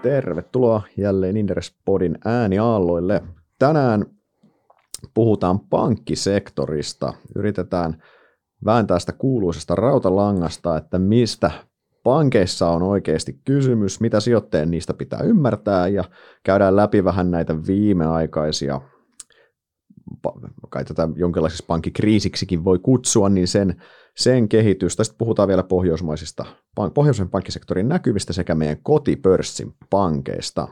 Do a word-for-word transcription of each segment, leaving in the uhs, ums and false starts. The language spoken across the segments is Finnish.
Tervetuloa jälleen Inderes-podin ääniaalloille. Tänään puhutaan pankkisektorista. Yritetään vääntää sitä kuuluisesta rautalangasta, että mistä pankeissa on oikeasti kysymys, mitä sijoittajien niistä pitää ymmärtää, ja käydään läpi vähän näitä viimeaikaisia, kai tätä jonkinlaiseksi pankkikriisiksikin voi kutsua, niin sen, sen kehitystä. Sitten puhutaan vielä pohjoismaisista, pohjoisen pankkisektorin näkyvistä sekä meidän kotipörssin pankeista.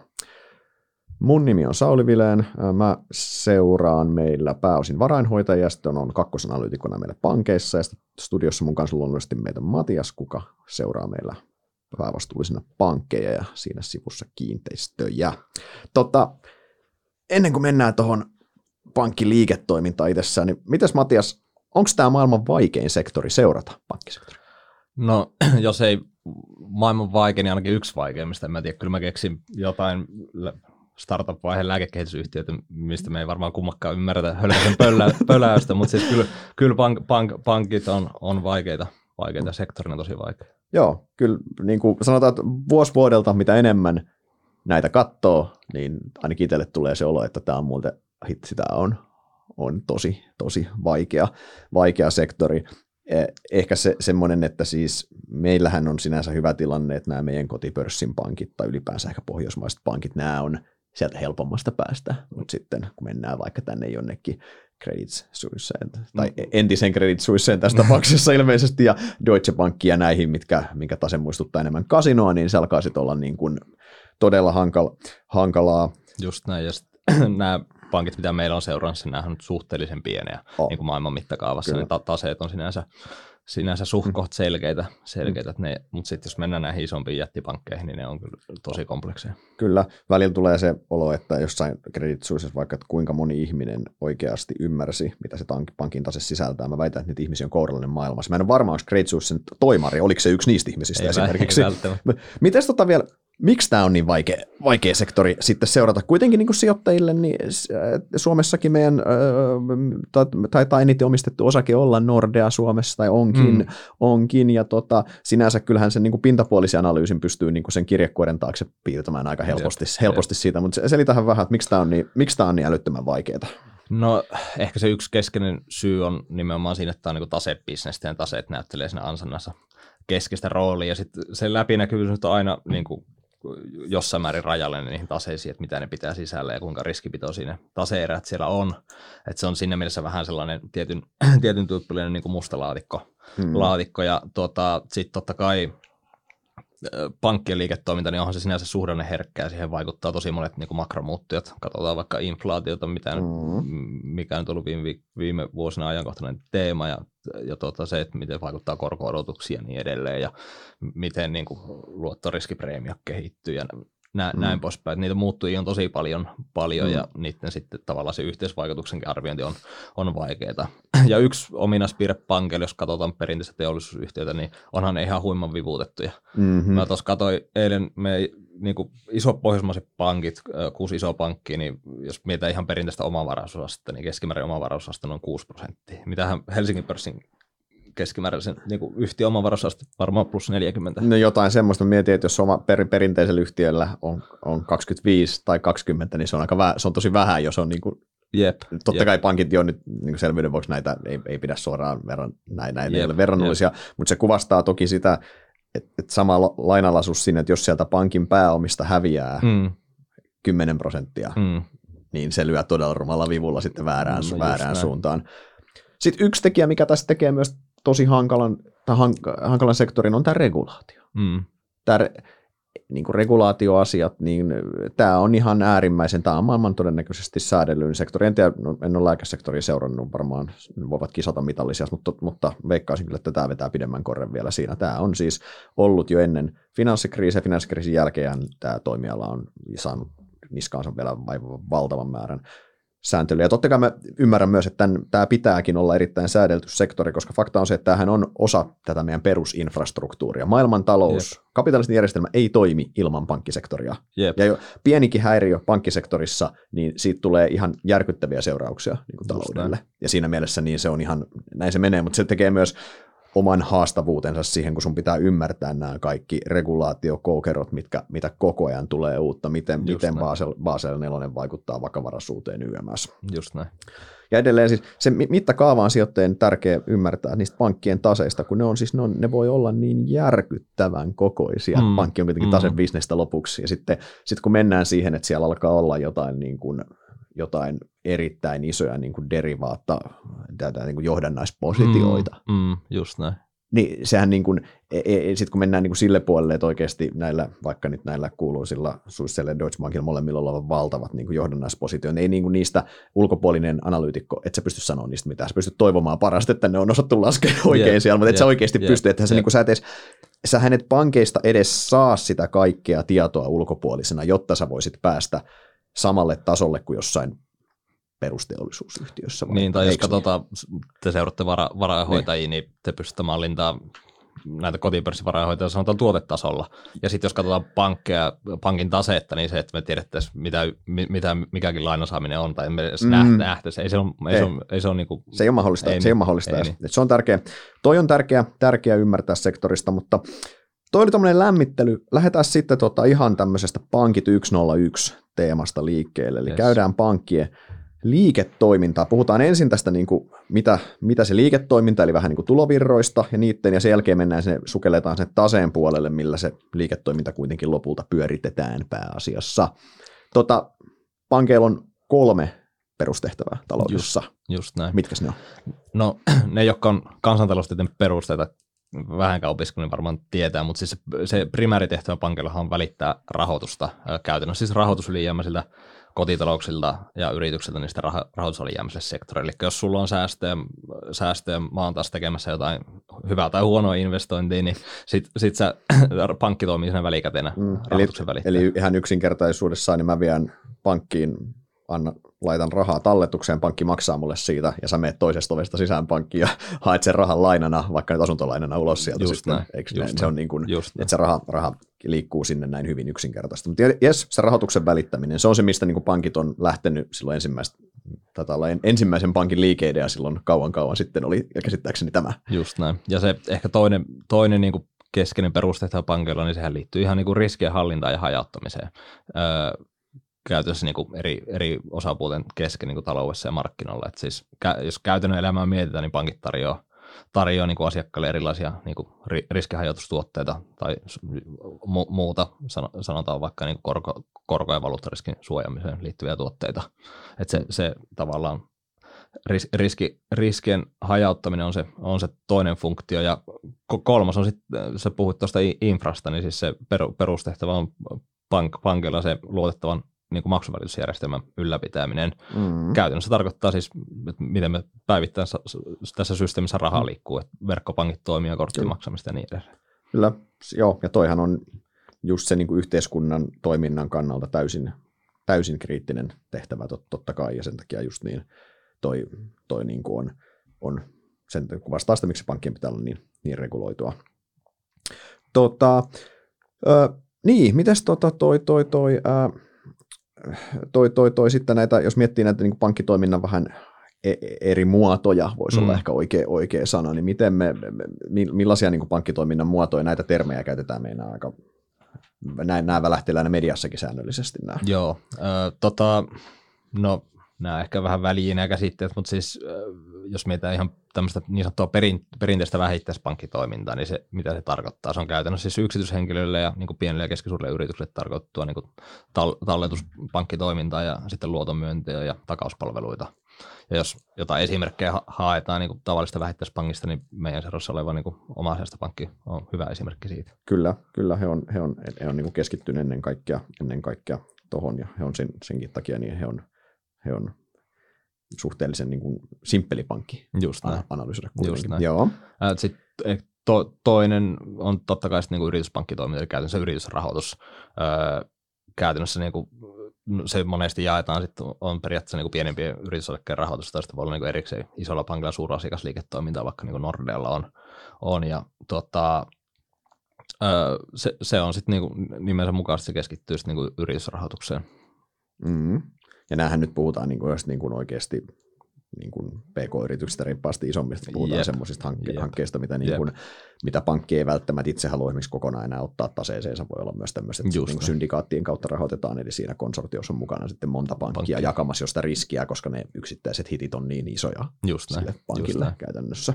Mun nimi on Sauli Vilén, mä seuraan meillä pääosin varainhoitajia, sitten on kakkosanalyytikona meillä pankeissa, ja studiossa mun kanssa luonnollisesti meitä Matias, kuka seuraa meillä päävastuullisena pankkeja ja siinä sivussa kiinteistöjä. Tota, ennen kuin mennään tuohon pankkiliiketoimintaan itsessään, niin mitäs Matias, onko tämä maailman vaikein sektori seurata, pankkisektori? No, jos ei maailman vaikein, niin ainakin yksi vaikeimmista, en mä tiedä, kyllä mä keksin jotain startup-vaiheen lääkekehitysyhtiöitä, mistä me ei varmaan kummakkaan ymmärretä hölkäisen pöllä, pöläystä, mutta siis kyllä, kyllä pank, pank, pankit on, on vaikeita, vaikeita, sektorina tosi vaikeita. Joo, kyllä niin kuin sanotaan, että vuosi vuodelta mitä enemmän näitä katsoo, niin ainakin itselle tulee se olo, että tämä on muuten, hitsi, tämä on, on tosi, tosi vaikea, vaikea sektori. Ehkä se, semmoinen, että siis meillähän on sinänsä hyvä tilanne, että nämä meidän kotipörssin pankit tai ylipäänsä ehkä pohjoismaiset pankit, nämä on sieltä helpommasta päästä, mutta sitten kun mennään vaikka tänne jonnekin Credit Suisseen, tai mm. entisen Credit Suisseen tässä tapauksessa ilmeisesti, ja Deutsche Bankia ja näihin, mitkä, minkä tase muistuttaa enemmän kasinoa, niin se alkaa sitten olla niin kuin todella hankala, hankalaa. Just näin, ja nämä pankit, mitä meillä on seurannassa, nämä on suhteellisen pieniä oh. niin kuin maailman mittakaavassa, ne taseet on sinänsä, sinänsä suht koht selkeitä, selkeitä mm. mutta sitten jos mennään näihin isompiin jättipankkeihin, niin ne on kyllä tosi komplekseja. Kyllä, välillä tulee se olo, että jossain Credit Suissessa vaikka, että kuinka moni ihminen oikeasti ymmärsi, mitä se pankin tase sisältää. Mä väitän, että niitä ihmisiä on kourallinen maailmassa. Mä en ole varma, onko Credit Suissen toimari, oliko se yksi niistä ihmisistä ei esimerkiksi. Mites tota vielä, miksi tämä on niin vaikea, vaikea sektori sitten seurata? Kuitenkin niin kuin sijoittajille, niin Suomessakin meidän taitaa eniten omistettu osake olla Nordea Suomessa, tai onkin, mm. onkin ja tota, sinänsä kyllähän sen niin kuin pintapuolisen analyysin pystyy niin kuin sen kirjekuoren taakse piirtämään aika helposti, jep, helposti jep. siitä, mutta selitähän vähän, että miksi tämä on niin, miksi tämä on niin älyttömän vaikeaa? No ehkä se yksi keskeinen syy on nimenomaan siinä, että tämä on niin kuin tasebisnestä ja taseet näyttelee siinä ansannassa keskeistä roolia, ja sitten se läpinäkyvyys on aina niin kuin jossain määrin rajallinen niihin taseisiin, että mitä ne pitää sisällä ja kuinka riskipitoisia ne tase-erät siellä on. Että se on siinä mielessä vähän sellainen tietyn, tietyn tyyppinen niin kuin musta laatikko. Hmm. laatikko. Ja tota, sitten totta kai pankkien liiketoiminta, niin onhan se sinänsä suhdanneherkkää, siihen vaikuttaa tosi monet niin kuin makromuuttujat. Katsotaan vaikka inflaatiota, mitä, hmm. mikä on tullut viime, viime vuosina ajankohtainen teema, ja, ja tota, se, että miten vaikuttaa korko-odotuksia ja niin edelleen, ja miten niin kuin luottoriskipreemio kehittyy, ja nä, hmm. näin poispäin. Niitä muuttujia on tosi paljon, paljon hmm. ja niiden sitten tavallaan se yhteisvaikutuksenkin arviointi on, on vaikeaa. Ja yksi ominaispiirre pankeille, jos katsotaan perinteistä teollisuusyhtiötä, niin onhan ne ihan huiman vivuutettuja. Mm-hmm. Mä tuossa katsoin eilen me niin kuin isot pohjoismaiset pankit, kuusi isoa pankkia, niin jos mietitään ihan perinteistä omavaraisuusastetta, niin keskimäärin omavaraisuusaste on noin kuusi prosenttia. Mitähän Helsingin pörssin keskimääräisen niin kuin yhtiön omavaraisuusaste varmaan plus neljäkymmentä. No jotain semmoista. Mietin, että jos oma per, perinteisellä yhtiöllä on, on kaksikymmentäviisi tai kaksikymmentä, niin se on, aika väh, se on tosi vähän, jos on niin kuin, jep, totta jep. kai pankit jo nyt niin selvyyden vuoksi näitä ei, ei pidä suoraan verran, näin, näin jep, verrannollisia, jep. mutta se kuvastaa toki sitä, että, että sama lainalaisuus siinä, että jos sieltä pankin pääomista häviää mm. kymmenen prosenttia, mm. niin se lyö todella rumalla vivulla sitten väärään, no, väärään suuntaan. Sitten yksi tekijä, mikä tässä tekee myös tosi hankalan, tai hankalan sektorin, on tämä regulaatio. Mm. Tämä niin kuin regulaatioasiat, niin tämä on ihan äärimmäisen, tämä on maailman todennäköisesti säädellyn sektori. En tiedä, no, en ole lääkesektoria seurannut, varmaan voivat kisata mitallisia, mutta, mutta veikkaisin kyllä, että tämä vetää pidemmän korren vielä siinä. Tämä on siis ollut jo ennen finanssikriisiä, finanssikriisin jälkeen tämä toimiala on saanut niskaansa vielä valtavan määrän sääntelyä. Ja totta kai mä ymmärrän myös, että tämän, tämä pitääkin olla erittäin säädelty sektori, koska fakta on se, että tämähän on osa tätä meidän perusinfrastruktuuria. Maailman talous, yep. kapitalistinen järjestelmä ei toimi ilman pankkisektoria. Yep. Ja jo pienikin häiriö pankkisektorissa, niin siitä tulee ihan järkyttäviä seurauksia niin kuin taloudelle. Ja siinä mielessä niin se on ihan, näin se menee, mutta se tekee myös oman haastavuutensa siihen, kun sun pitää ymmärtää nämä kaikki regulaatiokoukerot, mitkä, mitä koko ajan tulee uutta, miten, miten Basel, Basel neljä vaikuttaa vakavaraisuuteen Y M S. Just näin. Ja edelleen siis se mittakaava on sijoittajien tärkeä ymmärtää niistä pankkien taseista, kun ne, on, siis ne, on, ne voi olla niin järkyttävän kokoisia. Mm. Pankki on kuitenkin mm. tasebisnestä lopuksi. Ja sitten sit kun mennään siihen, että siellä alkaa olla jotain, niin kuin, jotain erittäin isoja niin kuin derivaatta, niin kuin johdannaispositioita. Mm. Mm. Just näin. Niin sehän niin kuin, sitten kun mennään niin kuin sille puolelle, että oikeasti näillä, vaikka nyt näillä kuuluisilla Swissille Deutsche Bankilla molemmilla olevat valtavat niin kuin johdannaispositioita, ei niin kuin niistä ulkopuolinen analyytikko, et sä pysty sanoa niistä mitään, sä pystyt toivomaan parasta, että ne on osattu laskea oikein yeah, siellä, mutta et yeah, sä oikeasti yeah, pysty, että yeah. sä, niin kuin, sä, et edes, sä hänet pankeista edes saa sitä kaikkea tietoa ulkopuolisena, jotta sä voisit päästä samalle tasolle kuin jossain perusteollisuusyhtiössä. Niin, tai jos katsotaan, te seuraatte vara, varainhoitajia, niin. niin te pystytte mallintaa näitä kotipörssivarainhoitajia sanotaan tuotetasolla. Ja sitten jos katsotaan pankkeja, pankin tasetta, niin se, että me tiedettäisiin, mitä, mitä mikäkin lainasaaminen on, tai me edes mm. nähtäisiin. Ei se ole, ei. Se on, ei se on niin kuin, se ei ole mahdollista. Ei, se ei ole mahdollista. Ei, niin. Se on tärkeä. Toi on tärkeä, tärkeä ymmärtää sektorista, mutta toi oli tämmöinen lämmittely. Lähdetään sitten tota ihan tämmöisestä pankit yksi nolla yksi teemasta liikkeelle. Eli yes. käydään pankkien liiketoimintaa. Puhutaan ensin tästä, niin kuin, mitä, mitä se liiketoiminta, eli vähän niin kuin tulovirroista ja niiden, ja sen jälkeen mennään sinne, sukelletaan sen taseen puolelle, millä se liiketoiminta kuitenkin lopulta pyöritetään pääasiassa. Tota, pankeilla on kolme perustehtävää taloudessa. Just, just näin. Mitkäs ne on? No ne, jotka on kansantaloustieteen perusteita, vähänkään opiskelun varmaan tietää, mutta siis se, se primääritehtävä pankillahan on välittää rahoitusta käytännössä, siis rahoitusylijäämäisiltä kotitalouksilta ja yrityksiltä niistä rah- rahoitusalijäämäisille sektoreille. Eli jos sulla on säästöjä, säästöjä, mä oon taas tekemässä jotain hyvää tai huonoa investointia, niin sit, sit sä, pankki toimii siinä välikätenä mm, rahoituksen välittäjä. Eli ihan yksinkertaisuudessaan niin mä vien pankkiin, anna, laitan rahaa talletukseen, pankki maksaa mulle siitä, ja sä meet toisesta ovesta sisään pankkiin ja haet sen rahan lainana, vaikka nyt asuntolainana ulos sieltä. Just sitten, näin, eikö just se on niin kuin, just että se raha, raha liikkuu sinne näin hyvin yksinkertaisesti. Mutta jes, se rahoituksen välittäminen, se on se, mistä niin kuin pankit on lähtenyt silloin ensimmäistä, taitaa olla ensimmäisen pankin liikeidea silloin kauan kauan sitten oli, ja käsittääkseni tämä. Just näin. Ja se ehkä toinen, toinen niin kuin keskeinen perustehtävä pankilla, niin sehän liittyy ihan niin kuin riskien hallintaan ja hajauttamiseen. Öö, käytössä niin kuin eri, eri osapuolten kesken niin kuin taloudessa ja markkinoilla. Et siis, jos käytännön elämää mietitään, niin pankit tarjoaa, tarjoaa niin kuin asiakkaille erilaisia niin kuin riskihajautustuotteita tai mu- muuta, sanotaan vaikka niin kuin korko, korko- ja valuuttariskin suojaamiseen liittyviä tuotteita. Et se, se tavallaan ris, riski, riskien hajauttaminen on se, on se toinen funktio. Ja kolmas on sitten, sä puhuit tuosta infrasta, niin siis se perustehtävä on pank, pankilla se luotettavan niin kuin maksuvälitysjärjestelmän ylläpitäminen. Mm. Käytännössä tarkoittaa siis, että miten me päivittäin tässä systeemissä rahaa liikkuu, että verkkopankit toimii ja korttiin maksamista ja niin edelleen. Kyllä, joo, ja toihan on just se niin kuin yhteiskunnan toiminnan kannalta täysin, täysin kriittinen tehtävä tot, totta kai, ja sen takia just niin toi, toi niin kuin on, on sen kuvastaa sitä, miksi pankkien pitää olla niin, niin reguloitua. Tota, ö, niin, mites tota toi toi toi, ö, Toi, toi, toi sitten näitä, jos miettii näitä niin kuin pankkitoiminnan vähän eri muotoja, voisi mm. olla ehkä oikea, oikea sana, niin miten me, me millaisia niin kuin pankkitoiminnan muotoja, näitä termejä käytetään meidän aika, näin, nämä välähtelään mediassakin säännöllisesti nämä. Joo, äh, tota, no nämä ehkä vähän väliinä käsitteet, mutta siis äh, jos mietitään ihan tämmöistä niin sanottua perin, perinteistä vähittäispankkitoimintaa, niin se, mitä se tarkoittaa, se on käytännössä siis yksityishenkilöille ja niin kuin pienille ja keskisuurille yrityksille tarkoittua niin kuin tal- talletuspankkitoimintaa ja sitten luotonmyöntiä ja takauspalveluita. Ja jos jotain esimerkkejä ha- haetaan niin kuin tavallista vähittäispankista, niin meidän seurassa oleva niin kuin oma pankki on hyvä esimerkki siitä. Kyllä, kyllä he on, he on, he on niin kuin keskittyneet ennen kaikkea, ennen kaikkea tuohon, ja he on sen, senkin takia niin he on, he on suhteellisen niin kuin simppeli pankki analysoida kuitenkin. Joo. Sitten to, toinen on totta kai sitten niin kuin yrityspankkitoiminta, eli käytännössä yritysrahoitus. Öö, käytännössä niin kuin se monesti jaetaan, sitten on periaatteessa niin kuin pienempien yritysosakkeiden rahoitusta, tai sitten voi olla niin kuin erikseen isolla pankilla suurasiakasliiketoimintaa, vaikka niin kuin Nordealla on. on ja, tuota, öö, se, se on sitten niin kuin nimensä mukaisesti se keskittyy sitten niin kuin yritysrahoitukseen. Mm-hmm. Ja näähän nyt puhutaan niin kuin, niin kuin oikeasti niin kuin P K-yrityksistä reippaasti isommista, puhutaan yep. semmoisista hankke- hankkeista, mitä, niin kuin, mitä pankki ei välttämättä itse halua esimerkiksi kokonaan enää ottaa taseeseensa. Voi olla myös tämmöiset niin kuin syndikaattien kautta rahoitetaan, eli siinä konsortiossa on mukana sitten monta pankkia Pankki. jakamassa josta riskiä, koska ne yksittäiset hitit on niin isoja Just sille näin. pankille Just käytännössä.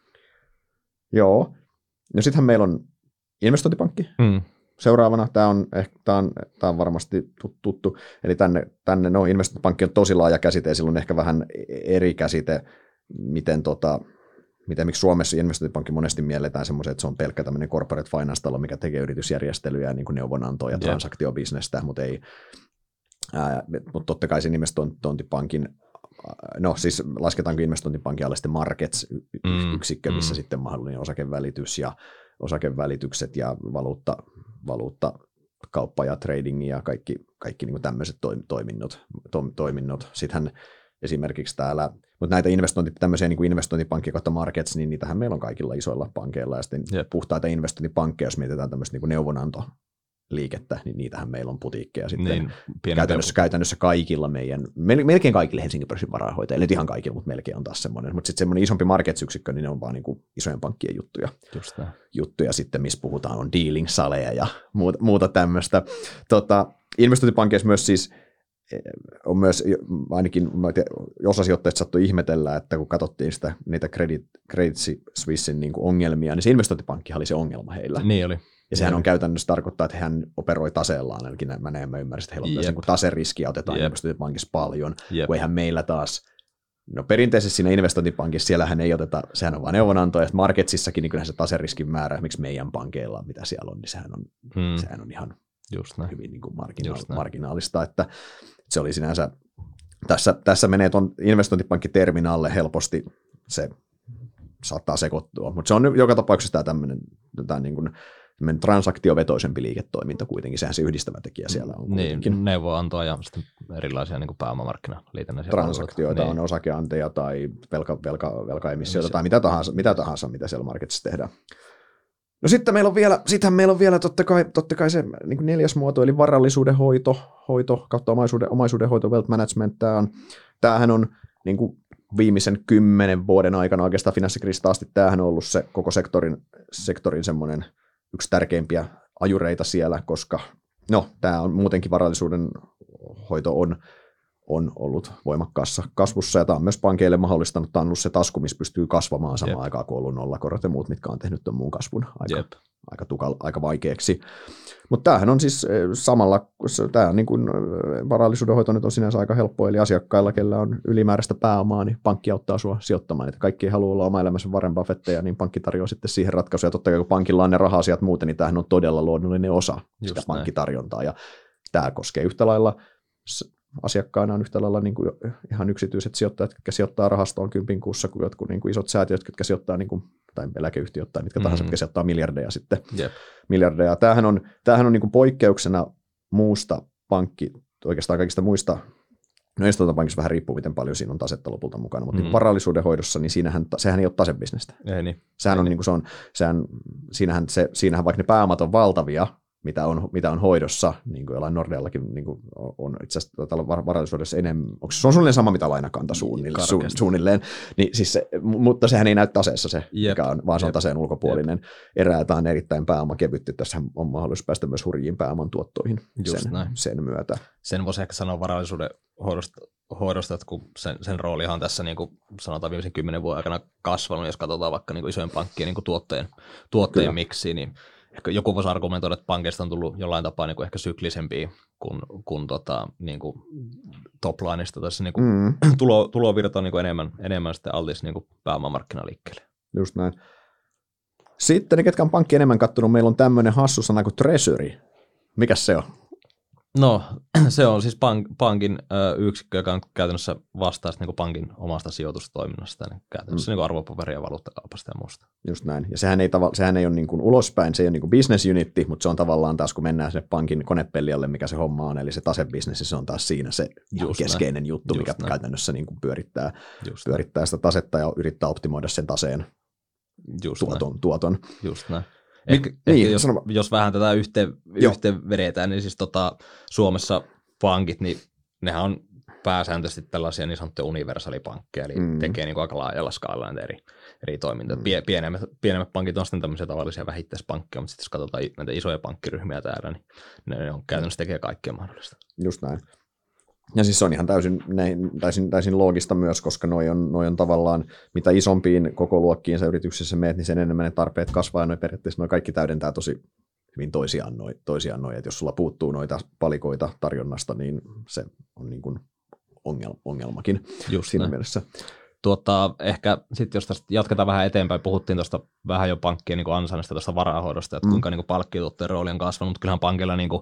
Joo. No sittenhän meillä on investointipankki. Mm. Seuraavana, tämä on, ehkä, tämä on, tämä on varmasti tuttu, eli tänne, tänne no, investointipankki on tosi laaja käsite, ja sillä on ehkä vähän eri käsite, miten, tota, miten miksi Suomessa investointipankki monesti mielletään semmoisen, että se on pelkkä tämmöinen corporate finance-talo, mikä tekee yritysjärjestelyjä, niin kuin neuvonantoa ja yeah. transaktiobisnestä, mutta ei, ää, mutta totta kai sen investointipankin, no siis lasketaanko investointipankin alle sitten markets-yksikkö, missä mm. sitten mahdollinen osakevälitys ja osakevälitykset ja valuutta, valuuttakauppa ja trading ja kaikki, kaikki niin tämmöiset toiminnot, to, toiminnot. Sittenhän esimerkiksi täällä, mutta näitä investointi, tämmöisiä niin kuin investointipankkia kautta markets, niin niitähän meillä on kaikilla isoilla pankeilla, ja sitten yep. puhtaita investointipankkeja, jos mietitään tämmöistä niin kuin neuvonanto, liikettä, niin niitähän meillä on putiikkeja sitten niin, käytännössä, käytännössä kaikilla meidän, melkein kaikille Helsingin pörssin varainhoitajille, nyt ihan kaikilla, mutta melkein on taas semmoinen, mutta sitten semmoinen isompi markets-yksikkö, niin ne on vaan niin kuin isojen pankkien juttuja, juttuja sitten, missä puhutaan, on dealing-saleja ja muuta, muuta tämmöistä. Tota, investointipankkeissa myös siis on myös, ainakin osa sijoittajista sattui ihmetellä, että kun katsottiin sitä, niitä Credit, Credit Suissein niin kuin ongelmia, niin se investointipankki oli se ongelma heillä. Niin oli. Ja sehän on käytännössä tarkoittaa, että hän operoi taseellaan, eli mä näin, mä ymmärsin, että heillä on yep. myös niin kuin taseriskiä otetaan yep. investointipankissa paljon, yep. kun eihän meillä taas, no perinteisesti siinä investointipankissa, siellähän ei oteta, sehän on vaan neuvonantoa, ja marketsissakin niin kyllähän se taseriskin määrä, miksi meidän pankeilla, mitä siellä on, niin sehän on, hmm. sehän on ihan Just hyvin niin kuin marginaal, marginaalista, että se oli sinänsä, tässä, tässä menee tuon investointipankkitermin alle helposti, se saattaa sekoittua, mutta se on joka tapauksessa tämä tämmöinen, tämä niin kuin transaktiovetoisempi liiketoiminta kuitenkin, sehän se yhdistävä tekijä siellä on kuitenkin. Niin, neuvonantoa ja sitten erilaisia niin kuin pääomamarkkinaliitännäisiä transaktioita niin. On osakeanteja tai velka, velka, velkaemissioita tai mitä tahansa, mitä tahansa, mitä siellä marketissa tehdään. No sitten meillä on vielä, sittenhän meillä on vielä totta kai, totta kai se niin kuin neljäs muoto, eli varallisuuden hoito, hoito kautta omaisuuden, omaisuuden hoito, wealth management. Tämä on, tämähän on niin kuin viimeisen kymmenen vuoden aikana oikeastaan finanssikriisistä asti, tämähän on ollut se koko sektorin, sektorin semmoinen yksi tärkeimpiä ajureita siellä, koska no, tämä on muutenkin varallisuuden hoito on, on ollut voimakkaassa kasvussa, ja tämä on myös pankeille mahdollistanut, tämä on ollut se tasku, missä pystyy kasvamaan samaan Jep. aikaan, kun on ollut nollakorot ja muut, mitkä on tehnyt tuon muun kasvun aika, aika, tukal, aika vaikeaksi. Mutta tämähän on siis samalla, tämä niin kuin varallisuuden hoito nyt on sinänsä aika helppoa, eli asiakkailla, kellä on ylimääräistä pääomaa, niin pankki auttaa sinua sijoittamaan. Että kaikki ei halua olla oma elämänsä Warren Buffetteja, niin pankki tarjoaa sitten siihen ratkaisuja. Totta kai kun pankilla on ne raha-asiat muuten, niin tämähän on todella luonnollinen osa Just sitä näin. pankkitarjontaa, ja tämä koskee yhtä lailla, asiakkaina on yhtä lailla niin kuin ihan yksityiset sijoittajat, jotka sijoittaa rahastoon kympin kuussa, kuin jotkut niin kuin isot säätiöt, jotka sijoittaa, niin kuin, tai eläkeyhtiöt tai mitkä tahansa, mm-hmm. jotka sijoittaa miljardeja sitten. Yep. Miljardeja. Tämähän on, tämähän on niin kuin poikkeuksena muusta pankki, oikeastaan kaikista muista, no investointipankissa vähän riippuu, miten paljon siinä on tasetta lopulta mukana, mutta mm-hmm. niin varallisuuden hoidossa, niin siinähän, sehän ei ole tasebisnestä. Ei niin. Sehän ei on niin. niin kuin se on, sehän, siinähän, se, siinähän vaikka ne pääomat on valtavia, mitä on, mitä on hoidossa, niin kuin jollain Nordeallakin niin kuin on itse asiassa varallisuudessa enemmän, onko se on suunnilleen sama, mitä lainakanta suunnilleen, su, suunnilleen, niin siis se, mutta sehän ei näy taseessa se, Jep. mikä on, vaan se on taseen ulkopuolinen Jep. erä, tämä on erittäin pääomakevytty, tässä on mahdollisuus päästä myös hurjiin pääoman tuottoihin sen, sen myötä. Sen voisi ehkä sanoa varallisuuden hoidosta, hoidosta että kun sen, sen roolihan on tässä niin kuin sanotaan viimeisen kymmenen vuoden aikana kasvanut, jos katsotaan vaikka niin kuin isojen pankkien niin kuin tuotteen, tuotteen miksi, niin ehkä joku voisi argumentoida, että pankeista on tullut jollain tapaa niin kuin ehkä syklisempiä kuin, kuin, tota, niin kuin toplineista. Tässä niin kuin mm. tulo, tulovirta on niin kuin enemmän, enemmän sitten altis niin kuin pääomamarkkinaliikkeelle. Just näin. Sitten ne, ketkä on pankki enemmän kattonut, meillä on tämmöinen hassu sana kuin treasury. Mikäs se on? No, se on siis pank, pankin ö, yksikkö, joka on käytännössä vastaista niin kuin pankin omasta sijoitustoiminnasta, niin käytännössä mm. niin arvopaperia, valuuttakaupasta ja muusta. Just näin. Ja sehän ei, tava, sehän ei ole niin kuin ulospäin, se ei ole niin kuin business unitti, mutta se on tavallaan taas, kun mennään sinne pankin konepellialle, mikä se homma on, eli se tasebisnes, se on taas siinä se Just keskeinen näin. juttu, Just mikä näin. käytännössä niin kuin pyörittää, pyörittää sitä tasetta ja yrittää optimoida sen taseen Just tuoton. tuoton. Just näin. Ehkä, niin, ehkä jos, jos vähän tätä yhteen, yhteen vedetään, niin siis tota, Suomessa pankit, niin nehän on pääsääntöisesti tällaisia niin sanottuja universaalipankkeja, eli mm. tekee niin kuin aika laajalla skaalalla näitä eri, eri toimintoja. Mm. Pienemmät, pienemmät pankit on sitten tämmöisiä tavallisia vähittäispankkeja, mutta sitten jos katsotaan näitä isoja pankkiryhmiä täällä, niin ne on käytännössä tekee kaikkea mahdollista. Just näin. Ja siis se on ihan täysin, täysin, täysin loogista myös, koska noi on, noi on tavallaan, mitä isompiin koko luokkiin sä yrityksessä meet, niin sen enemmän ne tarpeet kasvaa, ja noi periaatteessa noi kaikki täydentää tosi hyvin toisiaan noi, toisiaan noi. Että jos sulla puuttuu noita palikoita tarjonnasta, niin se on niin kuin ongelma, ongelmakin just siinä näin. mielessä. Tuota, ehkä sitten jos tästä jatketaan vähän eteenpäin, puhuttiin tuosta vähän jo pankkien niin ansainnasta, tuosta varahoidosta, että mm. kuinka niin palkkiotuotteen rooli on kasvanut, mutta kyllähän pankilla niin kuin,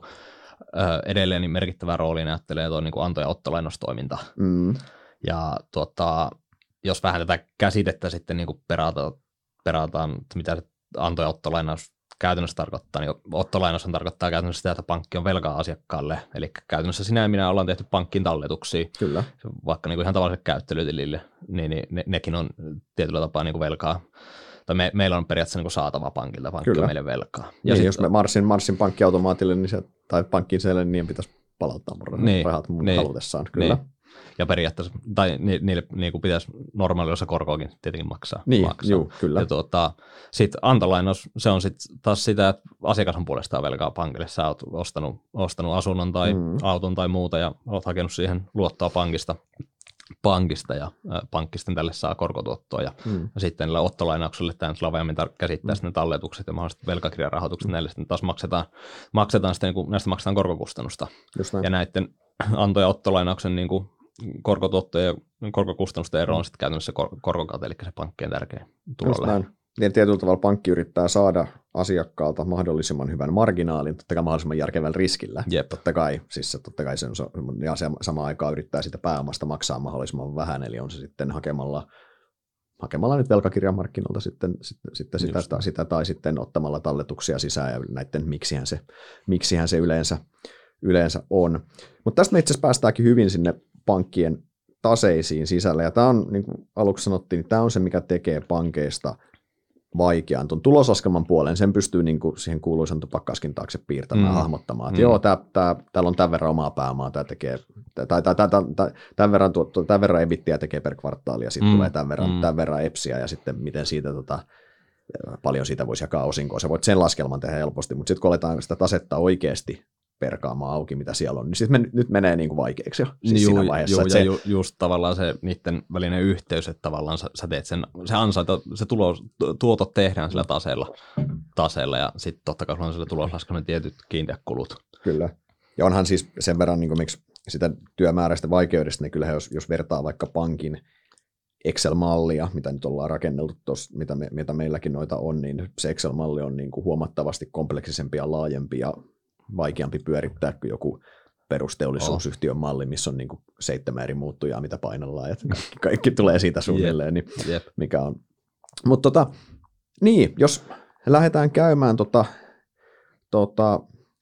ö, edelleen niin merkittävä rooli näyttelee tuo niin anto- ja ottolainostoiminta. Mm. Ja tuota, jos vähän tätä käsitettä sitten niin perataan, perataan, mitä se anto- ja ottolainaus käytännössä tarkoittaa, niin ottolainaus tarkoittaa käytännössä sitä, että pankki on velkaa asiakkaalle, eli käytännössä sinä ja minä ollaan tehty pankkiin talletuksia, Kyllä. vaikka niin kuin ihan tavalliselle käyttelytilille, niin, niin ne, nekin on tietyllä tapaa niin kuin velkaa, tai me, meillä on periaatteessa niin kuin saatava pankilta, pankki Kyllä. on meille velkaa. Ja niin, sit, jos me marssin, marssin pankkiautomaatille niin se, tai pankkiin siellä, niin pitäisi palauttaa mun niin, rahat mun niin, halutessaan. Kyllä. Niin. Ja periaatteessa, tai niille niin kuin pitäisi normaalissa korkoakin tietenkin maksaa. Niin, maksaa. juu, kyllä. Ja tuota, sitten antolainaus, se on sitten taas sitä, että asiakas on puolestaan velkaa pankille. Sä oot ostanut, ostanut asunnon tai mm. auton tai muuta ja oot hakenut siihen luottoa pankista, pankista ja ä, pankki sitten tälle saa korkotuottoa. Ja, mm. ja sitten näillä ottolainaukselle tämä laveammin tar- käsittää mm. sitten talletukset ja mahdollisesti velkakirjarahoitukset. Mm. Näille sitten taas maksetaan, maksetaan sitten, niin kuin, näistä maksetaan korkokustannusta. Ja näiden anto- ja ottolainauksen niin kuin korkotuottoja ja korkokustannusten ero on sitten käytännössä kor- korkokate, eli se pankkien tärkeä tulolähde. Niin tietyllä tavalla pankki yrittää saada asiakkaalta mahdollisimman hyvän marginaalin, totta kai mahdollisimman järkevällä riskillä. Jep. Totta kai, siis se, totta kai se on, ja se samaan aikaan yrittää sitä pääomasta maksaa mahdollisimman vähän, eli on se sitten hakemalla, hakemalla nyt velkakirjamarkkinoilta sitten, sitten, sitten sitä, tai, sitä, tai sitten ottamalla talletuksia sisään, ja näiden miksihän se, miksihän se yleensä, yleensä on. Mutta tästä me itse asiassa päästäänkin hyvin sinne pankkien taseisiin sisällä, ja tämä on, niin kuin aluksi sanottiin, niin tämä on se, mikä tekee pankeista vaikean tuon tuloslaskelman puolen, sen pystyy niin kuin siihen kuuluisan tupakkaskin taakse piirtämään, mm. hahmottamaan, että mm. joo, tää, tää, täällä on tämän verran omaa pääomaa, tämä tekee, tai, tai, tai, tai, tai tämän verran, tämän verran ebittiä tekee per kvartaali, ja sitten mm. tulee tämän verran, mm. tämän verran epsiä, ja sitten miten siitä, tota, paljon siitä voisi jakaa osinkoa. Sä voit sen laskelman tehdä helposti, mutta sitten kun aletaan sitä tasetta oikeasti perkaamaan auki, mitä siellä on, niin sitten me, nyt menee niin kuin vaikeaksi jo siis juu, siinä vaiheessa. Juu, ja se, ju, just tavallaan se niiden välinen yhteys, että tavallaan sä, sä teet sen, se ansaita, se tulos, tuotot tehdään sillä taseella, taseella ja sitten totta kai sulla on sillä tuloslaskelman tietyt kiinteät kulut. Kyllä. Ja onhan siis sen verran, niin kuin, miksi sitä työmääräistä vaikeudesta, niin kyllähän jos, jos vertaa vaikka pankin Excel-mallia, mitä nyt ollaan rakenneltu tuossa, mitä, me, mitä meilläkin noita on, niin se Excel-malli on niin kuin huomattavasti kompleksisempi ja laajempi ja vaikeampi pyörittää kuin joku perusteollisuusyhtiön malli, missä on niin kuin seitsemän eri muuttujaa, mitä painellaan, että kaikki, kaikki tulee siitä suunnilleen, niin Jep. mikä on. Mutta tota, niin, jos lähdetään käymään tota, tota,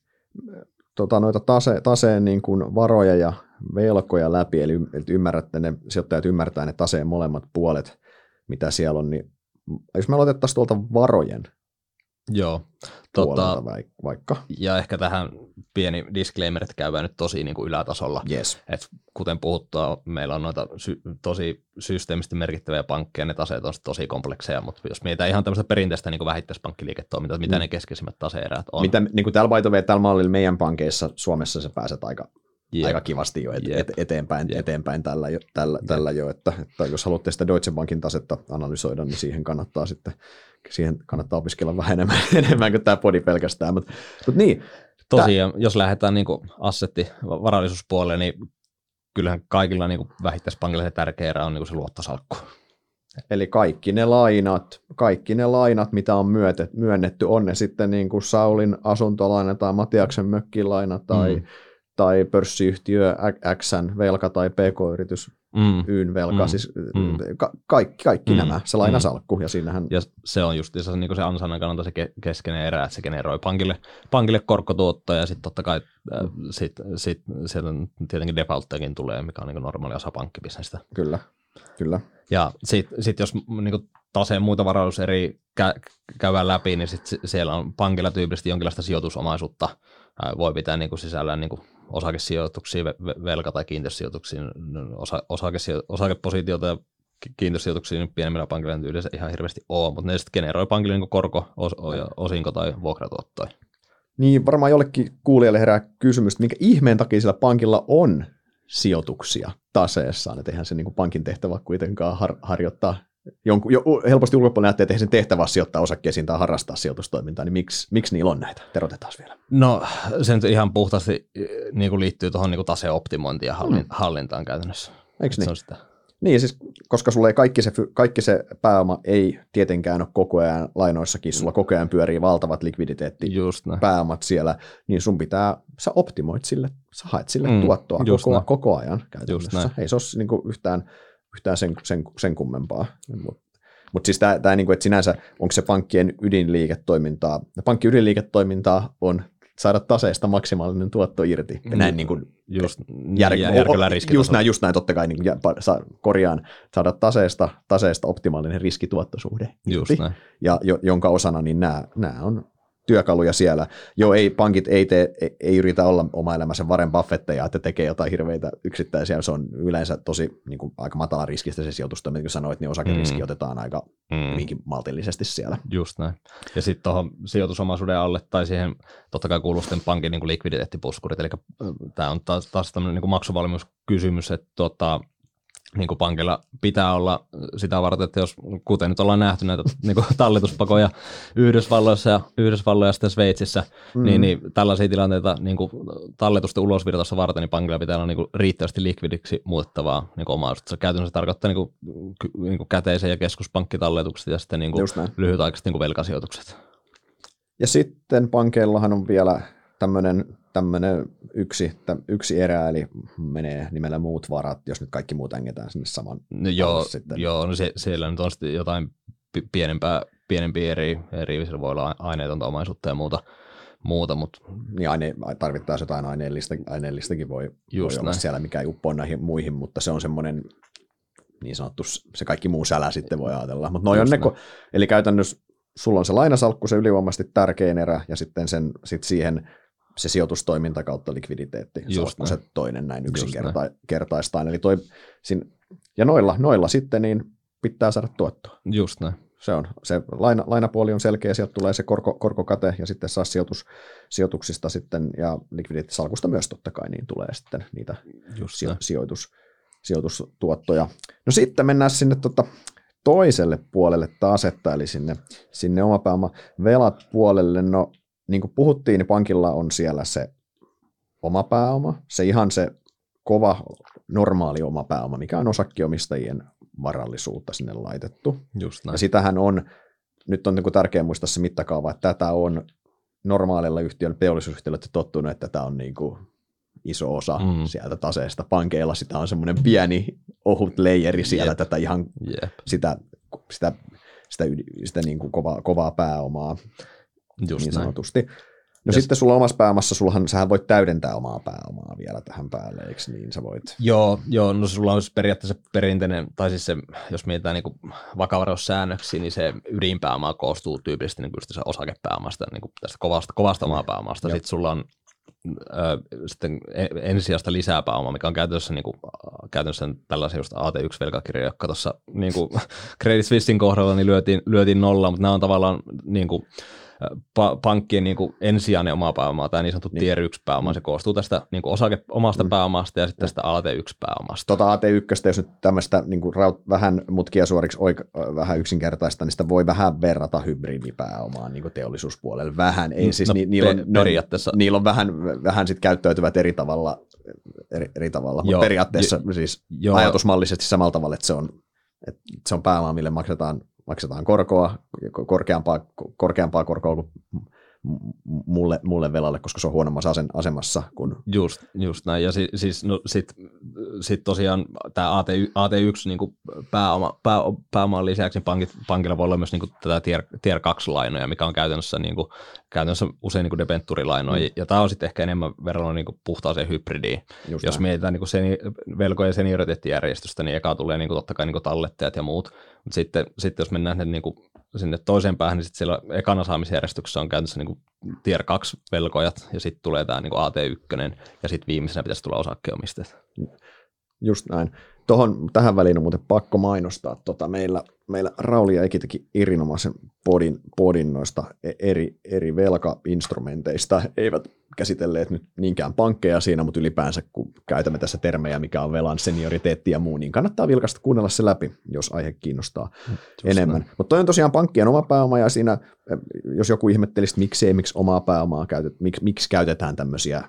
tota noita tase, taseen niin kuin varoja ja velkoja läpi, eli ymmärrätte ne, sijoittajat ymmärtää ne taseen molemmat puolet, mitä siellä on, niin jos me aloitettaisiin tuolta varojen Joo, tota, vaikka. Ja ehkä tähän pieni disclaimer, että käydään nyt tosi niin kuin ylätasolla. Yes. Et kuten puhuttua, meillä on noita sy- tosi systeemisesti merkittäviä pankkeja, ne taseet on tosi komplekseja, mutta jos mietitään ihan tämmöistä perinteistä niin kuin vähittäispankkiliiketoimintaa, mitä mm. ne keskeisimmät tase-erät on. Mitä, niin kuin täällä by the way, tällä mallilla meidän pankeissa Suomessa sä pääset aika, yep. aika kivasti jo et, yep. et, eteenpäin, yep. eteenpäin tällä jo, tällä, yep. tällä jo että, että jos haluatte sitä Deutsche Bankin tasetta analysoida, niin siihen kannattaa sitten siihen kannattaa opiskella vähän enemmän, enemmän kuin tämä podi pelkästään. Mutta, mutta niin. Tosiaan, jos lähdetään niin assetti varallisuuspuolelle, niin kyllähän kaikilla niin vähittäispankilla se tärkeä erä on niin se luottosalkku. Eli kaikki ne lainat, kaikki ne lainat, mitä on myötet, myönnetty, on ne sitten niin kuin Saulin asuntolaina tai Matiaksen mökkilaina tai, mm. tai pörssiyhtiö X:n velka tai P K-yritys mm. Yyn velka, mm. siis mm. Ka- kaikki, kaikki mm. nämä, se lainasalkku. Ja, siinähän... ja se on just se, niin se ansainnan kannalta se ke- keskeinen erä, että se generoi pankille, pankille korkotuottoa ja sitten totta kai mm. sit, sit, sieltä tietenkin defaulttejakin tulee, mikä on niin normaali osa pankkibisnestä. Kyllä, kyllä. Ja sitten sit jos niin taseen muita varallisuuseriä kä- käydään läpi, niin sit siellä on pankilla tyypillisesti jonkinlaista sijoitusomaisuutta. Ää, voi pitää niin sisällään niin osakesijoituksiin, velka- tai kiinteistösijoituksiin, osa, osakesio, osakepositiota ja kiinteistösijoituksiin pienemmillä pankilla nyt yleensä ihan hirveästi ole, mutta ne sitten generoi pankille niin korko, os, osinko tai vuokratuottoja. Niin varmaan jollekin kuulijalle herää kysymys, minkä ihmeen takia sillä pankilla on sijoituksia taseessaan, että eihän se niin kuin pankin tehtävä kuitenkaan har, harjoittaa. Jonku, jo, helposti ulkopuolella näette, että eihän sen tehtävä sijoittaa osakkeisiin tai harrastaa sijoitustoimintaa, niin miksi, miksi niillä on näitä? Terotetaan vielä. No se nyt ihan puhtaasti niin kuin liittyy tuohon niin taseoptimointiin ja hallin, mm. hallintaan käytännössä. Eikö niin? Se niin, siis koska sulla ei kaikki se, kaikki se pääoma ei tietenkään ole koko ajan lainoissakin, sulla koko ajan pyörii valtavat likviditeettipääomat siellä, niin sun pitää, sä optimoit sille, sä haet sille mm, tuottoa koko, koko ajan käytännössä. Ei se ole niin kuin yhtään, yhtään sen, sen, sen kummempaa. Mutta mut siis tämä, tämä niin kuin, että sinänsä, onko se pankkien ydinliiketoimintaa, pankkien ydinliiketoimintaa on saada taseesta maksimaalinen tuotto irti. Mm. Näin niin kuin just, jär, järkellä riskitasolla. Just näin, just näin, totta kai niin kuin, sa, korjaan, saada taseesta, taseesta optimaalinen riskituottosuhde irti, ja jo, jonka osana niin nämä, nämä on työkaluja siellä. Joo, ei, pankit ei, tee, ei, ei yritä olla oma elämänsä Warren Buffetteja, että tekee jotain hirveitä yksittäisiä. Se on yleensä tosi niin kuin, aika matala riskistä se sijoitusta, niin kuin sanoit, niin osakeriski mm. otetaan aika mm. hyvinkin maltillisesti siellä. Just näin. Ja sitten tuohon sijoitusomaisuuden alle tai siihen totta kai kuuluu sitten pankin niin kuin likviditeettipuskurit, eli tämä on taas, taas tämmöinen niin kuin maksuvalmiuskysymys, että tota, niin kuin pankilla pitää olla sitä varten, että jos, kuten nyt ollaan nähty näitä niin kuin talletuspakoja Yhdysvalloissa ja Yhdysvalloissa ja sitten Sveitsissä, mm. niin, niin tällaisia tilanteita niin kuin talletusten ulosvirtassa varten, niin pankilla pitää olla niin kuin riittävästi likvidiksi muutettavaa niin kuin omaisuutta. Se käytännössä tarkoittaa niin kuin, niin kuin käteisen ja keskuspankkitalletukset ja sitten niin kuin lyhytaikaiset niin kuin velkasijoitukset. Ja sitten pankeillahan on vielä tämmöinen tämmöinen yksi, täm, yksi erä, eli menee nimellä muut varat, jos nyt kaikki muut ängetään sinne saman. No joo, joo no se, siellä nyt on sitten jotain pienempää, pienempiä eri, eri siellä voi olla aineetonta omaisuutta ja muuta, muuta mutta niin aine, tarvittaisiin jotain aineellista, aineellistakin voi, voi olla siellä, mikä ei uppoa näihin muihin, mutta se on semmoinen niin sanottu, se kaikki muu sälä sitten voi ajatella. Mutta noi on ne, eli käytännössä sulla on se lainasalkku, se ylivoimaisesti tärkein erä, ja sitten sen, sit siihen se sijoitustoiminta kautta likviditeetti. Se on se toinen näin yksinkertaistaan. Eli toi, sin, ja noilla, noilla sitten niin pitää saada tuottoa. Just näin. Se on, se laina, lainapuoli on selkeä, sieltä tulee se korko, korkokate ja sitten saa sijoitus, sijoituksista sitten ja likviditeettisalkusta myös totta kai, niin tulee sitten niitä sijo, sijoitus, sijoitustuottoja. No sitten mennään sinne tota toiselle puolelle tasetta, eli sinne, sinne omapääoma velat puolelle. No niin kuin puhuttiin, niin pankilla on siellä se oma pääoma, se ihan se kova normaali oma pääoma, mikä on osakkeenomistajien varallisuutta sinne laitettu. Just näin. Ja sitähän on, nyt on niin kuin tärkeää muistaa se mittakaava, että tätä on normaalilla yhtiöllä, teollisuusyhtiöllä tottunut, että tätä on niin kuin iso osa mm. sieltä taseesta. Pankeilla sitä on semmoinen pieni ohut leijeri siellä, yep. tätä ihan yep. sitä, sitä, sitä, sitä niin kuin kovaa, kovaa pääomaa. Just niin sanotusti. No jos sitten sulla omassa pääomassa, sullahan, sähän voit täydentää omaa pääomaa vielä tähän päälle, eikö niin sä voit? Joo, joo, no sulla on periaatteessa perinteinen, tai siis se, jos mietitään niin vakavaraisuussäännöksiä, niin se ydinpääoma koostuu tyypillisesti niin kuin osakepääomasta, niin kuin tästä kovasta, kovasta omaa pääomasta. Sitten sulla on ö, sitten ensisijaista lisäpääomaa, mikä on käytännössä, niin kuin, käytännössä tällaisia just A T yksi-velkakirjoja, jotka tuossa niin kuin Credit Suissein kohdalla niin lyötiin, lyötiin nolla, mutta nämä on tavallaan niin kuin Pa- pankkien niin kuin ensisijainen oma pääoma, tai niin sanottu niin. tier yksi pääoma, se koostuu tästä niin kuin osake omasta mm. pääomasta ja sitten tästä A T yksi pääomasta. Tota A T yksi, jos nyt tämmöistä niin kuin raut, vähän mutkia suoriksi oik- vähän yksinkertaista, niin sitä voi vähän verrata hybridipääomaan niin kuin teollisuuspuolelle. Vähän, ei siis, no, ni, niillä, pe- on, periaatteessa. niillä on vähän, vähän sit käyttäytyvät eri tavalla, eri, eri tavalla. mutta periaatteessa jo, siis jo. ajatusmallisesti samalla tavalla, että se on, että se on pääoma, mille maksetaan maksetaan korkoa, korkeampaa, korkeampaa korkoa kuin mulle, mulle velalle, koska se on huonommassa asemassa kuin... Just, just näin, ja si, siis no sit sitten tosiaan tämä A T yksi niin kuin pääoma, pää, pääoman lisäksi niin pankit, pankilla voi olla myös niin kuin tätä tier, tier kaksi lainoja, mikä on käytännössä, niin kuin, käytännössä usein niin debentturilainoja. Mm. Ja tämä on sitten ehkä enemmän verrattuna niin puhtaaseen hybridiin. Just jos näin. Mietitään niin seni, velkojen senioriteettijärjestystä, niin eka tulee niin kuin, totta kai niin kuin tallettajat ja muut. Mutta sitten, sitten jos mennään niin kuin sinne toiseen päähän, niin sitten siellä ekana saamisjärjestyksessä on käytännössä niin kuin tier kaksi velkojat, ja sitten tulee tämä niin kuin A T yksi, ja sitten viimeisenä pitäisi tulla osakkeenomistajat. Just näin. Tohon, tähän väliin on muuten pakko mainostaa. Tota, meillä, meillä Rauli ja Eki teki erinomaisen podin, podin noista eri, eri velkainstrumenteista. Eivät käsitelleet nyt niinkään pankkeja siinä, mutta ylipäänsä kun käytämme tässä termejä, mikä on velan senioriteetti ja muu, niin kannattaa vilkasta kuunnella se läpi, jos aihe kiinnostaa Just enemmän. Mutta toi on tosiaan pankkien oma pääoma, ja siinä, jos joku ihmettelisi, miksi ei, miksi omaa pääomaa käytetään, miksi, miksi käytetään tämmöisiä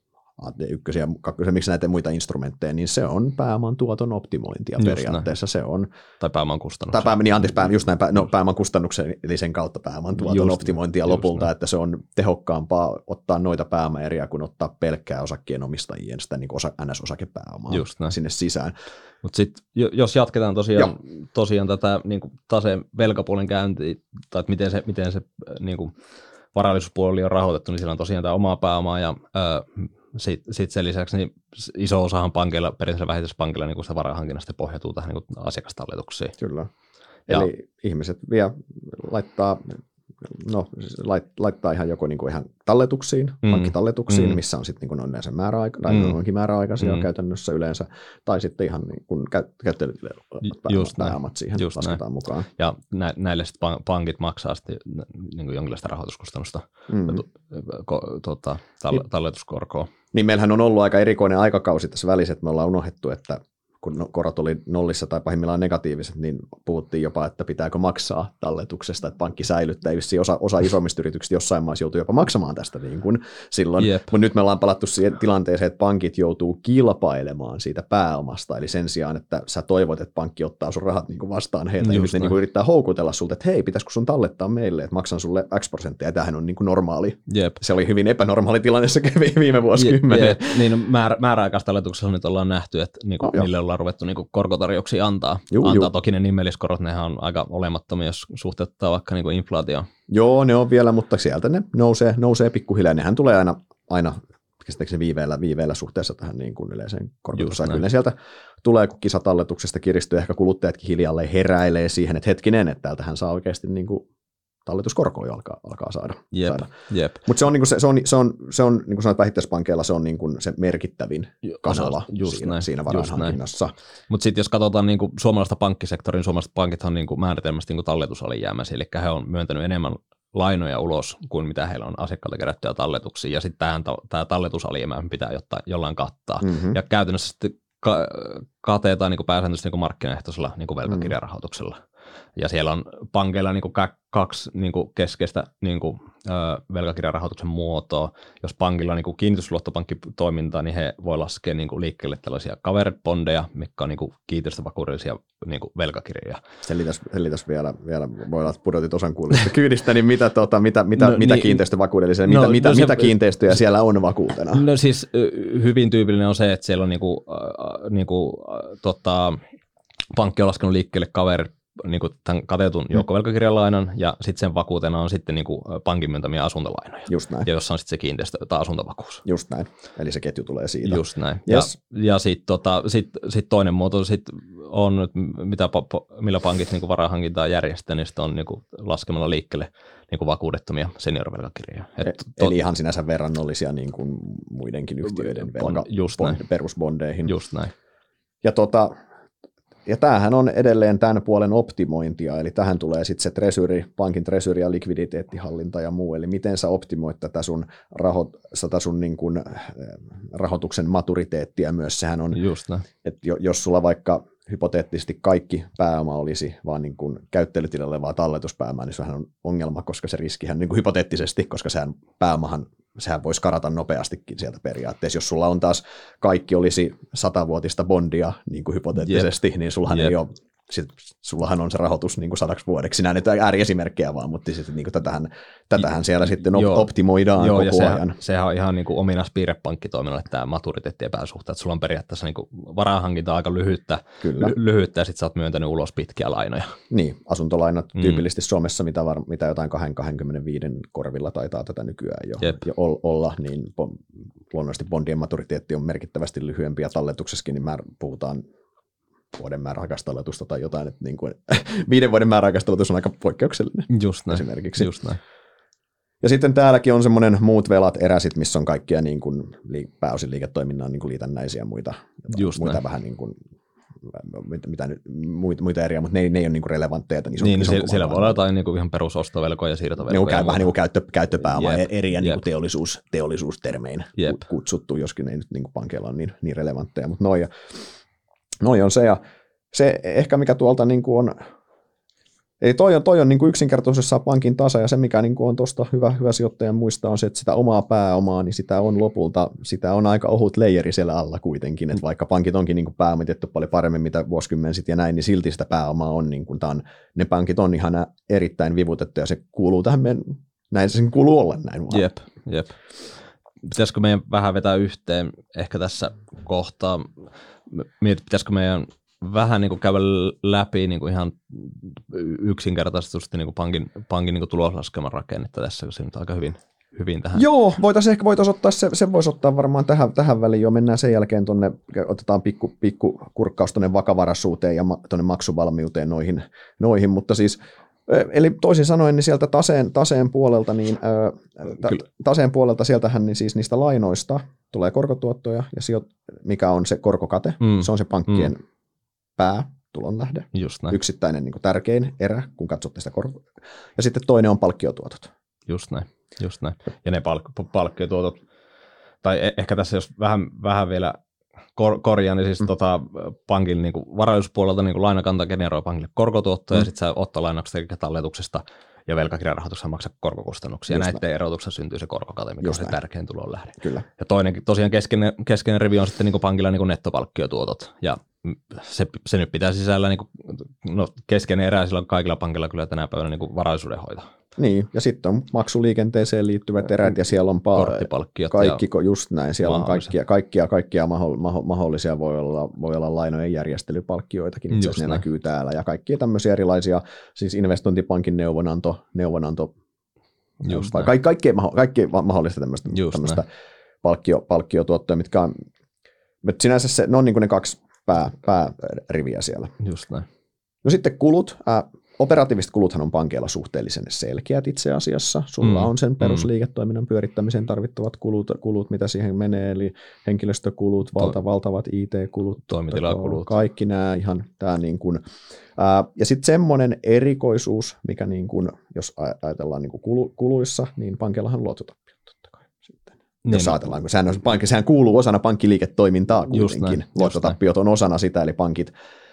A T yksi ja kaksi, miksi näitä muita instrumentteja, niin se on pääoman tuoton optimointia just periaatteessa. Se on, tai pääoman kustannuksen. Tai pääoman, niin anteeksi, pääoman, just näin, no, pääoman kustannuksen, eli sen kautta pääoman tuoton just optimointia lopulta, näin. Että se on tehokkaampaa ottaa noita pääomaeriä, kuin ottaa pelkkää osakkeen sitä niin osa, N S-osakepääomaa sinne sisään. Mutta sitten jos jatketaan tosiaan, tosiaan tätä niin kuin taseen velkapuolen käyntiä, tai että miten se, miten se niin kuin varallisuuspuoli on rahoitettu, niin siellä on tosiaan tämä omaa pääomaa, ja öö, sitten sit sen lisäksi niin iso osahan pankilla, perinteisellä vähittäispankilla, niin sitä varainhankinnasta pohjautuu tähän niin asiakastalletuksiin. Kyllä. Ja eli ihmiset vielä laittaa, no, lait, laittaa ihan joko niin kuin ihan talletuksiin, mm. pankkitalletuksiin, mm. missä on sitten niin yleensä määräaika, tai mm. onkin määräaikaisia mm. käytännössä yleensä, tai sitten ihan niin kuin käyttäjille pääomat siihen just lasketaan näin. Mukaan. Ja nä, näille sitten pankit maksaa sitten niin kuin jonkinlaista rahoituskustannusta, mm. to, tuota, tall, talletuskorkoa. Niin meillähän on ollut aika erikoinen aikakausi tässä välissä, että me ollaan unohdettu, että kun korot oli nollissa tai pahimmillaan negatiiviset, niin puhuttiin jopa, että pitääkö maksaa talletuksesta, että pankki säilyttää. Osa, osa isommista yrityksistä jossain maassa joutuu jopa maksamaan tästä niin kuin silloin. Yep. Mutta nyt me ollaan palattu siihen tilanteeseen, että pankit joutuu kilpailemaan siitä pääomasta. Eli sen sijaan, että sä toivot, että pankki ottaa sun rahat niin kuin vastaan heiltä, niin ne niin kuin yrittää houkutella sulta, että hei, pitäisikö sun tallettaa meille, että maksan sulle X prosenttia. Ja tämähän on niin kuin normaali. Yep. Se oli hyvin epänormaali tilanne se kävi viime vuosikymmenen. Yep. Yep. Niin määrä, määräaikaistalletuksessa nyt ollaan nähty, että niin kuin, no, mille ollaan ruvettu niin korkotarjouksia antaa. Juu, antaa juu. Toki ne nimelliskorot, nehän on aika olemattomia, jos suhteuttaa vaikka niin inflaatioon. Joo, ne on vielä, mutta sieltä ne nousee, nousee pikkuhiljaa. Nehän tulee aina, aina käsittääkseni viiveellä, viiveellä suhteessa tähän niin kuin yleiseen korkotasoon. Kyllä ne sieltä tulee, kun kisatalletuksesta kiristyy, ehkä kuluttajatkin hiljalleen heräilee siihen, että hetkinen, että täältähän saa oikeasti niin kuin talletuskorkoja alkaa, alkaa saada. Jep, saada. Jep. Mutta se on, niinku se, se on, se on, se on niin kuin sanoit vähittäispankeilla, se on niinku se merkittävin kanava just siinä, näin, siinä varainhankinnassa. Mutta sitten jos katsotaan niinku suomalaista pankkisektoria, niin suomalaiset pankithan on niinku määritelmästi niinku talletusalijäämäisiä, eli he on myöntänyt enemmän lainoja ulos kuin mitä heillä on asiakkaalta kerättyjä talletuksia, ja sitten tämä talletusalijäämä pitää jotain, jollain kattaa. Mm-hmm. Ja käytännössä sitten ka- katetaan niinku pääsääntöisesti niinku markkinaehtoisella niinku velkakirjarahoituksella. Mm. Ja siellä on pankeilla niin kuin kaksi niin kuin keskeistä niin kuin, ö, velkakirjarahoituksen muotoa. Jos pankilla on niin kuin kiinnitysluottopankkitoimintaa, niin he voi laskea niin kuin liikkeelle tällaisia covered-bondeja, mitkä on niin kuin kiinteistövakuudellisia niin kuin velkakirjoja. Selitäs, selitäs vielä, vielä, voi olla, että pudotit osan kuulista kyydistä, niin mitä, tuota, mitä, mitä, no, mitä niin, kiinteistövakuudellisia, no, mitä, mitä, no, mitä kiinteistöjä se, siellä on vakuutena? No siis hyvin tyypillinen on se, että siellä on niin kuin, äh, niin kuin, äh, tota, pankki on laskenut liikkeelle covered niin kuin tämän katetun joukkovelkakirjalainan, ja sitten sen vakuutena on sitten niin kuin pankin myöntämiä asuntolainoja. Just näin. Ja jossa on sitten se kiinteistö tai asuntovakuus. Just näin. Eli se ketju tulee siitä. Just näin. Yes. Ja, ja sitten tota, sit, sit toinen muoto sit on, mitä, millä pankit niin kuin varainhankintaa järjestää, niin on niin kuin laskemalla liikkeelle niin kuin vakuudettomia seniorivelkakirjoja. E- tot... Eli ihan sinänsä verrannollisia niin kuin muidenkin yhtiöiden velka, just bond, perusbondeihin. Just näin. Ja tota... Ja tämähän on edelleen tämän puolen optimointia, eli tähän tulee sitten se treasury, pankin treasury ja likviditeettihallinta ja muu, eli miten sä optimoit tätä sun, raho, tätä sun niin kuin rahoituksen maturiteettia myös, sehän on, että jos sulla vaikka hypoteettisesti kaikki pääoma olisi vaan niin kuin käyttelytilille olevaa talletuspääomaa, niin sehän on ongelma, koska se riskihän niin kuin hypoteettisesti, koska sehän pääomahan sehän voisi karata nopeastikin sieltä periaatteessa. Jos sulla on taas kaikki olisi satavuotista bondia niin kuin hypoteettisesti, yep. niin sullahan yep. ei ole sitten sullahan on se rahoitus niin kuin sadaksi vuodeksi. Nämä nyt ääriesimerkkejä vaan, mutta sitten niin kuin tätähän, tätähän siellä sitten op- optimoidaan joo, koko ja sehän, ajan. Sehän on ihan niin kuin ominaista pankkitoiminnalle tämä maturiteettiepäsuhta, että sulla on periaatteessa niin kuin varainhankinta aika lyhyttä, ly- lyhyttä ja sitten sä oot myöntänyt ulos pitkiä lainoja. Niin, asuntolainat mm. tyypillisesti Suomessa, mitä, var, mitä jotain kaksikymmentäviisi korvilla taitaa tätä nykyään jo, jo olla, niin luonnollisesti bondien maturiteetti on merkittävästi lyhyempi ja talletuksessakin, niin mä puhutaan vuoden määräaikaistalletusta tai jotain, että niin kuin, viiden vuoden määräaikaistalletus on aika poikkeuksellinen. Just näin. Esimerkiksi. Just näin. Ja sitten täälläkin on semmoinen muut velat, eräsit, missä on kaikkia niin kuin, pääosin liiketoiminnan niin kuin liitännäisiä muita, muita vähän niin kuin, mitä, mitä nyt, muita, muita eriä, mutta ne, ne ei ole niin kuin relevantteja. Niin, niin siellä, siellä voi olla jotain niin kuin ihan perusostovelkoja ja siirtovelkoja. Ne on vähän niin kuin käyttö, käyttöpääoma eriä niin kuin teollisuus, teollisuustermein Jep. kutsuttu, joskin ne nyt niin kuin pankeilla on niin, niin relevantteja, mutta noin. Noi on se, ja se ehkä mikä tuolta niin kuin on, eli toi on, toi on niin kuin yksinkertaisessa pankin tasa, ja se mikä niin kuin on tuosta hyvä, hyvä sijoittajan muistaa on se, että sitä omaa pääomaa, niin sitä on lopulta, sitä on aika ohut leijeri siellä alla kuitenkin, että vaikka pankit onkin niin kuin pääomitettu paljon paremmin mitä vuosikymmen sitten ja näin, niin silti sitä pääomaa on, niin kuin on, ne pankit on ihan erittäin vivutettu, ja se kuuluu tähän meidän, näin se kuuluu olla näin vaan. Jep, jep. Pitäisikö meidän vähän vetää yhteen ehkä tässä kohtaa, pitäisikö meidän vähän niin kuin käydä läpi niin kuin ihan yksinkertaisesti niin kuin pankin, pankin niin kuin tuloslaskelman rakennetta tässä, koska se nyt aika hyvin, hyvin tähän. Joo, voitaisiin ehkä voitaisiin ottaa, se, se voisi ottaa varmaan tähän, tähän väliin jo, mennään sen jälkeen tuonne, otetaan pikku, pikku kurkkaus tuonne vakavaraisuuteen ja ma, tuonne maksuvalmiuteen noihin, noihin, mutta siis eli toisin sanoen, niin sieltä taseen, taseen puolelta, niin ta, taseen puolelta sieltähän niin siis niistä lainoista tulee korkotuottoja, ja sijo, mikä on se korkokate, mm. se on se pankkien mm. päätulonlähde, yksittäinen niin kuin tärkein erä, kun katsotte sitä korkoa. Ja sitten toinen on palkkiotuotot. Just näin, just näin. Ja ne palk- palkkiotuotot, tai ehkä tässä jos vähän, vähän vielä Kor- korjaan, niin siis mm. tota, pankin niin kuin varallisuuspuolelta niin kuin lainakanta generoi pankille korkotuottoja, mm. ja sitten sä ottolainauksesta ja talletuksesta ja velkakirjarahoituksessa maksaa korkokustannuksia. Just ja näiden erotuksessa syntyy se korkokate, mikä Just on se näin. Tärkein tulonlähde. Kyllä. Ja toinen tosiaan keskeinen, keskeinen rivi on sitten niin kuin pankilla niin kuin nettopalkkiotuotot. Ja se, se nyt pitää sisällä, niin kuin, no keskeinen erä sillä on kaikilla pankilla kyllä tänä päivänä niin kuin varallisuudenhoito. Niin, ja sitten on maksuliikenteeseen liittyvät erät, ja siellä on pa- kaikki, just näin, siellä on kaikkia, kaikkia, kaikkia mahdollisia, voi olla, voi olla lainojen järjestelypalkkioitakin, itse asiassa ne näkyy täällä, ja kaikkia tämmöisiä erilaisia, siis investointipankin neuvonanto, neuvonanto vai, ka- kaikkea, kaikkea mahdollista tämmöistä, tämmöistä palkkio, palkkiotuottoja, mitkä on, mutta sinänsä se, ne on niin kuin ne kaksi pää, pääriviä siellä. Just näin. No sitten kulut, äh, operatiiviset kuluthan on pankeilla suhteellisen selkeät itse asiassa. Sulla mm. on sen perusliiketoiminnan pyörittämiseen tarvittavat kulut, kulut, mitä siihen menee, eli henkilöstökulut, valta, valtavat I T-kulut, toimitilakulut. Kaikki nämä ihan tämä niin kuin, ää, ja sitten semmoinen erikoisuus, mikä niin kuin, jos ajatellaan niin kuin kulu, kuluissa, niin pankeillahan on luottotappiot totta kai sitten. Niin, jos ajatellaan, kun sehän, on, pankki, sehän kuuluu osana pankkiliiketoimintaa kuitenkin. Luottotappiot on osana sitä, eli pankit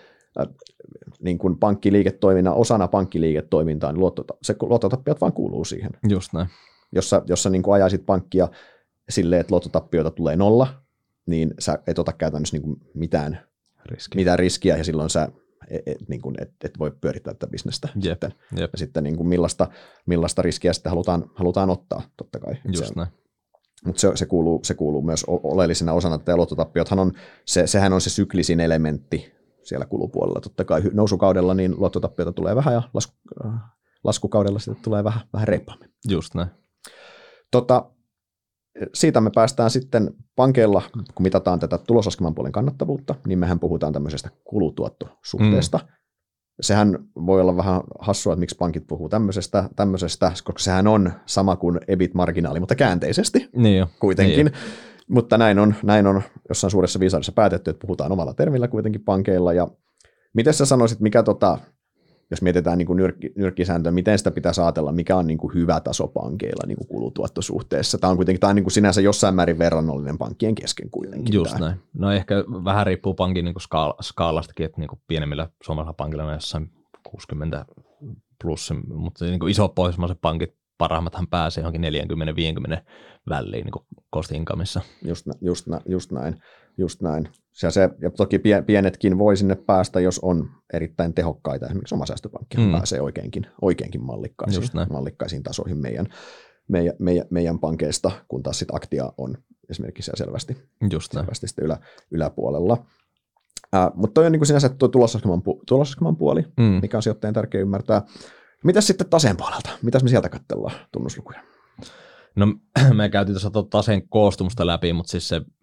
niin kuin pankkiliiketoiminnan osana pankkiliiketoimintaa, niin luottota, se luottotappiot vaan kuuluu siihen. Just näin. Jos sä, jos sä niin kuin ajaisit pankkia silleen, että luottotappioita tulee nolla, niin sä et ota käytännössä niin kuin mitään, riskiä. mitään riskiä, ja silloin sä et, et, niin kuin, et, et voi pyörittää tätä bisnestä. Jep, sitten. Jep. Ja sitten niin kuin millaista, millaista riskiä sitten halutaan, halutaan ottaa, totta kai. Just näin. Mutta se, se, kuuluu, se kuuluu myös oleellisena osana, että luottotappiothan on, se, sehän on se syklisin elementti siellä kulupuolella. Totta kai nousukaudella niin luottotappiota tulee vähän ja lasku, äh, laskukaudella sitten tulee vähän, vähän reippaammin. Just näin. Tota, siitä me päästään sitten pankeilla, kun mitataan tätä tuloslaskelman puolen kannattavuutta, niin mehän puhutaan tämmöisestä kulutuottosuhteesta. Mm. Sehän voi olla vähän hassua, että miksi pankit puhuu tämmöisestä, tämmöisestä, koska sehän on sama kuin E B I T-marginaali, mutta käänteisesti niin jo, kuitenkin. Niin mutta näin on, näin on jossain suuressa viisaudessa päätetty, että puhutaan omalla termillä kuitenkin pankeilla. Ja miten sä sanoisit, mikä tota, jos mietitään niin kuin nyrkki, nyrkkisääntöä, miten sitä pitäisi ajatella, mikä on niin kuin hyvä taso pankeilla niin kuin kulutuottosuhteessa? Tämä on kuitenkin tämä on niin kuin sinänsä jossain määrin verrannollinen pankkien kesken kuitenkin. Just tämä. Näin. No ehkä vähän riippuu pankin niin kuin skaala, skaalastakin, että niin kuin pienemmillä suomalaisilla pankilla on jossain kuusikymmentä plus, mutta niin kuin isot pohjoismaiset pankit, parhaimmathan pääsee johonkin neljäkymmentä viisikymmentä väliin niin kuin cost incomeissa. Just, just, just näin. Just näin. Ja, se, ja toki pienetkin voi sinne päästä, jos on erittäin tehokkaita. Esimerkiksi omasäästöpankki mm. pääsee oikeinkin, oikeinkin mallikkaisiin, mallikkaisiin tasoihin meidän, meidän, meidän, meidän pankeista, kun taas sitten Aktia on esimerkiksi selvästi, selvästi sitten ylä, yläpuolella. Äh, mutta toi on niin kuin sinänsä tuo tuloslaskelman, pu, tuloslaskelman puoli, mm. mikä on sijoittajan tärkeä ymmärtää. Mitäs sitten taseen puolelta? Mitäs me sieltä katsellaan tunnuslukuja? No me käytiin tuossa taseen koostumusta läpi, mutta siis se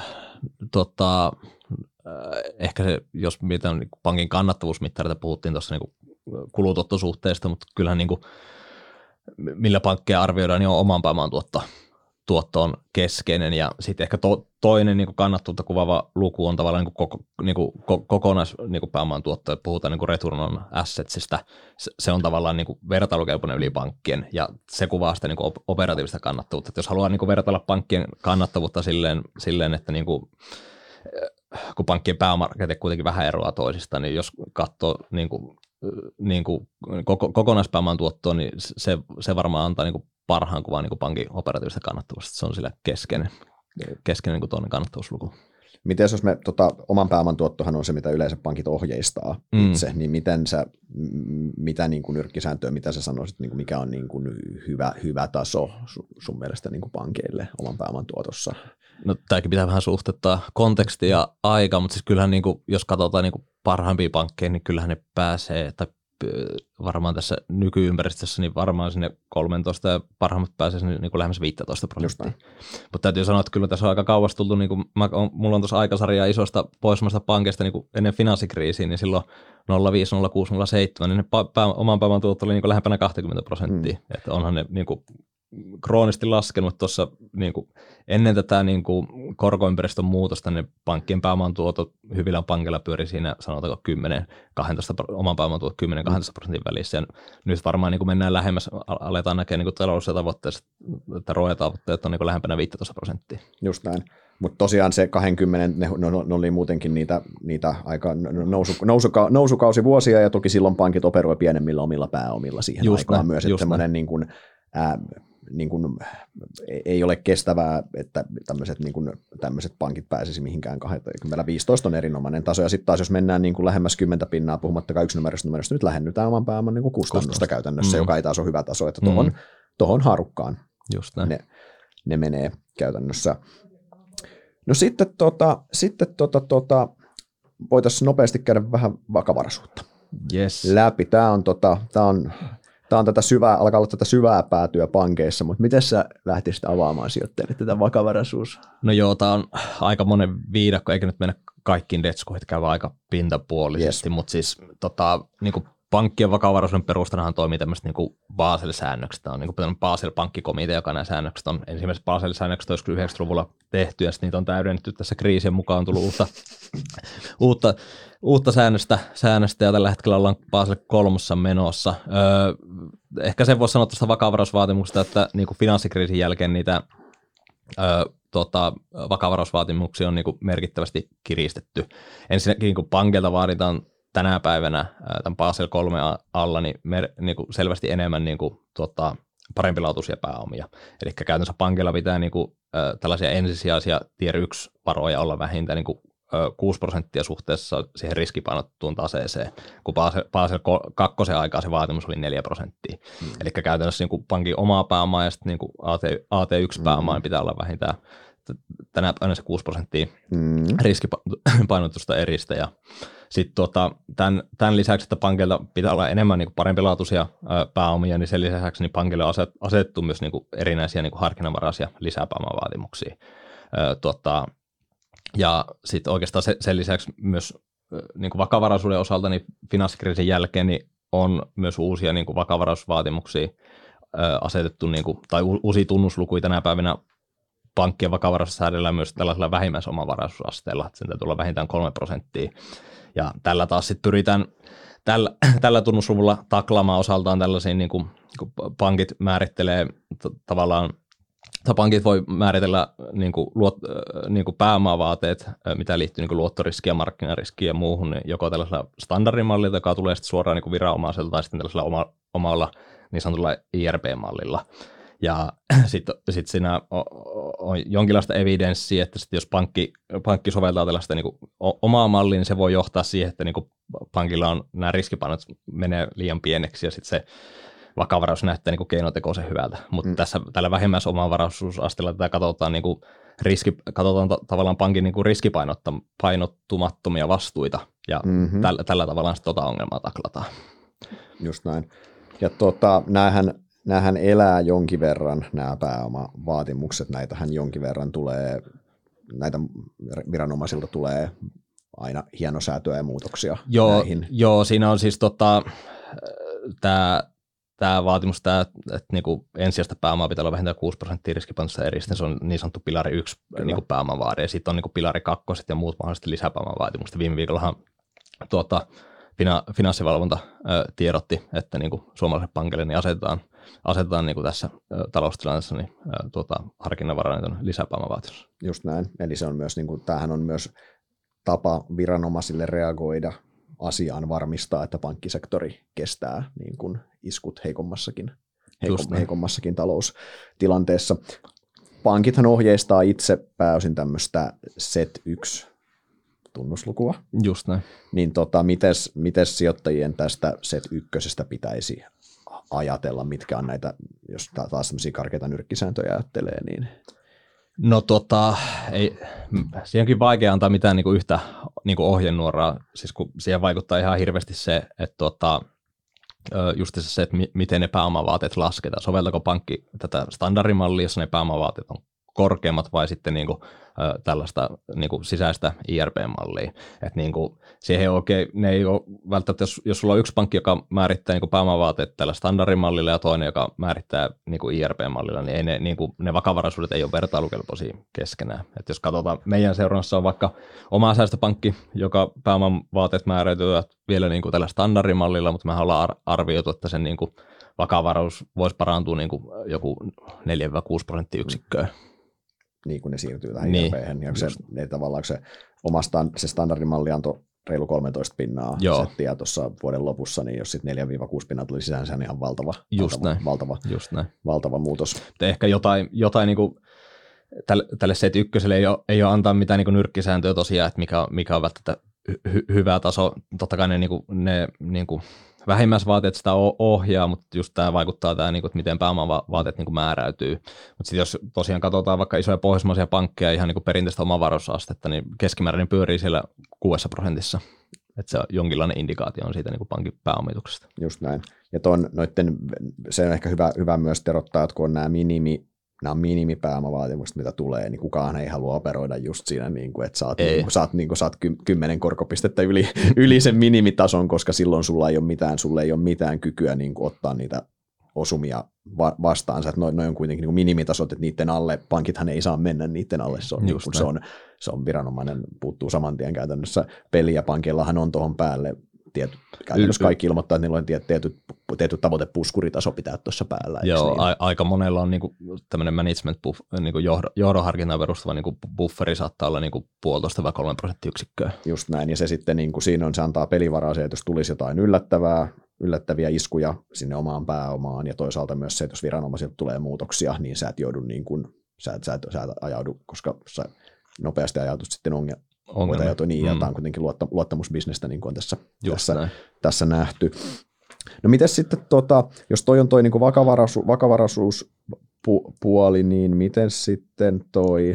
tota, ehkä se, jos mitä niin pankin kannattavuusmittareita puhuttiin tuossa niin kulutottosuhteesta, mutta kyllähän niin kuin, millä pankkeja arvioidaan, niin on oman pääoman tuotto, tuotto on keskeinen. Ja sitten ehkä to, toinen niin kannattavuutta kuvaava luku on tavallaan niin koko, niin kokonaispääoman tuotto, että puhutaan niin return on assetsista. Se, se on tavallaan niin vertailukelpoinen yli pankkien, ja se kuvaa sitä niin operatiivista kannattavuutta. Että jos haluaa niin vertailla pankkien kannattavuutta silleen, silleen että niin kuin, kun pankkien pääomarakenne kuitenkin vähän eroaa toisista, niin jos katsoo niin kuin, niin kuin koko, kokonaispääoman tuottoa, niin se, se varmaan antaa niin kuin parhaan kuvan niin pankin operatiivista kannattavuudesta. Se on sillä keskeinen, keskeinen niin toinen kannattavuusluku. Miten jos me, tota, oman pääoman tuottohan on se, mitä yleensä pankit ohjeistaa mm. itse, niin miten sä, mitä niin kuin nyrkkisääntöä, mitä sä sanoisit, niin kuin mikä on niin kuin hyvä, hyvä taso sun mielestä niin kuin pankeille oman pääoman tuotossa? No tämäkin pitää vähän suhteuttaa kontekstia ja aikaa, mutta siis kyllähän niin kuin, jos katsotaan niin kuin parhaimpia pankkeja, niin kyllähän ne pääsee, tai varmaan tässä nykyympäristössä, niin varmaan sinne kolmetoista ja parhaimmat pääsee sinne niin kuin lähemmäs viisitoista prosenttia. Mutta täytyy sanoa, että kyllä tässä on aika kauas tultu, niin kuin mä, on, mulla on tuossa aikasarjaa isosta pohjoismaista pankeista niin kuin ennen finanssikriisiä, niin silloin nolla viisi, nolla kuusi, nolla seitsemän, niin ne pää, oman pääoman tuotto oli niin kuin lähempänä kaksikymmentä prosenttia. Mm. Että onhan ne niin kuin kroonisesti laskenut tuossa niin kuin ennen tätä niin kuin korkoympäristön muutosta, niin pankkien pääoman tuotot hyvillä pankilla pyöri siinä sanotaanko kymmenen kaksitoista oman pääoman tuotot kymmenen kaksitoista prosentin välissä. Ja nyt varmaan niin kuin mennään lähemmäs, aletaan näkea niin kuin taloudellisia tavoitteita, että R O E-tavoitteet on niin kuin lähempänä viisitoista prosenttia. Just näin. Mutta tosiaan se kaksikymmentä, ne, ne, ne oli muutenkin niitä, niitä aika nousu, nousuka, nousukausivuosia, ja toki silloin pankit operoi pienemmillä omilla pääomilla siihen just aikaan näin, myös, että semmoinen niin kuin, ää, niin kuin, ei ole kestävää, että tämmöiset, niin kuin, tämmöiset pankit pääsisi mihinkään kaksikymmentä viisitoista on erinomainen taso, ja sitten taas jos mennään niin kuin lähemmäs kymmentä pinnaa, puhumattakaan yksinumeroista numerosta, nyt lähennytään oman pääoman niin kuin kustannusta Kustannus. käytännössä, mm. joka ei taas ole hyvä taso, että tuohon, mm. tohon haarukkaan Just ne, ne menee käytännössä. No sitten, tota, sitten tota, tota, voitaisiin nopeasti käydä vähän vakavaraisuutta yes. läpi. Tämä on, tota, tämä on Tämä on tätä syvää, alkaa olla tätä syvää päätyä pankeissa, mutta miten sä lähtisit avaamaan sijoittajille tätä vakavaraisuus? No joo, tämä on aika monen viidakko, eikä nyt mennä kaikkiin detskoihin, käy aika pintapuolisesti, yes. mutta siis tota, niin kuin pankkien vakavaraisuuden perustanahan toimii tämmöiset niin Basel-säännökset. Tämä on niin kuin Basel-pankkikomitea, joka nämä säännökset on. Ensimmäiset Basel-säännökset olisi yhdeksänkymmentäluvulla tehty, ja niitä on täydennetty tässä kriisien mukaan, on tullut uutta, uutta, uutta säännöstä, säännöstä, ja tällä hetkellä ollaan Basel kolmossa menossa. Öö, ehkä sen voisi sanoa tuosta vakavaraisuusvaatimuksesta, että niin kuin finanssikriisin jälkeen niitä öö, tota, vakavaraisuusvaatimuksia on niin kuin merkittävästi kiristetty. Ensinnäkin kun pankilta vaaditaan tänä päivänä tämän Basel kolme alla niin, mer, niin kuin selvästi enemmän niin kuin, tota, parempilaatuisia pääomia. Eli käytännössä pankilla pitää niin kuin, äh, tällaisia ensisijaisia tier yksi varoja olla vähintään niin kuin, äh, kuusi prosenttia suhteessa siihen riskipainottuun taseeseen, kun Basel, Basel kakkosen aikaa se vaatimus oli neljä prosenttia. Mm. Eli käytännössä niin kuin pankin omaa pääomaa ja sitten niin kuin A T yksi pääomaa mm. pitää olla vähintään tänä päivänä se kuusi prosenttia mm. riskipainotusta eristä. Ja sitten tuota, tämän, tämän lisäksi, että pankilla pitää olla enemmän niin kuin parempilaatuisia ää, pääomia, niin sen lisäksi niin pankille on asetettu myös niin kuin erinäisiä niin kuin harkinnanvaraisia lisäpääomavaatimuksia. Ää, tuota, ja sitten oikeastaan se, sen lisäksi myös ää, niin kuin vakavaraisuuden osalta niin finanssikriisin jälkeen niin on myös uusia niin kuin vakavaraisuusvaatimuksia ää, asetettu, niin kuin, tai u, uusia tunnuslukuja tänä päivänä. Pankkien vakavaraisuus säädellään myös tällaisella vähimmäisomavaraisuusasteella, että sen täytyy olla vähintään kolme prosenttia. Ja tällä taas sitten pyritään tällä, tällä tunnusluvulla taklaamaan osaltaan tällaisiin, niin kuin, kun pankit määrittelee t- tavallaan, tai pankit voi määritellä niin kuin, luot, niin kuin pääomavaateet, mitä liittyy niin kuin luottoriskiä, markkinariskiä ja muuhun, niin joko tällaisella standardimallilla, joka tulee sitten suoraan niin kuin viranomaiselta, tai sitten tällaisella oma, omalla niin sanotulla I R P-mallilla. Ja sitten sit siinä on, on jonkinlaista evidenssiä, että sit jos pankki, pankki soveltaa tällaista niin kuin omaa mallia, niin se voi johtaa siihen, että niin kuin pankilla on nämä riskipainot menee liian pieneksi ja sitten se vakavaraisuus näyttää niin kuin keinotekoisen hyvältä. Mutta mm. tässä tällä vähimmäisomavaraisuusasteella tätä katsotaan, niin kuin riski, katsotaan ta- tavallaan pankin niin kuin riskipainottumattomia vastuita ja mm-hmm. tällä, tällä tavalla sitten tota ongelmaa taklataan. Just näin. Ja tota, näähän Nämähän elää jonkin verran, nämä pääomavaatimukset, näitähän jonkin verran tulee, näitä viranomaisilta tulee aina hienosäätöä ja muutoksia joo, näihin. Joo, siinä on siis tota, tämä, tämä vaatimus, tämä, että niinku ensisijaista pääomaa pitää olla vähintään kuusi prosenttia riskipainotusta eristä, se on niin sanottu pilari yksi niinku pääomavaade, ja sitten on niinku pilari kakkoset ja muut mahdollisesti lisäpääomavaatimukset. Viime viikollahan tuota, finanssivalvonta ö, tiedotti, että niinku suomalaisille pankille niin asetetaan asetetaan niin kuin tässä ä, taloustilanteessa niin, ä, tuota, harkinnanvarainen lisäpääomavaatimus. Just näin. Eli se on myös, niin kuin, tämähän on myös tapa viranomaisille reagoida asiaan, varmistaa, että pankkisektori kestää niin kuin iskut heikommassakin, heikom, heikommassakin taloustilanteessa. Pankithan ohjeistaa itse pääosin tämmöistä S E T yksi tunnuslukua. Just näin. Niin tota, mites, mites sijoittajien tästä S E T yksi pitäisi ajatella, mitkä on näitä, jos taas sellaisia karkeita nyrkkisääntöjä ajattelee, niin... No tota, ei, siihenkin vaikea antaa mitään niinku yhtä niinku ohjenuoraa, siis kun siihen vaikuttaa ihan hirveästi se, että tota, just se, että miten ne pääomavaateet lasketaan. Soveltaako pankki tätä standardimallia, jossa ne pääomavaateet on korkeammat vai sitten niinku, ö, tällaista niinku sisäistä I R P-mallia. Et niinku, siihen oikein, ne ei ole välttämättä, jos, jos sulla on yksi pankki, joka määrittää niinku pääomavaateet tällä standardimallilla ja toinen, joka määrittää niinku I R P-mallilla, niin ei ne, niinku, ne vakavaraisuudet ei ole vertailukelpoisia keskenään. Et jos katsotaan, meidän seurannassa on vaikka oma säästöpankki, joka pääomavaateet määräytyvät vielä niinku tällä standardimallilla, mutta me ollaan arvioitu, että sen niinku vakavaraisuus voisi parantua niinku joku neljä kuusi prosenttiyksikköä. Niin kuin ne siirtyy tähän niin, I R P:hen, ja se, ne, tavallaan se oma stand, se standardimalli antoi reilu kolmetoista pinnaa settiä tuossa vuoden lopussa, niin jos sitten neljä kuusi pinnaa tuli sisään, se on ihan valtava, Just valtava, näin. valtava, Just näin. valtava muutos. Te ehkä jotain, jotain niin kuin, tälle, tälle S E T ykköselle ei ole, ei ole antaa mitään niin kuin nyrkkisääntöä tosiaan, että mikä on, mikä on välttämättä hy, hyvä taso. Totta kai ne, niin kuin, ne niin kuin vähimmäisvaateet sitä ohjaa, mutta just tämä vaikuttaa tämä, niin kuin, että miten pääomavaateet niin kuin määräytyy. Mutta sitten jos tosiaan katsotaan vaikka isoja pohjoismaisia pankkeja, ihan niin kuin perinteistä omavaraisuusastetta, niin keskimäärin pyörii siellä kuudessa prosentissa. Että se on jonkinlainen indikaatio on siitä niin kuin pankin pääomituksesta. Just näin. Ja ton, noitten, se on ehkä hyvä, hyvä myös terottaa, että kun on nämä minimi, nämä minimipääomavaatimukset, mitä tulee, niin kukaan ei halua operoida just siinä, niin kuin, että saat, niin kuin, saat, niin kuin, saat kymmenen korkopistettä yli, yli sen minimitason, koska silloin sulla ei ole mitään, sulla ei ole mitään kykyä niin kuin, ottaa niitä osumia va- vastaansa. Että noin noi on kuitenkin niin kuin minimitasot, että niiden alle, pankithan ei saa mennä niiden alle, se on, niin kuin, se on, se on viranomainen, puuttuu saman tien käytännössä peli, ja pankillahan on tuohon päälle Tiety, käytännössä kaikki ilmoittaa, että niillä on tietty, tietty tavoitepuskuritaso pitää tuossa päällä. Joo, niin? a- aika monella on niinku tämmöinen management buff, niinku johdonharkintaan perustuva niinku bufferi saattaa olla niinku puolitoista vai kolme prosenttiyksikköä. Just näin, ja se sitten niinku, siinä on, se antaa pelivaraa se, että jos tulisi jotain yllättävää, yllättäviä iskuja sinne omaan pääomaan, ja toisaalta myös se, että jos viranomaisilta tulee muutoksia, niin sä et joudu, niin kuin, sä et, sä et, sä et ajaudu, koska sä nopeasti ajaudut sitten ongelmaan. Voit ajautua niin, ja mm. tämä on kuitenkin luottamusbisnestä, niin kuin on tässä, tässä, tässä nähty. No mites sitten, tota, jos toi on toi niin kuin vakavaraisuus, vakavaraisuuspuoli, niin miten sitten toi,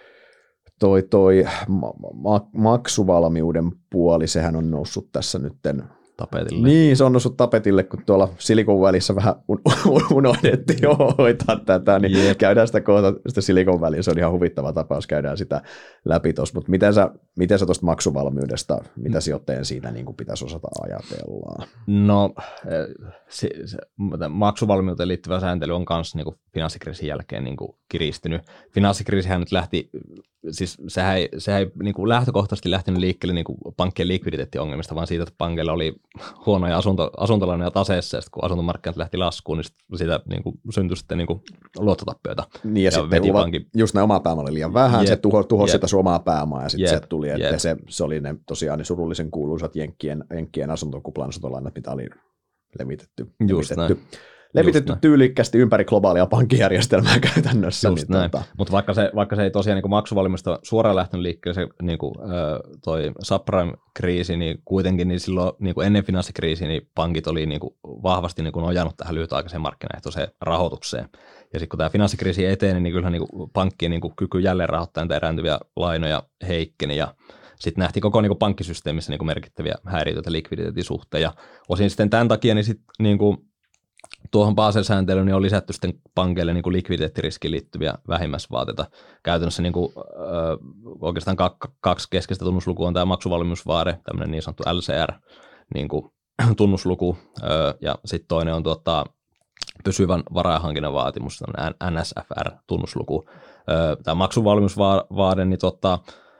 toi, toi ma- maksuvalmiuden puoli, sehän on noussut tässä nytten tapetille. Niin, se on noussut tapetille, kun tuolla Silicon Valleyssä vähän unohdettiin hoitaa tätä, niin yep. käydään sitä kohta, sitä Silicon Valley, se on ihan huvittava tapaus, käydään sitä läpi tuossa, mutta miten sä, miten sä tuosta maksuvalmiudesta, mitä sijoittajien siitä niin kuin pitäisi osata ajatella? No, se, se, maksuvalmiuteen liittyvä sääntely on myös niin kuin finanssikriisin jälkeen niin kuin kiristynyt. Finanssikriisihän nyt lähti, siis sehän ei, sehän ei niin kuin lähtökohtaisesti lähtenyt liikkeelle niin kuin pankkien likviditeettiongelmista, vaan siitä, että pankeilla oli huonoja asunto, asuntolainoja taseessa, ja sitten kun asuntomarkkinat lähti laskuun, niin siitä niin kuin syntyi sitten niin kuin luottotappioita. Niin, ja, ja sitten uva, pankin... just ne omaa pääomaa oli liian vähän, yep, se tuho, tuhosi yep. sitä omaa pääomaa, ja sitten yep. se tuli, että yep. se, se oli ne tosiaan ne surullisen kuuluisat jenkkien, jenkkien asuntokuplan asuntolainat, mitä oli levitetty. Just levitetty. levitetty tyylikkästi ympäri globaalia pankkijärjestelmää käytännössä. Just niin näin, tota. Mutta vaikka se, vaikka se ei tosiaan niin maksuvalmiusta suoraan lähtenyt liikkeelle, se niin kuin, toi subprime-kriisi, niin kuitenkin niin silloin niin kuin ennen finanssikriisiä niin pankit oli niin kuin vahvasti niin kuin nojannut tähän lyhytaikaiseen markkinaehtoiseen rahoitukseen. Ja sitten kun tämä finanssikriisi eteni, niin kyllähän niin kuin pankkien niin kuin kyky jälleen rahoittaa näitä erääntyviä lainoja heikkeni, ja sitten nähtiin koko niin kuin pankkisysteemissä niin kuin merkittäviä häiriöitä likviditeetin suhteen, ja osin sitten tämän takia niin sit, niin kuin tuohon Basel-sääntelyyn niin on lisätty sitten pankeille niin kuin likviditeettiriskiin liittyviä vähimmäisvaateita. Käytännössä niin kuin, ö, oikeastaan kaksi keskeistä tunnuslukua on tämä maksuvalmiusvaade, tämmöinen niin sanottu L C R, niin kuin tunnusluku, ö, ja sitten toinen on tuota, pysyvän varainhankinnan vaatimus, N S F R-tunnusluku. Tämä maksuvalmiusvaade, niin tota,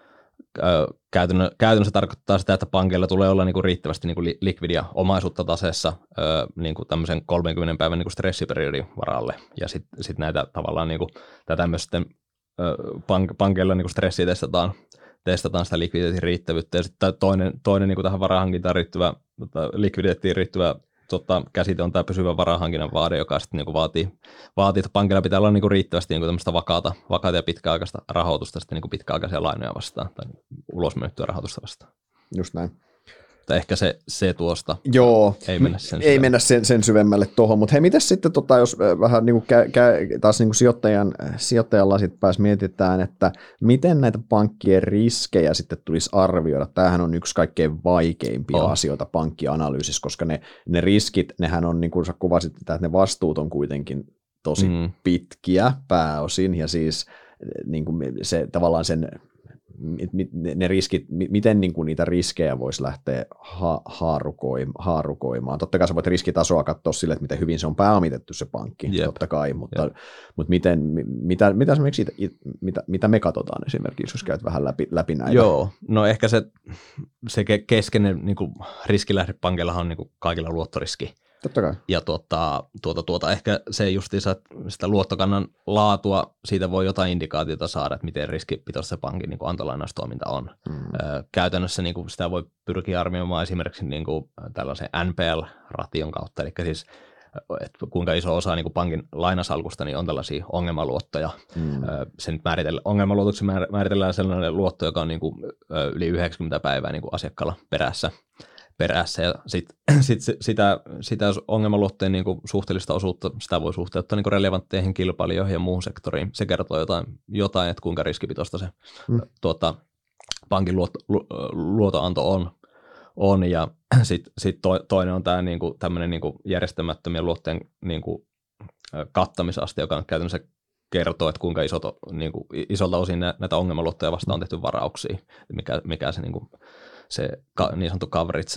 käytännössä tarkoittaa sitä, että pankeilla tulee olla niinku riittävästi niinku likvidia omaisuutta taseessa niinku tämmöisen kolmenkymmenen päivän niinku stressiperiodin varalle. Ja sitten sit näitä tavallaan niinku, tämmöisten pank, pankeilla niinku stressiä testataan, testataan sitä likviditeetin riittävyyttä. Ja sitten toinen, toinen niinku tähän varainhankintaan riittyvä, likviditeettiin riittyvä Tota, käsite on tämä pysyvä varainhankinnan vaade, joka sitten niinku vaatii, vaatii, että pankilla pitää olla niinku riittävästi niinku tämmöistä vakaata, vakaata ja pitkäaikaista rahoitusta sitten niinku pitkäaikaisia lainoja vastaan tai ulosmyyttyä rahoitusta vastaan. Just näin. Tai ehkä se, se tuosta. Joo, ei mennä sen, ei mennä sen, sen syvemmälle tuohon, mutta hei, miten sitten tota, jos vähän niinku kä, kä, taas niinku sijoittajan, sijoittajan lasit päässä mietitään, että miten näitä pankkien riskejä sitten tulisi arvioida. Tämähän on yksi kaikkein vaikeimpia oh. asioita pankkianalyysissä, koska ne, ne riskit, nehän on, niin kuin sä kuvasit, että ne vastuut on kuitenkin tosi mm. pitkiä pääosin, ja siis niin kuin se, tavallaan sen ne riskit, miten niin kuin niitä riskejä voisi lähteä ha- haarukoimaan. Totta kai sä voit riskitasoa katsoa sille, että miten hyvin se on pääomitettu se pankki, Jep. totta kai, mutta, mutta miten, mitä, mitä, mitä, mitä me katsotaan esimerkiksi, jos käyt vähän läpi, läpi näitä? Joo, no ehkä se, se keskeinen niin kuin riskilähde pankillahan on niin kuin kaikilla luottoriski. Totta kai. Ja tuota, tuota, tuota, ehkä se justiinsa, sitä luottokannan laatua, siitä voi jotain indikaatiota saada, että miten riskipitoista se pankin niin kuin antolainaustoiminta on. Mm. Ö, käytännössä niin kuin sitä voi pyrkiä arvioimaan esimerkiksi niin kuin tällaisen N P L-ration kautta, eli siis että kuinka iso osa niin kuin pankin lainasalkusta niin on tällaisia ongelmaluottoja. Mm. Ö, sen määritellään, ongelmaluotoksi määritellään sellainen luotto, joka on niin kuin, ö, yli yhdeksänkymmentä päivää niin kuin asiakkaalla perässä. perässä ja sit, sit, sitä, sitä ongelmaluotteen niin kuin suhteellista osuutta, sitä voi suhteuttaa niin kuin relevantteihin kilpailijoihin ja muuhun sektoriin. Se kertoo jotain, jotain että kuinka riskipitoista se mm. tuota, pankin luot, lu, luotoanto on. on. Ja sitten sit to, toinen on tämä niin kuin, tämmöinen niin kuin järjestämättömien luotteen niin kuin, kattamisaste, joka käytännössä kertoo, että kuinka isot, niin kuin, isolta osin näitä ongelmaluottoja vastaan on tehty varauksia, mikä, mikä se niin kuin, se niin sanottu coverage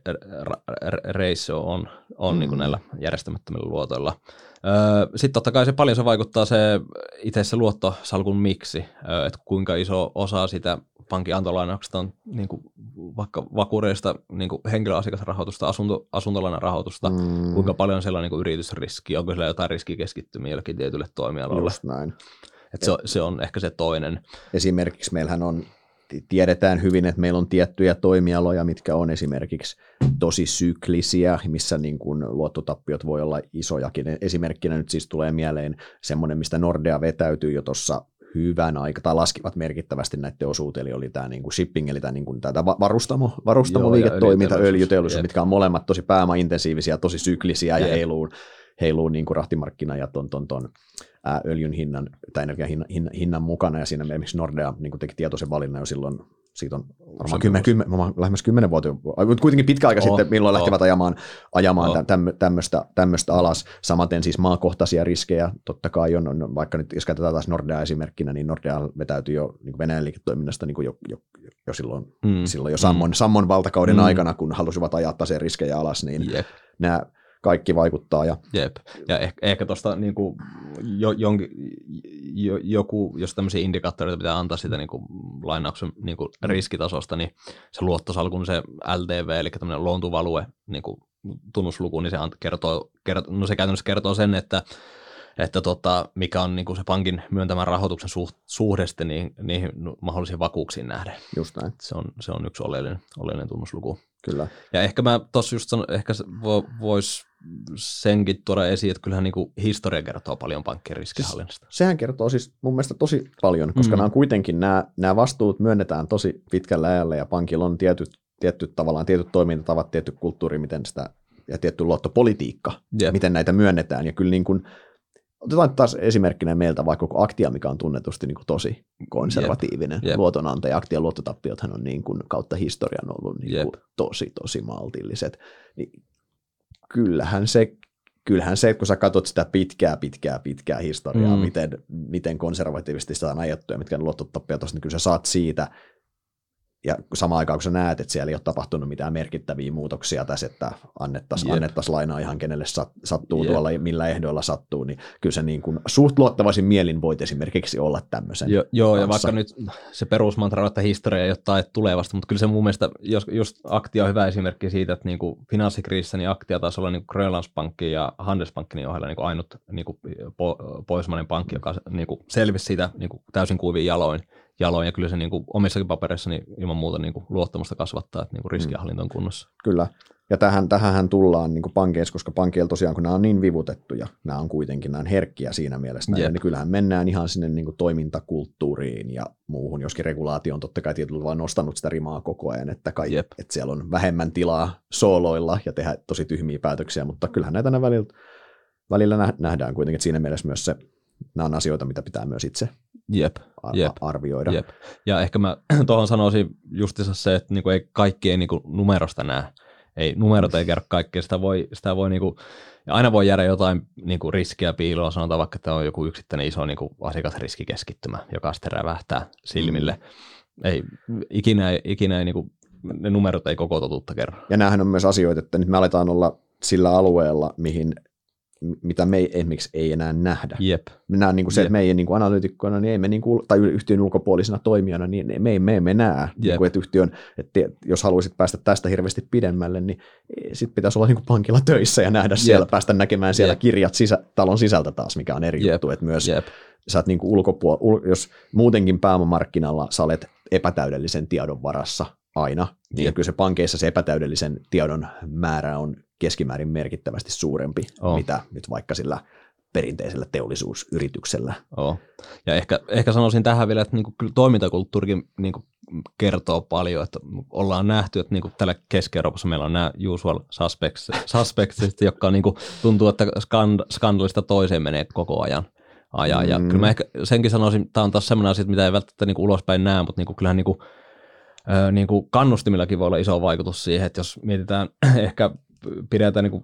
ratio on, on mm. niin kuin näillä järjestämättömillä luotoilla. Sitten totta kai se paljon se vaikuttaa se itse se luottosalkun miksi, että kuinka iso osa sitä pankin antolainauksesta on niin kuin vaikka vakuureista niin kuin henkilöasiakasrahoitusta, asunto, asuntolainarahoitusta, mm. kuinka paljon on siellä niin kuin yritysriski, onko siellä jotain riskikeskittymiä jollekin tietylle toimialalle. Just näin. Et se, se on ehkä se toinen. Esimerkiksi meillähän on tiedetään hyvin, että meillä on tiettyjä toimialoja, mitkä on esimerkiksi tosi syklisiä, missä niin kuin luottotappiot voi olla isojakin. Esimerkkinä nyt siis tulee mieleen semmoinen, mistä Nordea vetäytyy jo tuossa hyvän aika, tai laskivat merkittävästi näiden osuuteen, eli oli tämä niin kuin shipping, eli tämä, niin kuin, tämä varustamo, varustamoliiketoiminta, öljyteollisuus, Jep. mitkä on molemmat tosi pääomaintensiivisiä, tosi syklisiä ja heiluu, heiluu niin kuin rahtimarkkina ja ton, ton, ton öljyn hinnan tai energian hinnan, hinnan, hinnan mukana, ja siinä esimerkiksi Nordea niin teki tietoisen valinnan jo silloin, siitä on varmaan kymmen, kymmen, lähes kymmenen vuotta, mutta kuitenkin pitkä aika oh, sitten, milloin oh. lähtevät ajamaan, ajamaan oh. tämmöistä, tämmöistä alas. Samaten siis maakohtaisia riskejä, totta kai on, on vaikka nyt jos käytetään taas Nordea esimerkkinä, niin Nordea vetäytyi jo niin Venäjän liiketoiminnasta niin jo, jo, jo silloin, mm. silloin jo Sammon, mm. Sammon valtakauden mm. aikana, kun halusivat ajaa taseen riskejä alas, niin yep. nämä kaikki vaikuttaa. Ja, Jep. ja ehkä, ehkä tuosta niin kuin, jo, jonkin, jo, joku, jos tämmöisiä indikaattoreita pitää antaa sitä niin kuin, lainauksen niin kuin, riskitasosta, niin se luottosalkun se L T V, eli tämmöinen loan to value niin kuin, tunnusluku, niin se, kertoo, kertoo, no se käytännössä kertoo sen, että että tota, mikä on niin kuin se pankin myöntämän rahoituksen suhde sitten niin, niihin mahdollisiin vakuuksiin nähden. Just näin. Se on, se on yksi oleellinen, oleellinen tunnusluku. Kyllä. Ja ehkä mä tuossa just sanon, ehkä voisi senkin tuoda esiin, että kyllähän niin kuin historia kertoo paljon pankkien riskihallinnasta. Siis, sehän kertoo siis mun mielestä tosi paljon, koska mm. nämä on kuitenkin, nämä, nämä vastuut myönnetään tosi pitkällä ajalla ja pankilla on tietyt, tietyt tavallaan tietyt toimintatavat, tietty kulttuuri, miten sitä, ja tietty luottopolitiikka, yep. miten näitä myönnetään. Ja kyllä niin kuin, otetaan taas esimerkkinä meiltä vaikka koko Aktia, mikä on tunnetusti niin kuin tosi konservatiivinen yep. Yep. luotonantaja. Aktian luottotappiothan on niin kuin kautta historian ollut niin kuin yep. tosi, tosi maltilliset. Niin kyllähän se, kyllähän se, kun sä katsot sitä pitkää, pitkää, pitkää historiaa, mm. miten, miten konservatiivisesti sitä on ajettu ja mitkä ne luottotappiot on, niin kyllä sä saat siitä. Ja samaan aikaan, kun sä näet, että siellä ei ole tapahtunut mitään merkittäviä muutoksia tässä, että annettaisiin annettais lainaa ihan kenelle sattuu yep. tuolla, millä ehdoilla sattuu, niin kyllä se niin kuin suht luottavaisin mielin voit esimerkiksi olla tämmöisen jo, Joo, kanssa. Ja vaikka nyt se perusmantra, että historia ei ole tae tulevasta, mutta kyllä se mun mielestä, jos, just Aktia on hyvä esimerkki siitä, että niin kuin finanssikriisissä niin Aktia taisi olla niin kuin Grönlandspankki ja Handelsbankin ohella niin kuin ainut niin kuin po- pohjoismainen pankki, joka niin kuin selvisi siitä niin kuin täysin kuivin jaloin. jaloin, ja kyllä se niin kuin omissakin papereissa niin ilman muuta niin kuin luottamusta kasvattaa, että niin kuin riskihallinto on kunnossa. Kyllä, ja tähän, tähän tullaan niin kuin pankeissa, koska pankeilla tosiaan, kun nämä on niin vivutettuja, nämä on kuitenkin nämä on herkkiä siinä mielessä, yep. niin kyllähän mennään ihan sinne niin kuin toimintakulttuuriin ja muuhun, joskin regulaatio on totta kai tietyllä tavalla nostanut sitä rimaa koko ajan, että, kai, yep. että siellä on vähemmän tilaa sooloilla ja tehdä tosi tyhmiä päätöksiä, mutta kyllähän näitä välillä, välillä nähdään kuitenkin, että siinä mielessä myös se, nämä on asioita, mitä pitää myös itse Jep, ar- jep, arvioida. Jep. Ja ehkä mä tuohon sanoisin justiinsa se, että niinku ei kaikki ei niinku numerosta näe. Ei, numerot ei kerro kaikkea. Sitä voi, sitä voi niinku, ja aina voi jäädä jotain niinku riskiä piiloon. Sanotaan vaikka, että on joku yksittäinen iso niinku asiakasriskikeskittymä, joka sitten rävähtää silmille. Mm. Ei, ikinä, ikinä ei, niinku, ne numerot ei koko totuutta kerro. Ja näähän on myös asioita, että nyt me aletaan olla sillä alueella, mihin mitä me ei, esimerkiksi ei enää nähdä. Jep. Minä niin kuin se, Jep. että me ei niin kuin analyytikkoina, niin ei me niin kuin, tai yhtiön ulkopuolisena toimijana, niin me, me emme näe, niin kuin, että yhtiön, että jos haluaisit päästä tästä hirveästi pidemmälle, niin sitten pitäisi olla niin kuin pankilla töissä ja nähdä Jep. siellä, päästä näkemään siellä Jep. kirjat sisä, talon sisältä taas, mikä on eri Jep. juttu, että myös Jep. sä oot niin kuin ulkopuolella, jos muutenkin pääomamarkkinalla sä olet epätäydellisen tiedon varassa aina, niin ja kyllä se pankeissa se epätäydellisen tiedon määrä on keskimäärin merkittävästi suurempi, oh. mitä nyt vaikka sillä perinteisellä teollisuusyrityksellä. Oh. Ja ehkä, ehkä sanoisin tähän vielä, että niinku kyllä toimintakulttuurikin niinku kertoo paljon, että ollaan nähty, että niinku tällä Keski-Euroopassa meillä on nämä usual suspects, suspects jotka niinku tuntuu, että skand, skandalista toiseen menee koko ajan. ajan. Ja mm. kyllä mä ehkä senkin sanoisin, tämä on taas sellainen asia, mitä ei välttämättä niinku ulospäin näe, mutta niinku kyllähän niinku, äh, niinku kannustimillakin voi olla iso vaikutus siihen, että jos mietitään ehkä pidetään niin kuin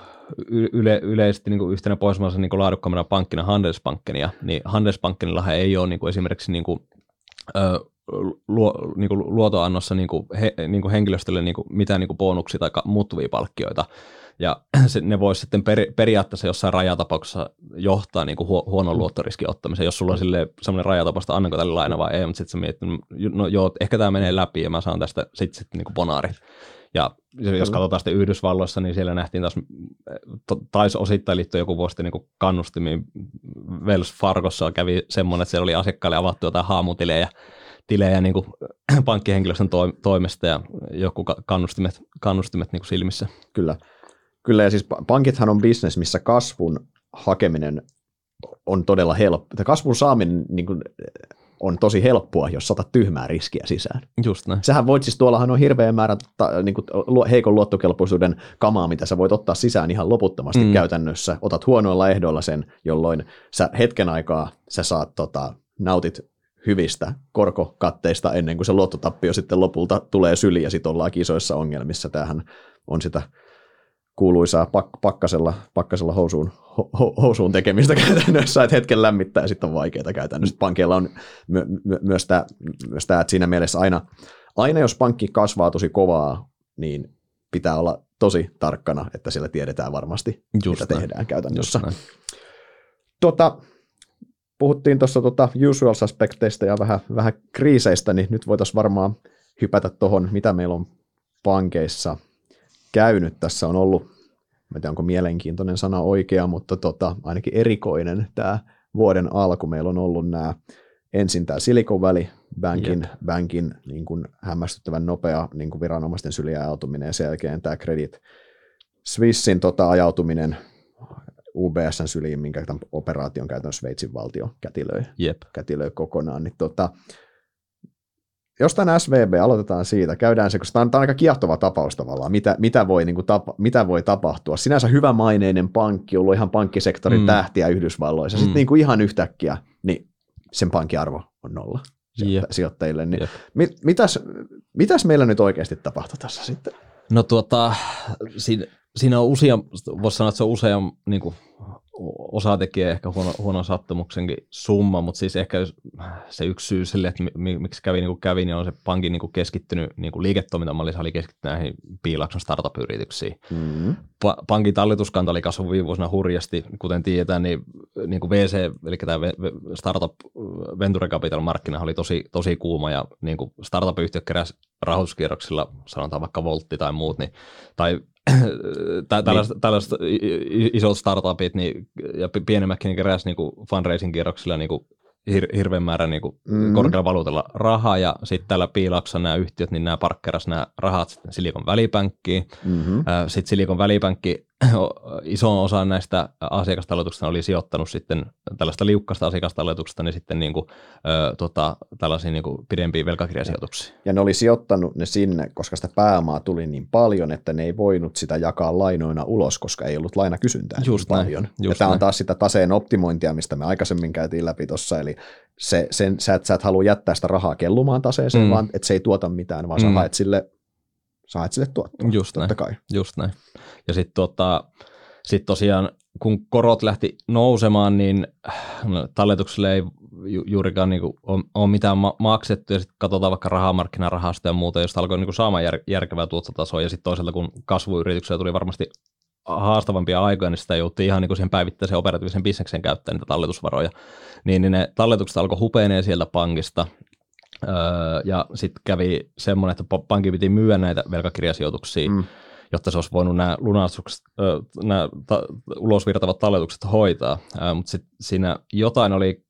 yle, yleisesti niin kuin yhtenä pohjoismaisen niin laadukkaammana pankkina Handelsbankenia, niin Handelsbankenillahan ei ole niin kuin esimerkiksi niin kuin, ö, luo, niin kuin luotoannossa niin kuin he, niin kuin henkilöstölle niin kuin mitään niin kuin bonuksia tai muuttuvia palkkioita, ja se, ne voisi sitten per, periaatteessa jossain rajatapauksessa johtaa niin kuin hu, huonon luottoriskin ottamiseen, jos sulla on sellainen rajatapaus, että annanko tälle laina vai ei, mutta sitten sä mietit, no joo, ehkä tämä menee läpi ja mä saan tästä sitten sit, niin kuin bonaarit. Ja jos katsotaan sitten Yhdysvalloissa, niin siellä nähtiin taas, taisi osittain liittyä joku vuosi sitten niin kannustimiin. Wells Fargossa kävi semmoinen, että siellä oli asiakkaille avattu jotain haamutilejä tilejä niin kuin pankkihenkilöstön toimesta ja joku kannustimet, kannustimet niin kuin silmissä. Kyllä. Kyllä, ja siis pankithan on business, missä kasvun hakeminen on todella helppo. Kasvun saaminen niin kuin on tosi helppoa, jos saatat tyhmää riskiä sisään. Just näin. Sähän voit siis, tuollahan on hirveä määrä ta, niin kuin heikon luottokelpoisuuden kamaa, mitä sä voit ottaa sisään ihan loputtomasti mm. käytännössä. Otat huonoilla ehdoilla sen, jolloin sä hetken aikaa sä saat, tota, nautit hyvistä korkokatteista ennen kuin se luottotappio sitten lopulta tulee syliin ja sitten ollaan isoissa ongelmissa. Tämähän on sitä kuuluisaa pak- pakkasella, pakkasella housuun, ho- housuun tekemistä käytännössä, että hetken lämmittää ja sitten on vaikeaa käytännössä. Pankeilla on my- my- myös tämä, myös tämä, että siinä mielessä aina, aina jos pankki kasvaa tosi kovaa, niin pitää olla tosi tarkkana, että siellä tiedetään varmasti, Just mitä näin. tehdään käytännössä. Tota, puhuttiin tuossa tota usual suspecteista ja vähän, vähän kriiseistä, niin nyt voitaisiin varmaan hypätä tuohon, mitä meillä on pankeissa käynyt. Tässä on ollut, en tiedä onko mielenkiintoinen sana oikea, mutta tota, ainakin erikoinen tämä vuoden alku. Meillä on ollut nämä ensin tämä Silicon Valley Bankin, bankin niin kuin hämmästyttävän nopea niin kuin viranomaisten syliin ajautuminen ja sen jälkeen tämä Credit Swissin tota, ajautuminen U B S:n syliin, minkä tämän operaation käytännössä Sveitsin valtio kätilöi, Jep. kätilöi kokonaan, niin tota, jostain S V B, aloitetaan siitä, käydään se, koska tämä on, tämä on aika kiehtova tapaus tavallaan, mitä, mitä, voi, niin kuin, tapa, mitä voi tapahtua. Sinänsä hyvämaineinen pankki, ollut ihan pankkisektorin mm. tähtiä Yhdysvalloissa, mm. sitten niin kuin ihan yhtäkkiä, niin sen pankin arvo on nolla yep. sijoittajille. Niin yep. mit, mitäs, mitäs meillä nyt oikeasti tapahtui tässä sitten? No tuota, siinä, siinä on usea, voisi sanoa, että se on usean niin kuin, osatekijä, ehkä huono, huonon sattumuksenkin summa, mutta siis ehkä se yksi syy sille, että miksi kävi niin kuin kävi, niin on se pankin niin kuin keskittynyt niin kuin liiketoimintamallissa oli keskittynyt näihin Piilakson startup-yrityksiin. Mm-hmm. Pa- pankin talletuskanta oli kasvanut viime vuosina hurjasti, kuten tiedetään, niin, niin kuin V C, eli tämä startup venture capital -markkina oli tosi, tosi kuuma, ja niin kuin startup-yhtiöt keräsi rahoituskierroksilla, sanotaan vaikka Voltti tai muut, niin, tai tällaiset, niin. tällaiset isot startupit niin, ja pienemmätkin niin keräsi niin fundraising-kierroksilla niin kuin hir- hirveän määrän niin mm-hmm. korkealla valuutalla rahaa, ja sitten täällä Piilaksossa nämä yhtiöt, niin nämä parkkerasi nämä rahat Silicon Valley Bankkiin. Mm-hmm. Sitten Silicon Valley Bankki iso osa näistä asiakastalletuksista oli sijoittanut sitten tällaista liukkasta asiakastalletuksesta niin sitten niin kuin, ö, tota, tällaisiin niin kuin pidempiin velkakirjasijoituksiin. Ja ne oli sijoittanut ne sinne, koska sitä pääomaa tuli niin paljon, että ne ei voinut sitä jakaa lainoina ulos, koska ei ollut lainakysyntää just niin näin, paljon. Ja tämä on taas sitä taseen optimointia, mistä me aikaisemmin käytiin läpi tuossa, eli se, sen, sä, et, sä et halua jättää sitä rahaa kellumaan taseeseen, mm. vaan että se ei tuota mitään, vaan mm. sä haet sille Sä haet sille tuottoa, just totta näin, kai. Just näin. Ja sitten tota, sit tosiaan, kun korot lähti nousemaan, niin no, talletukselle ei ju- juurikaan niinku ole, ole mitään ma- maksettu, ja sitten katsotaan vaikka rahamarkkinarahasta ja muuta, josta alkoi niinku saamaan jär- järkevää tuottotasoa, ja sitten toisaalta, kun kasvuyrityksiä tuli varmasti haastavampia aikoja, niin sitä joutui ihan niin sen päivittäisen operatiivisen bisneksen käyttää niitä talletusvaroja, niin, niin ne talletukset alkoi hupenee sieltä pankista. Öö, ja sitten kävi semmoinen, että pankki piti myyä näitä velkakirjasijoituksia, mm. jotta se olisi voinut nämä lunastukset, öö, nämä ta- ulosvirtavat talletukset hoitaa, öö, mutta sitten siinä jotain oli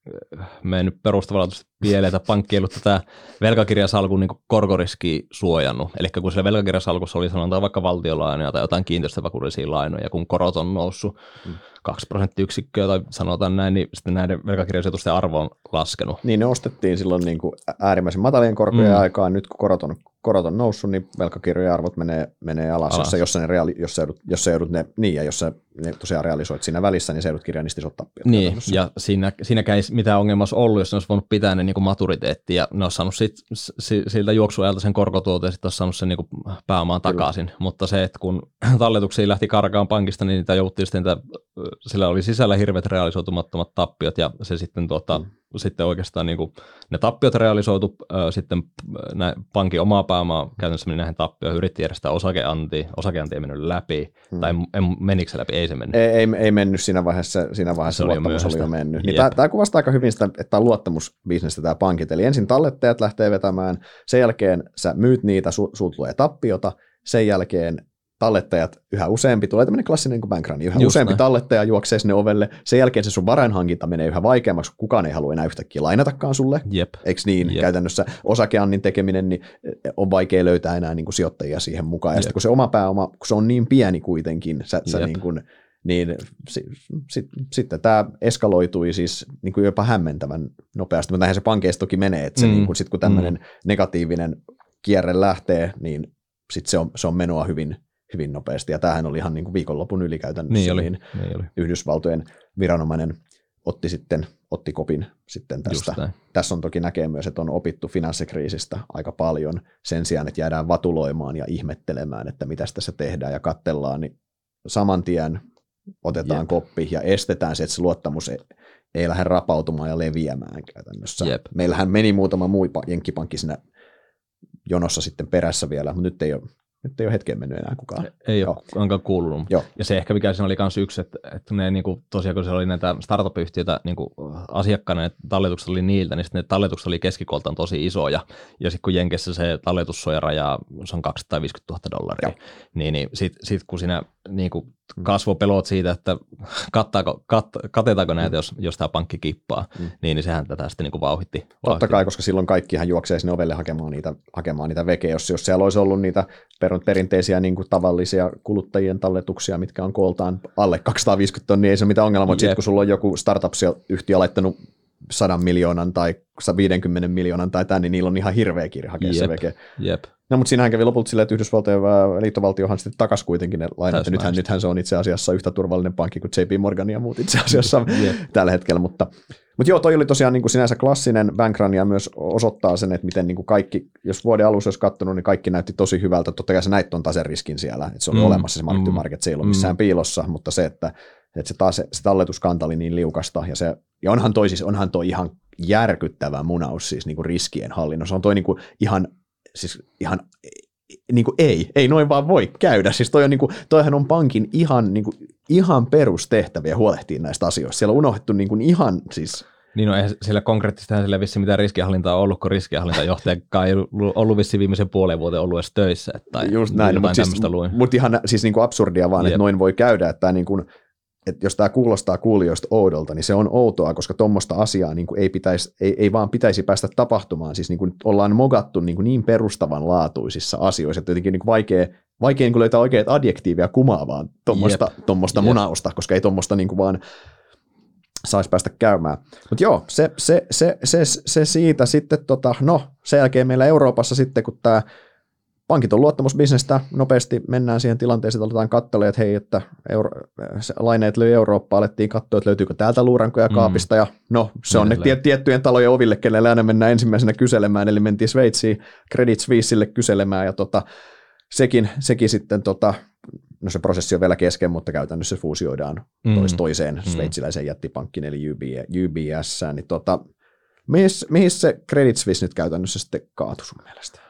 mennyt perustavanlaatuisesti pieleen, että pankki ei ollut tätä velkakirjasalkun niin korkoriskiä suojannut. Eli kun siellä velkakirjasalkussa oli sanotaan vaikka valtiolainoja tai jotain kiinteistövakuudellisia lainoja, kun korot on noussut mm. kaksi prosenttiyksikköä tai sanotaan näin, niin sitten näiden velkakirjasijoitusten arvo on laskenut. Niin ne ostettiin silloin niin kuin äärimmäisen matalien korkojen mm. aikaan. Nyt kun korot on, korot on noussut, niin velkakirjojen arvot menee, menee alas, alas. Jos, sä ne reaali, jos, sä joudut, jos sä joudut ne, niin, ja jos sä ne tosiaan realisoit siinä välissä, niin sä joudut kirjaa niistä isot tappiot. Niin, ja siinä, siinäkään ei mitään ongelmaa ollut, jos ne olisi voinut pitää ne niin kuin maturiteettia, ja ne olisi saanut sit, siltä juoksuajalta sen korkotuote, ja sitten olisi saanut sen niin kuin pääomaan takaisin. Kyllä. Mutta se, että kun talletuksia lähti karkaan pankista, niin niitä jouttiin sitten, sillä oli sisällä hirveät realisoitumattomat tappiot, ja se sitten, tuota, mm. sitten oikeastaan niin kuin, ne tappiot realisoitu, äh, sitten nä, pankin omaa pääomaa käytännössä meni näihin tappioihin, yritti järjestää osakeantia, osakeanti ei mennyt läpi, mm. tai menikö se läpi, ei se mennyt. Ei, ei, ei mennyt siinä vaiheessa, siinä vaiheessa se luottamus oli jo mennyt. Niin tämä, tämä kuvastaa aika hyvin sitä, että tämä on luottamusbisnestä tämä pankit, eli ensin tallettajat lähtee vetämään, sen jälkeen sä myyt niitä, su, sulla tulee tappiota, sen jälkeen tallettajat yhä useampi, tulee tämmöinen klassinen niin bankrun, yhä Just useampi näin. Tallettaja juoksee sinne ovelle, sen jälkeen se sun varainhankinta menee yhä vaikeammaksi, kun kukaan ei halua enää yhtäkkiä lainatakaan sulle, Jep. eikö niin? Jep. Käytännössä osakeannin tekeminen, niin on vaikea löytää enää niin kuin sijoittajia siihen mukaan, ja sitten kun se oma pääoma, kun se on niin pieni kuitenkin, sä, sä niin kuin, niin sitten sit, sit, tämä eskaloitui siis niin kuin jopa hämmentävän nopeasti, mutta näinhän se pankeista toki menee, että se, mm. niin kuin, sit kun tämmöinen mm. negatiivinen kierre lähtee, niin sitten se on, se on menoa hyvin hyvin nopeasti, ja tämähän oli ihan niin kuin viikonlopun yli käytännössä, niin, oli, niin, niin oli. Yhdysvaltojen viranomainen otti sitten otti kopin sitten tästä. Tässä on toki näkee myös, että on opittu finanssikriisistä aika paljon sen sijaan, että jäädään vatuloimaan ja ihmettelemään, että mitä tässä tehdään ja katsellaan, niin saman tien otetaan Jep. koppi ja estetään se, että se luottamus ei, ei lähde rapautumaan ja leviämään käytännössä. Jep. Meillähän meni muutama muu jenkkipankki siinä jonossa sitten perässä vielä, mutta nyt ei ole Nyt ei ole hetkeen mennyt enää kukaan. Ei Joo. ole ainakaan kuulunut. Joo. Ja se ehkä mikä siinä oli myös yksi, että, että ne niinku, tosiaan kun siellä oli näitä startup-yhtiöitä niinku, asiakkaana, ja talletukset oli niiltä, niin sitten ne talletukset oli keskikooltaan tosi isoja. Ja sitten kun Jenkessä se talletussuojaraja se on kaksisataaviisikymmentätuhatta dollaria, niin, niin sitten sit, kun siinä niin kuin kasvopelot siitä, että kattaako, kat, katetaanko näitä, mm. jos, jos tämä pankki kippaa, mm. niin, niin sehän tätä sitten niin kuin vauhditti. Totta vauhditti. kai, koska silloin kaikkihan juoksee sinne ovelle hakemaan niitä, hakemaan niitä vekeä. Jos, jos siellä olisi ollut niitä perinteisiä niin kuin tavallisia kuluttajien talletuksia, mitkä on kooltaan alle kaksisataaviisikymmentä tonnia, niin ei se ole mitään ongelmaa, mutta sitten kun sulla on joku startup-yhtiö laittanut sadan miljoonan tai viidenkymmenen miljoonan tai tämän, niin niillä on ihan hirveä kirja hakea se veke. Jep. No, mutta siinähän kävi lopulta silleen, että Yhdysvaltojen liittovaltiohan sitten takasi kuitenkin ne lainat, ja nythän, nythän se on itse asiassa yhtä turvallinen pankki kuin J P Morgan ja muut itse asiassa yep. tällä hetkellä, mutta, mutta joo, toi oli tosiaan niin kuin sinänsä klassinen bankrun ja myös osoittaa sen, että miten niin kuin kaikki, jos vuoden alussa olisi katsonut, niin kaikki näytti tosi hyvältä, totta kai se näyttö on taseriskin siellä, että se on mm. olemassa se mark to market, se ei ole missään mm. piilossa, mutta se, että, että se, taas, se talletuskanta oli niin liukasta, ja, se, ja onhan toi siis, onhan toi ihan järkyttävä munaus siis niin kuin riskien hallinnossa, on toi niin kuin ihan Siis ihan, niin kuin ei, ei noin vaan voi käydä. Siis toi on, niin kuin, toihan on pankin ihan, niin kuin, ihan perustehtäviä huolehtia näistä asioista. Siellä on unohdettu niin kuin ihan siis... Niin no ei sillä konkreettisesti sillä vissiin mitään riskienhallintaa on ollut, kun riskienhallintajohtajakaan ei ollut vissiin viimeisen puolen vuoten ollut edes töissä. Tai just näin, mutta siis, mut ihan siis niin kuin absurdia vaan, Jep. että noin voi käydä, että niin kuin, että jos tämä kuulostaa kuulijoista oudolta, niin se on outoa, koska tuommoista asiaa niin kuin ei, pitäisi, ei, ei vaan pitäisi päästä tapahtumaan. Siis niin kuin ollaan mogattu niin, kuin niin perustavanlaatuisissa asioissa, että jotenkin niin kuin vaikea, vaikea niin kuin löytää oikeat adjektiivia kumaavaan tuommoista munausta, koska ei tuommoista niin kuin vaan saisi päästä käymään. Mutta joo, se, se, se, se, se siitä sitten, tota, no sen jälkeen meillä Euroopassa sitten, kun tämä pankit on luottamusbisnestä, nopeasti mennään siihen tilanteeseen, että aletaan katsella, että hei, että euro, laineet löi Eurooppaan, alettiin katsoa, että löytyykö täältä luurankoja kaapista, mm. ja no, se on ne tiettyjen talojen oville, kenelle aina mennään ensimmäisenä kyselemään, eli mentiin Sveitsiin Credit Suisselle kyselemään, ja tota, sekin, sekin sitten, tota, no se prosessi on vielä kesken, mutta käytännössä fuusioidaan mm. tois toiseen mm. sveitsiläiseen jättipankkiin, eli U B S, niin tota, mihin, mihin se Credit Suisse nyt käytännössä sitten kaatui sun mielestä?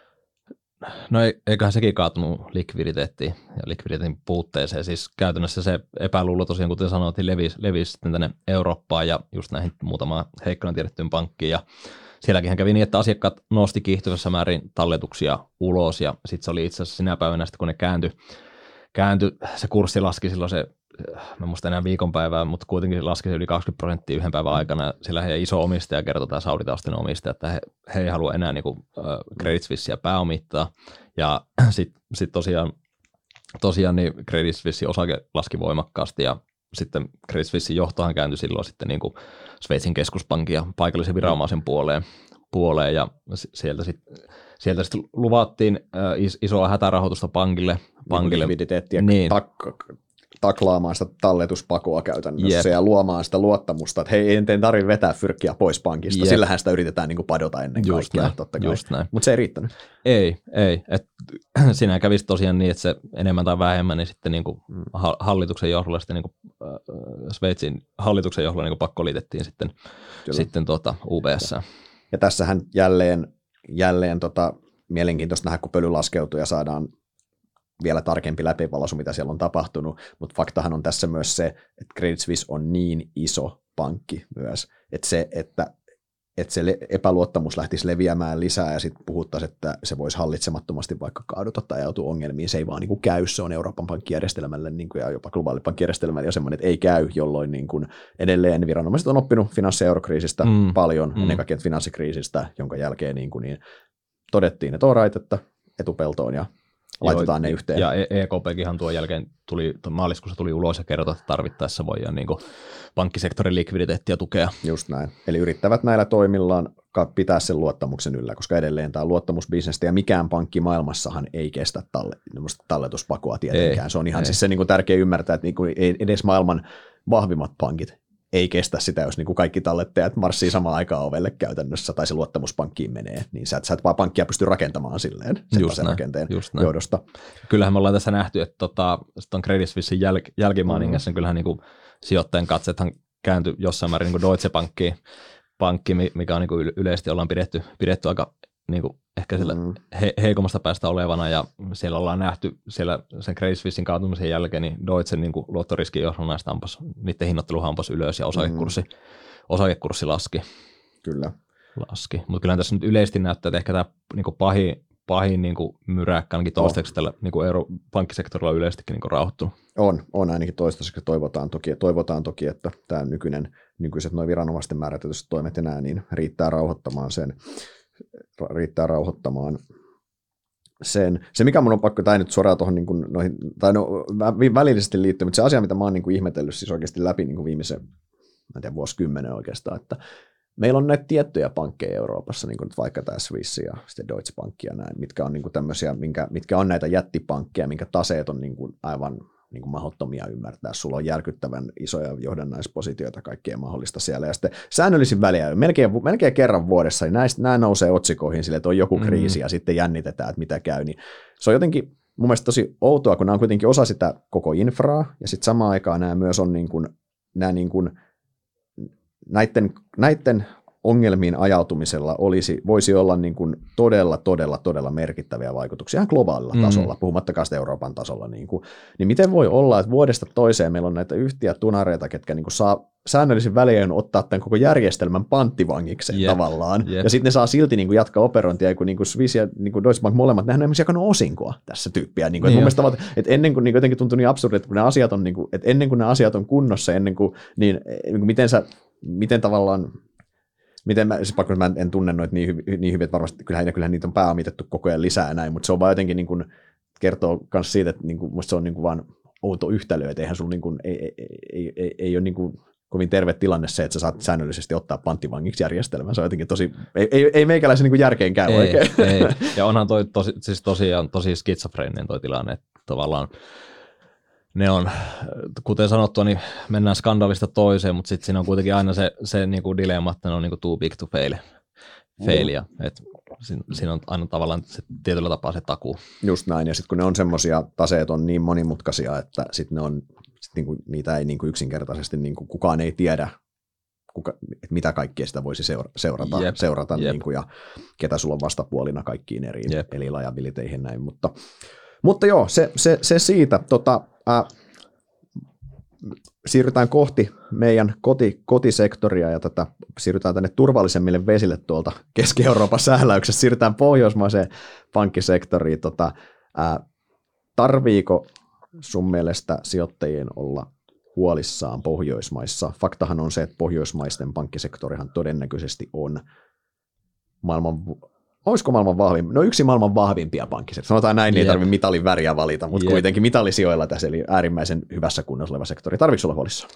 No eiköhän sekin kaatunut likviditeettiin ja likviditeetin puutteeseen. Siis käytännössä se epäluulo tosiaan, kuten sanoitin, levisi, levisi sitten tänne Eurooppaan ja just näihin muutamaan heikkona tiedettyyn pankkiin. Ja sielläkin kävi niin, että asiakkaat nosti kiihtyvässä määrin talletuksia ulos ja sitten se oli itse asiassa sinä päivänä, sitten kun ne kääntyi, kääntyi, se kurssi laski silloin se, mä muista enää viikonpäivää, mutta kuitenkin laski se yli kaksikymmentä prosenttia yhden päivän aikana. Sillä heidän iso omistaja kertoi, tämä sauditaustainen omistaja, että he, he ei halua enää niin kuin, uh, Credit Suissea pääomittaa. Ja sitten sit tosiaan, tosiaan niin Credit Suissein osake laski voimakkaasti ja sitten Credit Suissein johtohan kääntyi silloin sitten niin kuin Sveitsin keskuspankin ja paikallisen viranomaisen puoleen, puoleen ja sieltä sitten sieltä sit luvattiin uh, isoa hätärahoitusta pankille. pankille. Likviditeettiä niin. tak- taklaamaan sitä talletuspakoa käytännössä Jep. ja luomaan sitä luottamusta, että hei, ei tarvitse vetää fyrkkiä pois pankista. Jep. Sillähän sitä yritetään niin kuin padota ennen just kaikkea, näin, totta kai. Mutta se ei riittänyt. Ei, ei. Et, siinähän kävisi tosiaan niin, että se enemmän tai vähemmän, niin sitten niin kuin hallituksen johdolla, sitten niin kuin, äh, Sveitsin hallituksen johdolla niin kuin pakko liitettiin sitten, sitten tuota, U B S. Ja, ja tässähän jälleen, jälleen tota, mielenkiintoista nähdä, kun pöly laskeutuu ja saadaan vielä tarkempi läpivalaisu, mitä siellä on tapahtunut, mutta faktahan on tässä myös se, että Credit Suisse on niin iso pankki myös, että se, että, että se epäluottamus lähtisi leviämään lisää ja sitten puhuttaisiin, että se voisi hallitsemattomasti vaikka kaadota tai joutua ongelmiin, se ei vaan niin kuin käy, se on Euroopan pankkijärjestelmälle niin kuin, ja jopa globaali pankkijärjestelmälle jo semmoinen, että ei käy, jolloin niin kuin edelleen viranomaiset on oppinut finanssi- ja eurokriisistä mm. paljon, mm. ennen kaikkea finanssikriisistä, jonka jälkeen niin kuin, niin todettiin, että all right, että etupeltoon ja laitetaan Joo, ne yhteen. Ja E K P:kinhan tuon jälkeen tuli, maaliskuussa tuli ulos ja kertoi, että tarvittaessa voidaan niin kuin pankkisektorin likviditeettiä tukea. Just näin. Eli yrittävät näillä toimillaan pitää sen luottamuksen yllä, koska edelleen tämä on luottamusbisnestä ja mikään pankki maailmassahan ei kestä talle, talletuspakoa tietenkään. Ei, se on ihan ei. Siis se niin kuin tärkeä ymmärtää, että niin kuin edes maailman vahvimmat pankit ei kestä sitä, jos niin kuin kaikki tallettajat marssii samaan aikaan ovelle käytännössä, tai se luottamuspankkiin menee, niin sä et, sä et vaan pankkia pysty rakentamaan silleen sen rakenteen johdosta. Kyllähän me ollaan tässä nähty, että tota, tuon Credit Suissein jäl- jälkimaaningassa, mm. kyllähän niin kuin sijoittajan katseethan kääntyi jossain määrin niin kuin Deutsche Bankkiin, pankki, mikä on niin kuin yleisesti ollaan pidetty, pidetty aika niin kuin ehkä sillä mm. he, heikommasta päästä olevana, ja siellä ollaan nähty siellä sen Credit Suissein kaatumisen jälkeen, niin Deutschen niin luottoriskin johdannaista ampas, niiden hinnoitteluhan ampas ylös, ja osakekurssi, mm. osakekurssi laski. Kyllä. Laski. Mutta kyllä tässä nyt yleisesti näyttää, että ehkä tämä niin kuin pahin, pahin niin kuin myräkkä ainakin toistaiseksi tällä niin kuin euro- pankkisektorilla yleisestikin niin kuin rauhoittunut. On, on ainakin toistaiseksi. Toivotaan toki, toivotaan toki, että tämä nykyinen, nykyiset noin viranomaisten määrätytyt toimet enää niin riittää rauhoittamaan sen. Riittää rauhoittamaan sen. Se, mikä mun on pakko, tai nyt suoraan tuohon niin kuin noihin, tai no, välillisesti liittyy, mutta se asia, mitä mä oon niin kuin ihmetellyt siis oikeasti läpi niin kuin viimeisen, mä en tiedä, vuosikymmenen oikeastaan, että meillä on näitä tiettyjä pankkeja Euroopassa, niin kuin vaikka tämä Swiss ja sitten Deutsche Bank ja näin, mitkä on niin kuin tämmöisiä, minkä, mitkä on näitä jättipankkeja, minkä taseet on niin kuin aivan niin kuin mahdottomia ymmärtää. Sulla on järkyttävän isoja johdannaispositioita, kaikkea mahdollista siellä. Ja sitten säännöllisin väliä, melkein, melkein kerran vuodessa, niin näistä, nämä nousee otsikoihin sille, että on joku kriisi, mm. ja sitten jännitetään, että mitä käy. Niin se on jotenkin mun mielestä tosi outoa, kun nämä on kuitenkin osa sitä koko infraa, ja sitten samaan aikaan nämä myös on niin kuin, nämä niin kuin, näiden, näiden ongelmiin ajautumisella olisi, voisi olla niin kuin todella, todella, todella merkittäviä vaikutuksia ihan globaalilla mm. tasolla, puhumattakaan Euroopan tasolla. Niin, kuin, niin miten voi olla, että vuodesta toiseen meillä on näitä yhtiötunareita, ketkä niin kuin saa säännöllisin väliin ottaa tämän koko järjestelmän panttivangikseen yep. tavallaan, yep. ja sitten ne saa silti niin kuin jatkaa operointia, kun niin kuin Swiss ja niin kuin Deutsche Bank molemmat, nehän on esimerkiksi jakanut osinkoa tässä tyyppiä. Niin kuin, niin että mun mielestä, että ennen kuin niin kuin jotenkin tuntuu niin absurdi, että kun ne asiat on, niin kuin, että ennen kuin ne asiat on kunnossa, ennen kuin, niin, niin kuin miten sä, miten tavallaan, miten mä, siis pakko, mä en, en tunne noita niin, hyv, niin hyvin, että varmasti kyllähän, kyllähän niitä on pääomitettu koko ajan lisää näin, mutta se on vaan jotenkin niin kuin, kertoo myös siitä, että niin kuin, musta se on niin kuin vaan outo yhtälö, että eihän sulla niin kuin, ei, ei, ei, ei, ei ole niin kuin kovin terve tilanne se, että sä saat säännöllisesti ottaa panttivangiksi järjestelmän. Se on jotenkin tosi, ei, ei, ei meikäläisen niin kuin järkeen käy ei, oikein. Ei. Ja onhan toi tosi, siis tosiaan tosi skitsofreeninen toi tilanne, että tavallaan ne on, kuten sanottua, niin mennään skandaalista toiseen, mutta sitten siinä on kuitenkin aina se, se niinku dilemma, että ne on niinku too big to fail. fail ja, et siinä on aina tavallaan se, tietyllä tapaa se takuu. Just näin, ja sitten kun ne on semmoisia, taseet on niin monimutkaisia, että sit ne on, sit niinku, niitä ei niinku yksinkertaisesti, niinku, kukaan ei tiedä, kuka, että mitä kaikkea sitä voisi seura- seurata, yep. seurata yep. Niinku, ja ketä sulla on vastapuolina kaikkiin eri, yep. eli liabiliteihin näin, mutta, mutta joo, se, se, se siitä, tota, Äh, siirrytään kohti meidän koti, kotisektoria ja tätä, siirrytään tänne turvallisemmille vesille tuolta Keski-Euroopan sähläyksestä, siirrytään pohjoismaiseen pankkisektoriin. Tota, äh, tarviiko sun mielestä sijoittajien olla huolissaan Pohjoismaissa? Faktahan on se, että pohjoismaisten pankkisektorihan todennäköisesti on maailman olisiko maailman vahvin? No yksi maailman vahvimpia pankkisektoria. Sanotaan näin, niin yep. ei tarvitse mitalin väriä valita, mutta yep. kuitenkin mitalisijoilla tässä, eli äärimmäisen hyvässä kunnossa oleva sektori. Tarvitsetko olla huolissaan?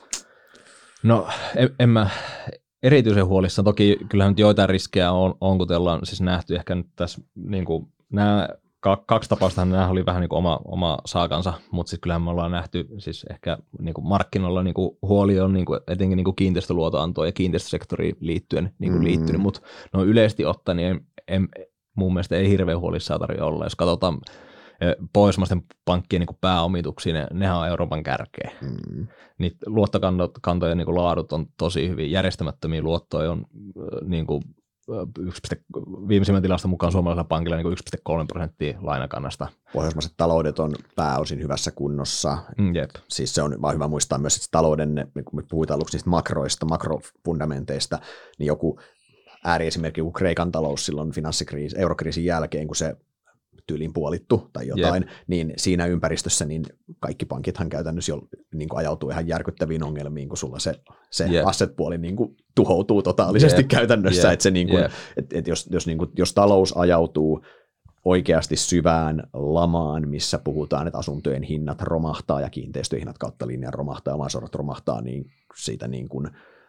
No en, en mä erityisen huolissaan. Toki kyllähän nyt joitain riskejä on, on kun ollaan siis nähty ehkä nyt tässä, niin kuin, nämä kaksi tapaustahan nämä oli vähän niin kuin oma, oma saakansa, mutta sitten kyllähän me ollaan nähty siis ehkä niin kuin markkinoilla niin kuin huoli on niin kuin, etenkin niin kuin kiinteistöluotoantoon ja kiinteistösektoriin liittyen niin kuin mm. liittynyt, mutta no yleisesti ottaen niin en, mun mielestä ei hirveän huolissaan tarvitse olla. Jos katsotaan pohjoismaisten pankkien niin pääomituksia, ne, nehän on Euroopan kärkeä. Mm. Niitä luottokantojen niin laadut on tosi hyvin. Järjestämättömiä luottoja on niin kuin, yksi, viimeisimmän tilaston mukaan suomalaisella pankilla niin yksi pilkku kolme prosenttia lainakannasta. Pohjoismaiset taloudet on pääosin hyvässä kunnossa. Mm, jep. Siis se on vaan hyvä muistaa myös, että talouden, kun me puhutaan aluksi niistä makroista, makrofundamenteista, niin joku ääriesimerkki kuin Kreikan talous silloin finanssikriisi, eurokriisin jälkeen, kun se tyyliin puolittu tai jotain, yep. niin siinä ympäristössä niin kaikki pankithan käytännössä jo niin kuin ajautuu ihan järkyttäviin ongelmiin, kun sulla se, se yep. asset-puoli niin kuin tuhoutuu totaalisesti yep. käytännössä, yep. että se niin kuin, yep. et, et jos, jos, niin kuin, jos talous ajautuu oikeasti syvään lamaan, missä puhutaan, että asuntojen hinnat romahtaa ja kiinteistöjen hinnat kautta linjan romahtaa ja omaisuudet romahtaa, niin siitä niin kuin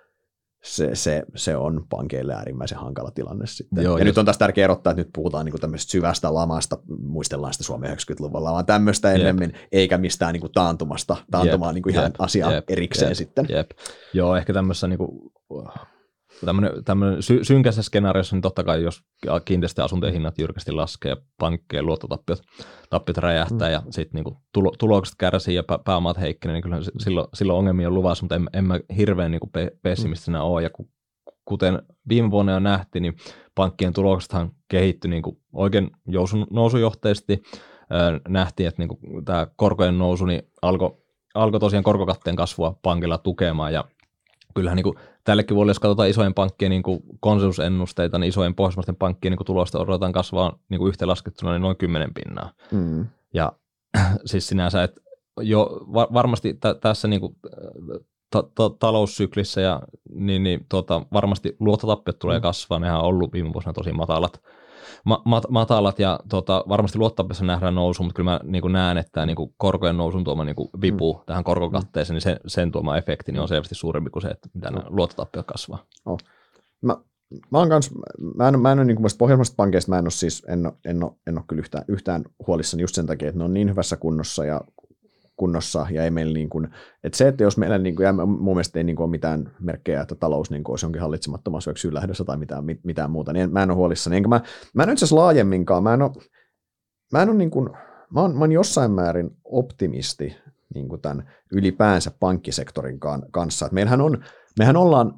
Se, se, se on pankeille äärimmäisen hankala tilanne sitten. Joo, ja just. Nyt on taas tärkeää erottaa, että nyt puhutaan niin kuin tämmöisestä syvästä lamasta, muistellaan sitä Suomen yhdeksänkymmentäluvulla, vaan tämmöistä ennemmin, Jep. eikä mistään niin kuin taantumasta, taantumaan niin kuin ihan Jep. asiaa Jep. erikseen Jep. sitten. Jep. Joo, ehkä tämmöisessä niin kuin, tämmöinen, tämmöinen sy- synkässä skenaariossa, niin totta kai jos kiinteistö- ja asuntojen hinnat jyrkästi laskee ja pankkien luottotappiot tappiot räjähtää mm. ja sitten niin kuin tulo, tulokset kärsii ja pääomat heikkenee, niin kyllähän silloin, silloin ongelmia on luvassa, mutta en, en mä hirveän niin kuin pessimistinä mm. ole. Ja kuten viime vuonna jo nähtiin, niin pankkien tuloksethan kehittyi niin kuin oikein nousujohteisesti. Nähtiin, että niin kuin tämä korkojen nousu niin alkoi alko tosiaan korkokatteen kasvua pankilla tukemaan ja kyllähän niin kuin, tällekin vuodelle, jos katsotaan isojen pankkien niin kuin konsensusennusteita, niin isojen pohjoismaisten pankkien niin tulosta odotetaan kasvaa niin kuin yhteenlaskettuna niin noin kymmenen pinnaa. Mm. Ja siis sinänsä, että jo va- varmasti t- tässä niin kuin, ta- ta- taloussyklissä ja niin, niin tuota, varmasti luottotappiot tulee mm. kasvaa, nehän on ollut viime vuosina tosi matalat. Ma- mat- matalat ja tuota, varmasti luottotappiossa nähdään nousu, mutta kyllä mä niin kuin näen, että niin kuin korkojen nousun tuoma niin kuin vipu mm. tähän korkokatteeseen, niin sen, sen tuoma efekti niin on selvästi suurempi kuin se, että mitä nämä luottotappiot kasvaa. Oh. Mä, mä, on kans, mä en, mä en ole niin kuin pohjoismaisista pankeista, mä en ole siis, en ole, en ole, en ole kyllä yhtään, yhtään huolissani just sen takia, että ne on niin hyvässä kunnossa ja kunnossa, ja ei meillä niin kuin, että se, että jos meillä niin kuin, ja mun mielestä ei niin kuin ole mitään merkkejä, että talous niin kuin olisi jonkin hallitsemattomassa syyllähdössä tai mitään, mitään muuta, niin en, mä en ole huolissani. Enkä mä, mä en ole itse asiassa laajemminkaan, mä en ole, mä en ole niin kuin, mä oon, mä oon jossain määrin optimisti niin kuin tämän ylipäänsä pankkisektorin kanssa. Et meillähän on, mehän ollaan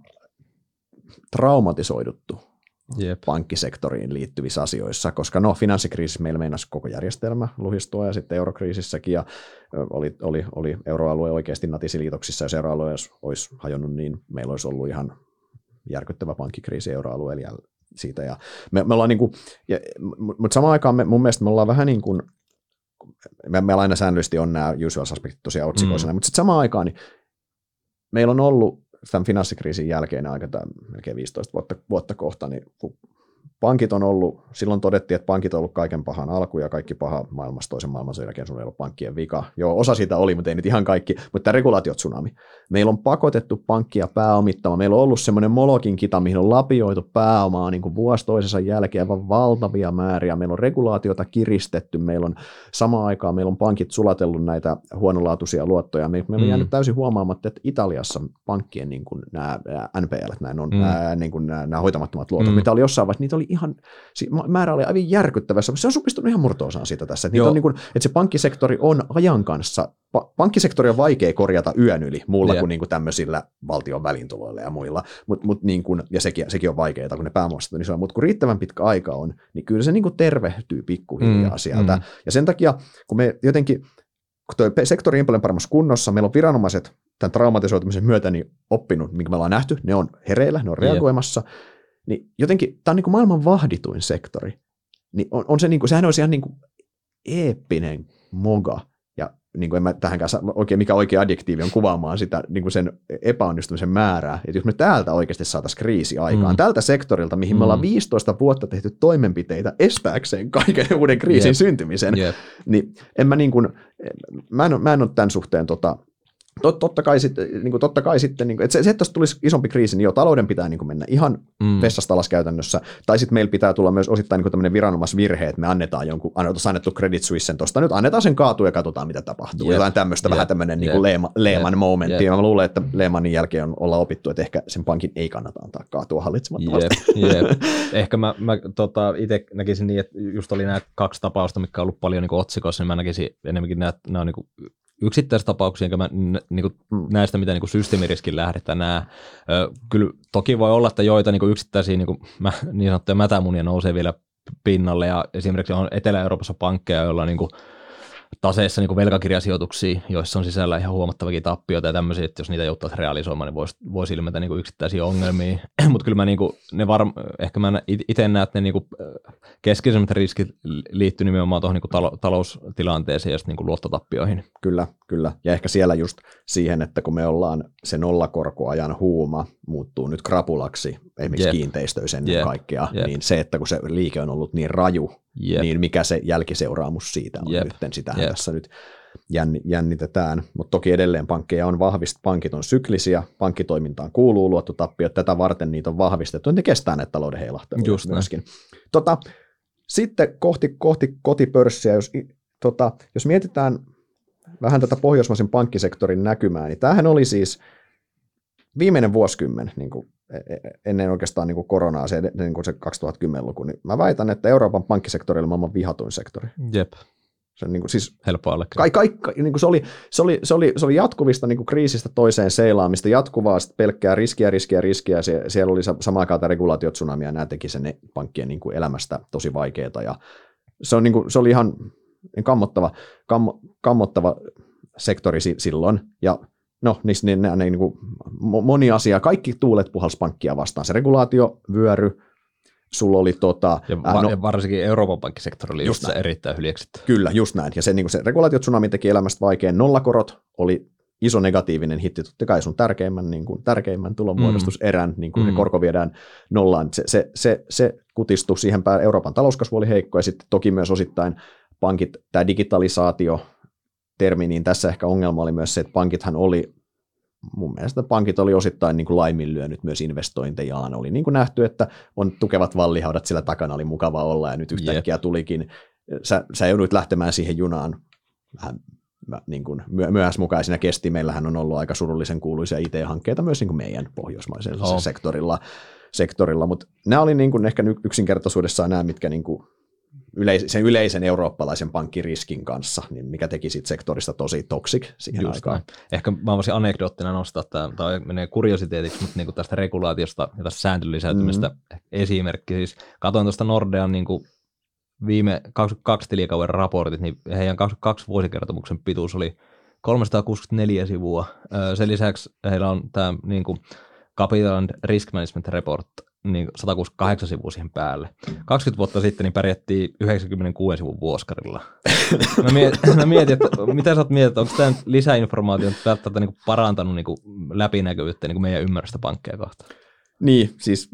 traumatisoiduttu Jep. pankkisektoriin liittyvissä asioissa, koska no finanssikriisissä meillä meinasi koko järjestelmä luhistua ja sitten eurokriisissäkin ja oli, oli, oli euroalue oikeasti natisiliitoksissa, jos euroalue olisi hajonnut, niin meillä olisi ollut ihan järkyttävä pankkikriisi euroalueella siitä. Ja me, me ollaan niin kuin, ja, mutta samaan aikaan me, mun mielestä me ollaan vähän niin kuin, me, meillä aina säännöllisesti on nämä usual suspectit tosiaan otsikoisena, mm. mutta sitten samaan aikaan niin meillä on ollut tämän finanssikriisin jälkeen aika melkein viisitoista vuotta, vuotta kohta, niin kun pankit on ollut, silloin todettiin, että pankit on ollut kaiken pahan alku ja kaikki paha maailmassa toisen maailmansodan jälkeen sun ei ollut pankkien vika. Joo, osa siitä oli, mutta ei nyt ihan kaikki, mutta tämä regulaatiotsunami. Meillä on pakotettu pankkia pääomittamaan. Meillä on ollut semmoinen Molokin kita, mihin on lapioitu pääomaa niin kuin vuosi toisensa jälkeen, vaan valtavia määriä. Meillä on regulaatiota kiristetty, meillä on samaan aikaan, meillä on pankit sulatellut näitä huonolaatuisia luottoja. Me, meillä on jäänyt täysin huomaamatta, että Italiassa pankkien niin kuin nämä N P L, näin on, mm. nämä, niin kuin nämä, nämä hoitamattomat luotot, mm. mitä oli jossain vaiheessa, niitä oli ihan, määrä oli aivan järkyttävä, se on supistunut ihan murto-osaan siitä tässä, että, on niin kuin, että se pankkisektori on ajan kanssa, pankkisektori on vaikea korjata yön yli muulla yeah. kuin, niin kuin tämmöisillä valtion välintuloilla ja muilla, mut, mut niin kuin, ja sekin, sekin on vaikeaa, kun ne pääomastat on isoja, mutta kun riittävän pitkä aika on, niin kyllä se niin kuin tervehtyy pikkuhiljaa mm, sieltä, mm. ja sen takia, kun me jotenkin, kun tuo sektori on paljon paremmassa kunnossa, meillä on viranomaiset tämän traumatisoitumisen myötä niin oppinut, minkä me ollaan nähty, ne on hereillä, ne on reagoimassa, yeah. niin jotenkin tämä on niin kuin maailman vahdituin sektori, niin on, on se niin kuin, sehän olisi ihan niin kuin eeppinen moga, ja niin kuin en mä tähänkään oikein, mikä oikea adjektiivi on kuvaamaan sitä niin kuin sen epäonnistumisen määrää, että jos me täältä oikeasti saataisiin kriisi aikaan, mm. tältä sektorilta, mihin mm. me ollaan viisitoista vuotta tehty toimenpiteitä estääkseen kaiken uuden kriisin yep. syntymisen, yep. niin en mä niin kuin, mä en, mä en ole tämän suhteen tota, Tot, totta kai sitten, niin kuin, totta kai sitten niin kuin, että se, se, että tuossa tulisi isompi kriisi, niin jo talouden pitää niin kuin mennä ihan mm. vessasta alas käytännössä, tai sitten meillä pitää tulla myös osittain niin kuin tämmöinen viranomaisvirhe, että me annetaan jonkun, tuossa annettu Credit Suissen tuosta, nyt annetaan sen kaatua ja katsotaan, mitä tapahtuu. Yep. Jotain tämmöistä, yep. vähän tämmöinen yep. niin Lehman, Lehman yep. momentti. Yep. Mä luulen, että Lehmanin jälkeen on, ollaan opittu, että ehkä sen pankin ei kannata antaa kaatua hallitsemattomasti. Yep. Yep. Ehkä mä, mä tota, itse näkisin niin, että just oli nämä kaksi tapausta, mitkä on ollut paljon niin kuin otsikoissa, niin mä näkisin enemmänkin nämä, nämä on niin kuin yksittäistapauksia, enkä mä niin kuin, näistä, mitä niin systeemiriskin lähdetään nää. Ö, kyllä toki voi olla, että joita niin yksittäisiä niin, kuin, mä, niin sanottuja mätämunia nousee vielä pinnalle, ja esimerkiksi on Etelä-Euroopassa pankkeja, joilla on niin kuin, taseessa niin kuin velkakirjasijoituksia, joissa on sisällä ihan huomattavakin tappioita ja tämmöisiä, että jos niitä joutuisi realisoimaan, niin voisi, voisi ilmetä niin kuin yksittäisiä ongelmia. Mutta kyllä mä niin kuin, ne varm, ehkä mä itse näen, että ne niin kuin keskeisemmät riskit liittyy nimenomaan tuohon niin kuin talo, taloustilanteeseen ja niin kuin luottotappioihin. Kyllä, kyllä. Ja ehkä siellä just siihen, että kun me ollaan se nollakorkoajan huuma muuttuu nyt krapulaksi, esimerkiksi yep. kiinteistöissä ennen yep. kaikkea, yep. niin se, että kun se liike on ollut niin raju, yep. niin mikä se jälkiseuraamus siitä on yep. nyt, sitähän yep. tässä nyt jännitetään, mutta toki edelleen pankkeja on vahvistettu, pankit on syklisiä, pankkitoimintaan kuuluu luottotappiot, tätä varten niitä on vahvistettu, ne kestää näitä talouden heilahteluja myöskin. Tota, sitten kohti, kohti kotipörssiä, jos, tota, jos mietitään vähän tätä pohjoismaisen pankkisektorin näkymää, niin tämähän oli siis viimeinen vuosikymmen, niin kuin ennen oikeastaan niin kuin koronaa, se, niin kuin se kaksituhattakymmenluku, niin mä väitän, että Euroopan pankkisektori oli maailman vihatuin sektori. Jep. Se, niin kuin, siis, helppo allekirjoittaa. Ka, ka, niin kuin se, oli, se, oli, se, oli, se oli jatkuvista niin kuin kriisistä toiseen seilaamista, jatkuvaa pelkkää riskiä, riskiä, riskiä. Sie, siellä oli samaan aikaan tämä regulaatiotsunami, ja nämä teki sen pankkien niin kuin elämästä tosi vaikeaa. Ja se, on, niin kuin, se oli ihan kammottava, kammo, kammottava sektori silloin, ja no niissä ne, ne, ne, niin kuin, moni asia, kaikki tuulet puhalsi pankkia vastaan. Se regulaatiovyöry, sulla oli tota... Ja, va- no, ja varsinkin Euroopan pankkisektori oli just se erittäin hyljeksitty. Kyllä, just näin. Ja se, niin kuin se regulaatiotsunami teki elämästä vaikean. Nollakorot oli iso negatiivinen hitti, totta kai sun tärkeimmän, niin kuin, tärkeimmän tulonmuodostuserän, mm. niin kuin mm. se korko viedään nollaan. Se, se, se, se kutistui siihen, pää, Euroopan talouskasvu oli heikko, ja sitten toki myös osittain pankit, tämä digitalisaatio, termi, niin tässä ehkä ongelma oli myös se, että pankithan oli, mun mielestä pankit oli osittain niin kuin laiminlyönyt myös investointejaan. Oli niin kuin nähty, että on tukevat vallihaudat sillä takana, oli mukava olla, ja nyt yhtäkkiä yep. tulikin, sä, sä jouduit lähtemään siihen junaan vähän niin kuin myöhäismukaisina kesti. Meillähän on ollut aika surullisen kuuluisia I T-hankkeita myös niin kuin meidän pohjoismaisella oh. sektorilla, sektorilla. Mutta nämä oli niin kuin ehkä yksinkertaisuudessaan nämä, mitkä niin kuin Yleis- sen yleisen eurooppalaisen pankkiriskin kanssa, niin mikä teki siitä sektorista tosi toxic siihen Just aikaan. Näin. Ehkä mä voisin anekdoottina nostaa, tämä, tämä menee kuriositeetiksi, mutta niin kuin tästä regulaatiosta ja tästä sääntelyn lisäytymistä mm. esimerkki. Siis katoin tuosta Nordean niin kuin viime kaksikymmentäkaksi tilikauden raportit, niin heidän kaksikymmentäkaksi vuosikertomuksen pituus oli kolmesataakuusikymmentäneljä sivua. Sen lisäksi heillä on tämä niin kuin Capital and Risk Management Report, niin sata kuusikymmentäkahdeksan sivua siihen päälle. kaksikymmentä vuotta sitten niin pärjättiin yhdeksänkymmentäkuusi sivun vuoskarilla. Mä mietin, mä mietin että mitä sä oot mietit, onko tämä lisäinformaatio välttämättä niin parantanut niin läpinäkyvyyttä niin meidän ymmärrystä pankkeja kohtaan? Niin, siis,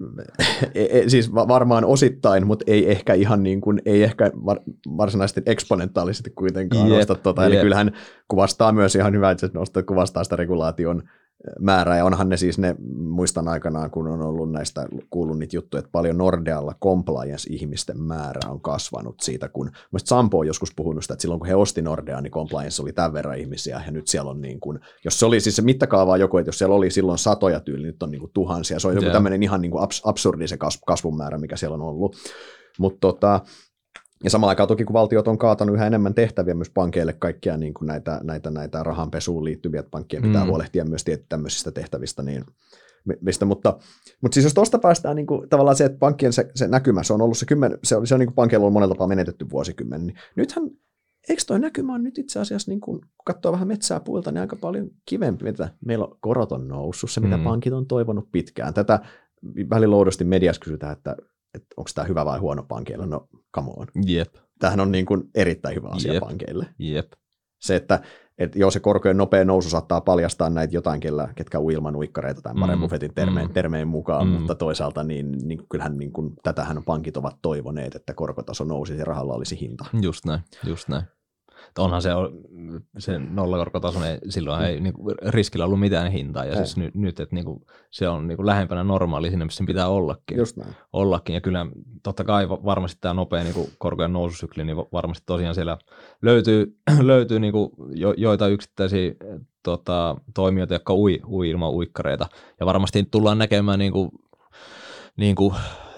e, siis varmaan osittain, mutta ei ehkä ihan niin kuin, ei ehkä varsinaisesti eksponentaalisesti kuitenkaan yep, nosta tuota. Yep. Eli kyllähän kuvastaa myös ihan hyvä, että se nostaa, kuvastaa sitä regulaation määrää, ja onhan ne siis ne, muistan aikanaan, kun on ollut näistä kuullut niitä juttuja, että paljon Nordealla compliance-ihmisten määrä on kasvanut siitä, kun mielestäni Sampo on joskus puhunut sitä, että silloin kun he osti Nordeaa, niin compliance oli tämän verran ihmisiä, ja nyt siellä on niin kuin, jos se oli siis se mittakaava joku, että jos siellä oli silloin satoja tyyli, nyt on niin kuin tuhansia, se on joku yeah. tämmöinen ihan niin kuin absurdi se kasvun määrä, mikä siellä on ollut, mutta tota, ja samaan aikaan toki, kun valtiot on kaatanut yhä enemmän tehtäviä myös pankeille, kaikkia niin kuin näitä, näitä, näitä rahanpesuun liittyviä, että pankkien pitää mm. huolehtia myös tämmöisistä tehtävistä. Niin, mistä, mutta, mutta siis jos tuosta päästään niin kuin, tavallaan se, että pankkien se, se näkymä, se on ollut se kymmen, se on, se on niin kuin pankeilla ollut monella tapaa menetetty vuosikymmen, niin nythän, eikö toi näkymä on nyt itse asiassa, niin kuin, kun katsoo vähän metsää puilta, niin aika paljon kivempi, mitä meillä on korot on noussut, se mitä mm. pankit on toivonut pitkään. Tätä välillä oudosti mediassa kysytään, että että onko tämä hyvä vai huono pankeille, no come on. Yep. Tämähän on niin kuin erittäin hyvä asia yep. pankeille. Yep. Se, että et joo, se korkojen nopea nousu saattaa paljastaa näitä jotain, kellä, ketkä on ilman uikkareita tämän Warren mm. Buffettin termeen, mm. termeen mukaan, mm. mutta toisaalta niin, niin kyllähän niin kuin, tätähän pankit ovat toivoneet, että korkotaso nousisi ja rahalla olisi hinta. Just näin, just näin. Onhan se, se nollakorkotaso, silloin ei niin kuin, riskillä ollut mitään hintaa, ja ei. Siis nyt, nyt että niin kuin, se on niin kuin, lähempänä normaali sinne, missä sen pitää ollakin. Just näin. ollakin. Ja kyllä totta kai varmasti tämä nopea niin kuin, korkojen noususykli, niin varmasti tosiaan siellä löytyy, löytyy niin kuin, jo, joita yksittäisiä tota, toimijoita, jotka ui, ui ilman uikkareita, ja varmasti tullaan näkemään niin kuin, niin kuin,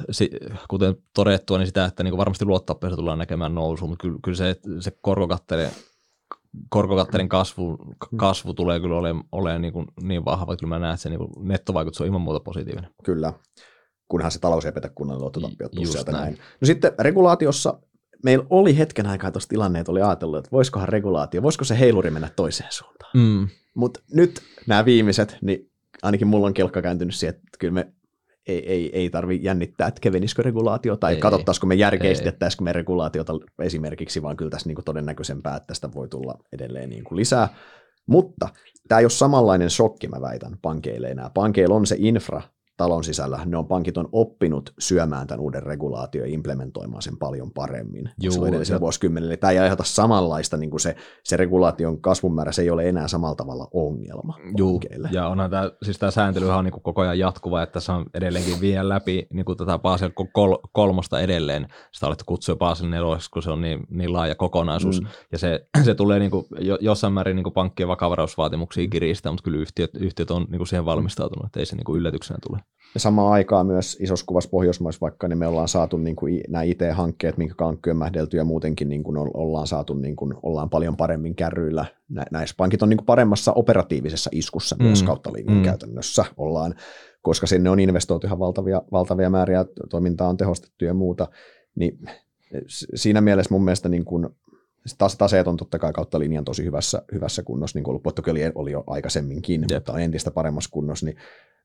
kuten todettua, niin sitä, että niin kuin varmasti luottotappioissa tullaan näkemään nousu, mutta kyllä, kyllä se, se korkokatteiden, korkokatteiden kasvu, kasvu tulee kyllä olemaan, olemaan niin, kuin niin vahva, että kyllä mä näen, että se niin kuin nettovaikutus on ilman muuta positiivinen. Kyllä, kunhan se talous ei petä kunnan luottotappiot sieltä näin. No sitten regulaatiossa meillä oli hetken aikaa tuossa tilanne, että oli ajatellut, että voisikohan regulaatio, voisiko se heiluri mennä toiseen suuntaan. Mm. Mutta nyt nämä viimeiset, niin ainakin mulla on kelkka kääntynyt siihen, että kyllä me Ei, ei, ei tarvitse jännittää, että kevenisikö regulaatio, tai ei, katsottaisiko me järkeistettäisikö me regulaatiota esimerkiksi, vaan kyllä tässä niin kuin todennäköisempää, että tästä voi tulla edelleen niin kuin lisää. Mutta tämä ei ole samanlainen shokki, mä väitän, pankeille enää. Pankeilla on se infra talon sisällä, ne on, pankit on oppinut syömään tämän uuden regulaatio ja implementoimaan sen paljon paremmin. Juu, se on edellisellä vuosikymmenellä. Tämä ei aiheuta samanlaista, niin kuin se, se regulaation kasvun määrä, se ei ole enää samalla tavalla ongelma pankeille. Ja onhan tämä, siis tämä sääntelyhän on niin kuin koko ajan jatkuva, että tässä on edelleenkin vielä läpi niin kuin tätä Basel kol, kolmosta edelleen. Sitä olette kutsua Basel neloseksi, kun se on niin, niin laaja kokonaisuus. Mm. Ja se, se tulee niin kuin, jossain määrin niin kuin pankkien vakavaraisuusvaatimuksia kiristää, mutta kyllä yhtiöt, yhtiöt on niin kuin siihen valmistautunut, että ei se niin kuin yllätyksenä tule. Ja samaan aikaan myös isossa kuvassa Pohjoismaissa vaikka, niin me ollaan saatu niin kuin nämä I T-hankkeet, minkä on kömmähdelty ja muutenkin niin kuin ollaan saatu, niin kuin, ollaan paljon paremmin kärryillä. Näissä pankit on niin kuin paremmassa operatiivisessa iskussa mm. myös kautta linjan mm. käytännössä ollaan, koska sinne on investoitu ihan valtavia, valtavia määriä, toimintaa on tehostettu ja muuta. Niin siinä mielessä mun mielestä niin kuin taas taseet on totta kai kautta linjan tosi hyvässä, hyvässä kunnossa, niin kuin ollut, toki oli, oli jo aikaisemminkin, Jep. mutta on entistä paremmassa kunnossa, niin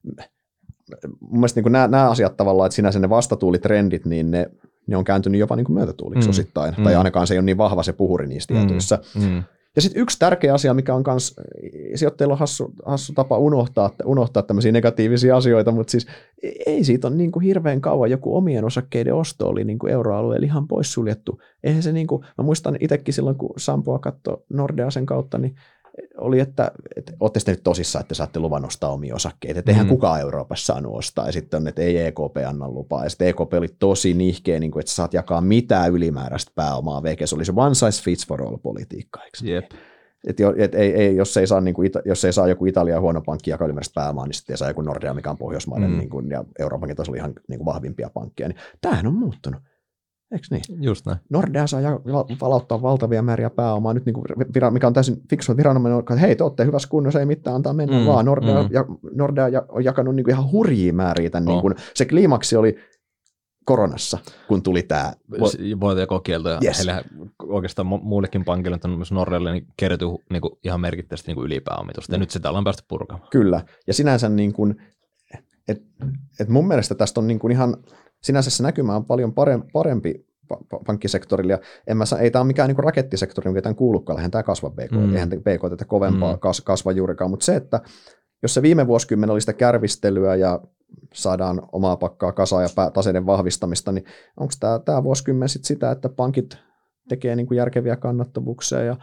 mun mielestä niin nämä, nämä asiat tavallaan, että sinänsä ne vastatuulitrendit, niin ne, ne on kääntynyt jopa niin kuin myötätuuliksi mm. osittain, mm. tai ainakaan se ei ole niin vahva se puhuri niissä tietyissä. Mm. Mm. Ja sitten yksi tärkeä asia, mikä on myös, sijoittajilla on hassu, hassu tapa unohtaa, unohtaa tämmöisiä negatiivisia asioita, mutta siis ei siitä ole niin kuin hirveän kauan joku omien osakkeiden osto oli niin kuin euroalueella ihan poissuljettu. Eihän se niin kuin, mä muistan itsekin silloin, kun Sampoa katsoi Nordea sen kautta, niin oli, että, että ootte sitten nyt tosissaan, että saatte luvan ostaa omia osakkeita. Että eihän mm. kukaan Euroopassa saanut ostaa. Ja sitten on, että ei E K P anna lupaa. Ja sitten E K P oli tosi nihkeä, niin kuin, että sä saat jakaa mitään ylimääräistä pääomaa veke. Se oli se one size fits for all -politiikka. Yep. Et, et, ei, ei, jos, ei saa, niin kuin, jos ei saa joku Italia huono pankki jakaa ylimääräistä pääomaa, niin sitten ei saa joku Nordea, mikä on Pohjoismaiden mm. niin kuin, ja Euroopankin tasolla ihan niin kuin vahvimpia pankkeja. Niin tämähän on muuttunut. Eikö niin? Just näin. Nordea saa palauttaa valtavia määriä pääomaa, nyt niin kuin, mikä on täysin fiksu viranomainen, että hei, te olette hyvässä kunnossa, ei mitään antaa mennä mm, vaan. Nordea, mm. ja, Nordea on jakanut niin kuin ihan hurjia määriä tämän. Oh. Niin kuin, se kliimaksi oli koronassa, kun tuli tämä. Voit ja kokielto, ja yes. heillä oikeastaan muillekin pankille, myös Nordealle, niin kertyi niin kuin ihan merkittävästi niin kuin ylipääomitusta, ja mm. nyt sitä ollaan päästy purkamaan. Kyllä, ja sinänsä niin kuin, et, et mun mielestä tästä on niin kuin ihan, sinänsä se näkymä on paljon parempi pankkisektorilla, ja en mä, ei tämä ole mikään niin kuin rakettisektori, mikä tämän kuulukaan, eihän tämä kasva B K T, mm. eihän B K T tätä kovempaa mm. kas, kasva juurikaan, mutta se, että jos se viime vuosikymmen oli sitä kärvistelyä ja saadaan omaa pakkaa kasaan ja taseiden vahvistamista, niin onko tämä, tämä vuosikymmen sit sitä, että pankit tekee niin kuin järkeviä kannattavuuksia ja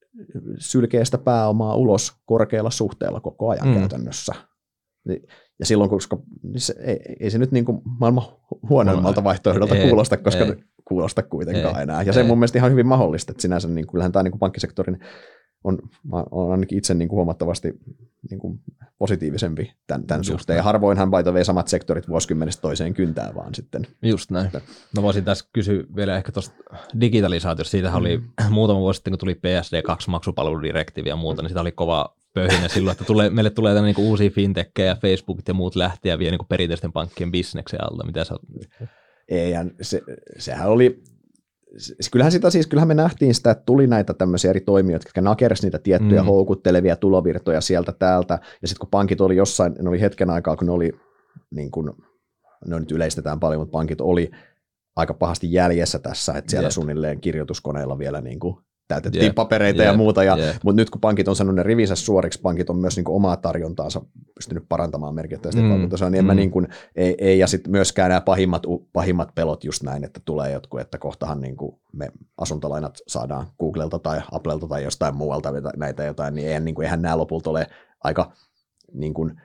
sylkee sitä pääomaa ulos korkealla suhteella koko ajan mm. käytännössä. Ja silloin, koska se, ei, ei se nyt niin kuin maailman huonoimmalta vaihtoehdolta ei, kuulosta, koska ei. kuulosta kuitenkaan ei, enää. Ja ei. Se on mun mielestä ihan hyvin mahdollista, että sinänsä niin kyllähän tämä niin kuin pankkisektorin on, on ainakin itse niin kuin huomattavasti niin kuin positiivisempi tämän, tämän suhteen. Ja harvoinhan by the way samat sektorit vuosikymmenestä toiseen kyntää vaan sitten. Just näin. Mä voisin tässä kysyä vielä ehkä tuosta digitalisaatiosta. Siitähän oli mm. muutama vuosi sitten, kun tuli P S D kaksi maksupalveludirektiivi ja muuta, niin sitä oli kova pöhinä silloin, että tulee, meille tulee tänne niin uusia fintechejä, Facebookit ja muut lähti ja vie niin perinteisten pankkien bisneksen alta. Mitä sä... Eihän, se, sehän oli... Kyllähän, sitä, siis, kyllähän me nähtiin sitä, että tuli näitä tämmöisiä eri toimijoita, jotka nakersivat niitä tiettyjä mm. houkuttelevia tulovirtoja sieltä täältä, ja sitten kun pankit oli jossain, ne oli hetken aikaa, kun ne oli, niin kuin, ne nyt yleistetään paljon, mutta pankit oli aika pahasti jäljessä tässä, että siellä yep. suunnilleen kirjoituskoneilla vielä niin kuin täytettiin yep. papereita yep. ja muuta, ja, yep. mutta nyt kun pankit on sanonut ne rivinsä suoriksi, pankit on myös niin kuin omaa tarjontaansa pystynyt parantamaan merkittävästi, mm. mutta se on niin, mm. niin kuin, ei, ei, ja sitten myöskään nämä pahimmat, pahimmat pelot just näin, että tulee jotkut, että kohtahan niin kuin me asuntolainat saadaan Googlelta tai Applelta tai jostain muualta näitä jotain, niin eihän, niin kuin, eihän nämä lopulta ole aika niin kuin,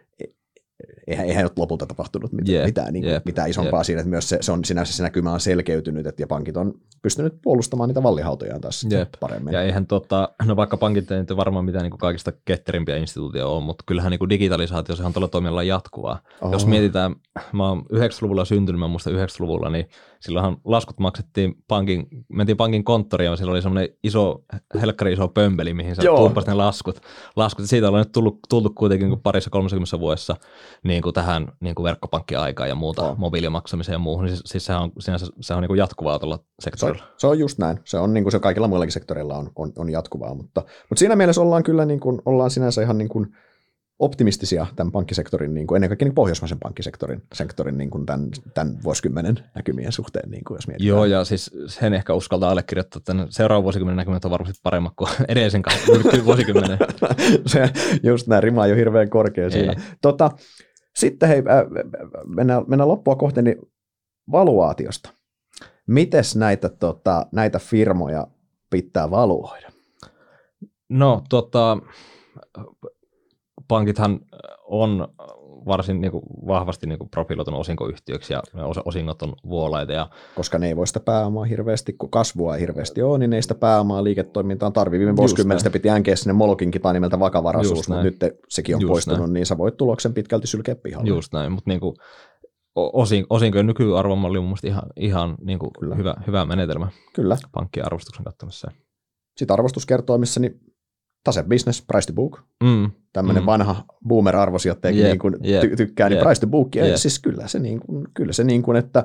eihän, eihän ole lopulta tapahtunut mitään, yeah, mitään, niin kuin, yeah, mitään isompaa yeah. siinä, että myös se, se on sinänsä se näkymä on selkeytynyt, että ja pankit on pystynyt puolustamaan niitä vallihautojaan tässä yep. paremmin. Ja eihän tota, no vaikka pankit ei varmaan mitään niin kuin kaikista ketterimpiä instituutioita ole, mutta kyllähän niin kuin digitalisaatio, sehän on tuolla toimialalla jatkuvaa. Oho. Jos mietitään, mä oon yhdeksänkymmentäluvulla syntynyt, mä muistan yhdeksänkymmentäluvulla, niin silloinhan laskut maksettiin pankin, mentiin pankin konttoriin ja siellä oli semmoinen iso, helkkari iso pömpeli, mihin sä tuuppasit ne laskut. laskut. Siitä ollaan nyt tullut, tultu kuitenkin niin parissa kolmekymmentä vuodessa niin kuin tähän niin kuin verkkopankkiaikaan ja muuta, oh. mobiilimaksamiseen ja muuhun. Siis, siis sehän on, sinänsä, sehän on niin kuin jatkuvaa tuolla sektorilla. Se, se on just näin. Se on niin kuin se kaikilla muillakin sektoreilla on, on, on jatkuvaa, mutta, mutta siinä mielessä ollaan kyllä niin kuin, ollaan sinänsä ihan niin kuin optimistisia tämän pankkisektorin, niin kuin, ennen kaikkea niin pohjoismaisen pankkisektorin sektorin, niin kuin tämän, tämän vuosikymmenen näkymien suhteen, niin kuin jos mietitään. Joo, ja siis sen ehkä uskaltaa allekirjoittaa, että seuraavan vuosikymmenen näkymät on varmasti paremmat kuin edellisen vuosikymmenen. Se just näin, rima on jo hirveän korkea siinä. Tota, sitten hei, äh, mennään, mennään loppua kohti, niin valuaatiosta. Mites näitä, tota, näitä firmoja pitää valuoida? No, tota... pankithan on varsin niin kuin, vahvasti niin kuin profiloitunut osinkoyhtiöksi ja osingot on vuolaita. Ja koska ne ei voi sitä pääomaa hirveästi, kun kasvua ei hirveästi ole, niin ne ei sitä pääomaa liiketoimintaan tarvitse. Viime vuosikymmenestä piti änkeä sinne Molokin kitaan nimeltä vakavaraisuus, mutta nyt sekin on Just poistunut, näin. Niin sä voit tuloksen pitkälti sylkeä pihalle. Just näin, mutta niin kuin, osin, osinkojen nykyarvoma oli mun mielestä ihan, ihan niin kuin hyvä, hyvä menetelmä Kyllä. pankkien arvostuksen kattamisessa. Sitten arvostuskertoimissa, niin tasebusiness, price to book, mm. tämmöinen mm. vanha boomer-arvosijoittajakin yep, niin kuin yep, tykkää, niin yep, price to book, ja yep. siis kyllä se, niin kuin, kyllä se niin kuin, että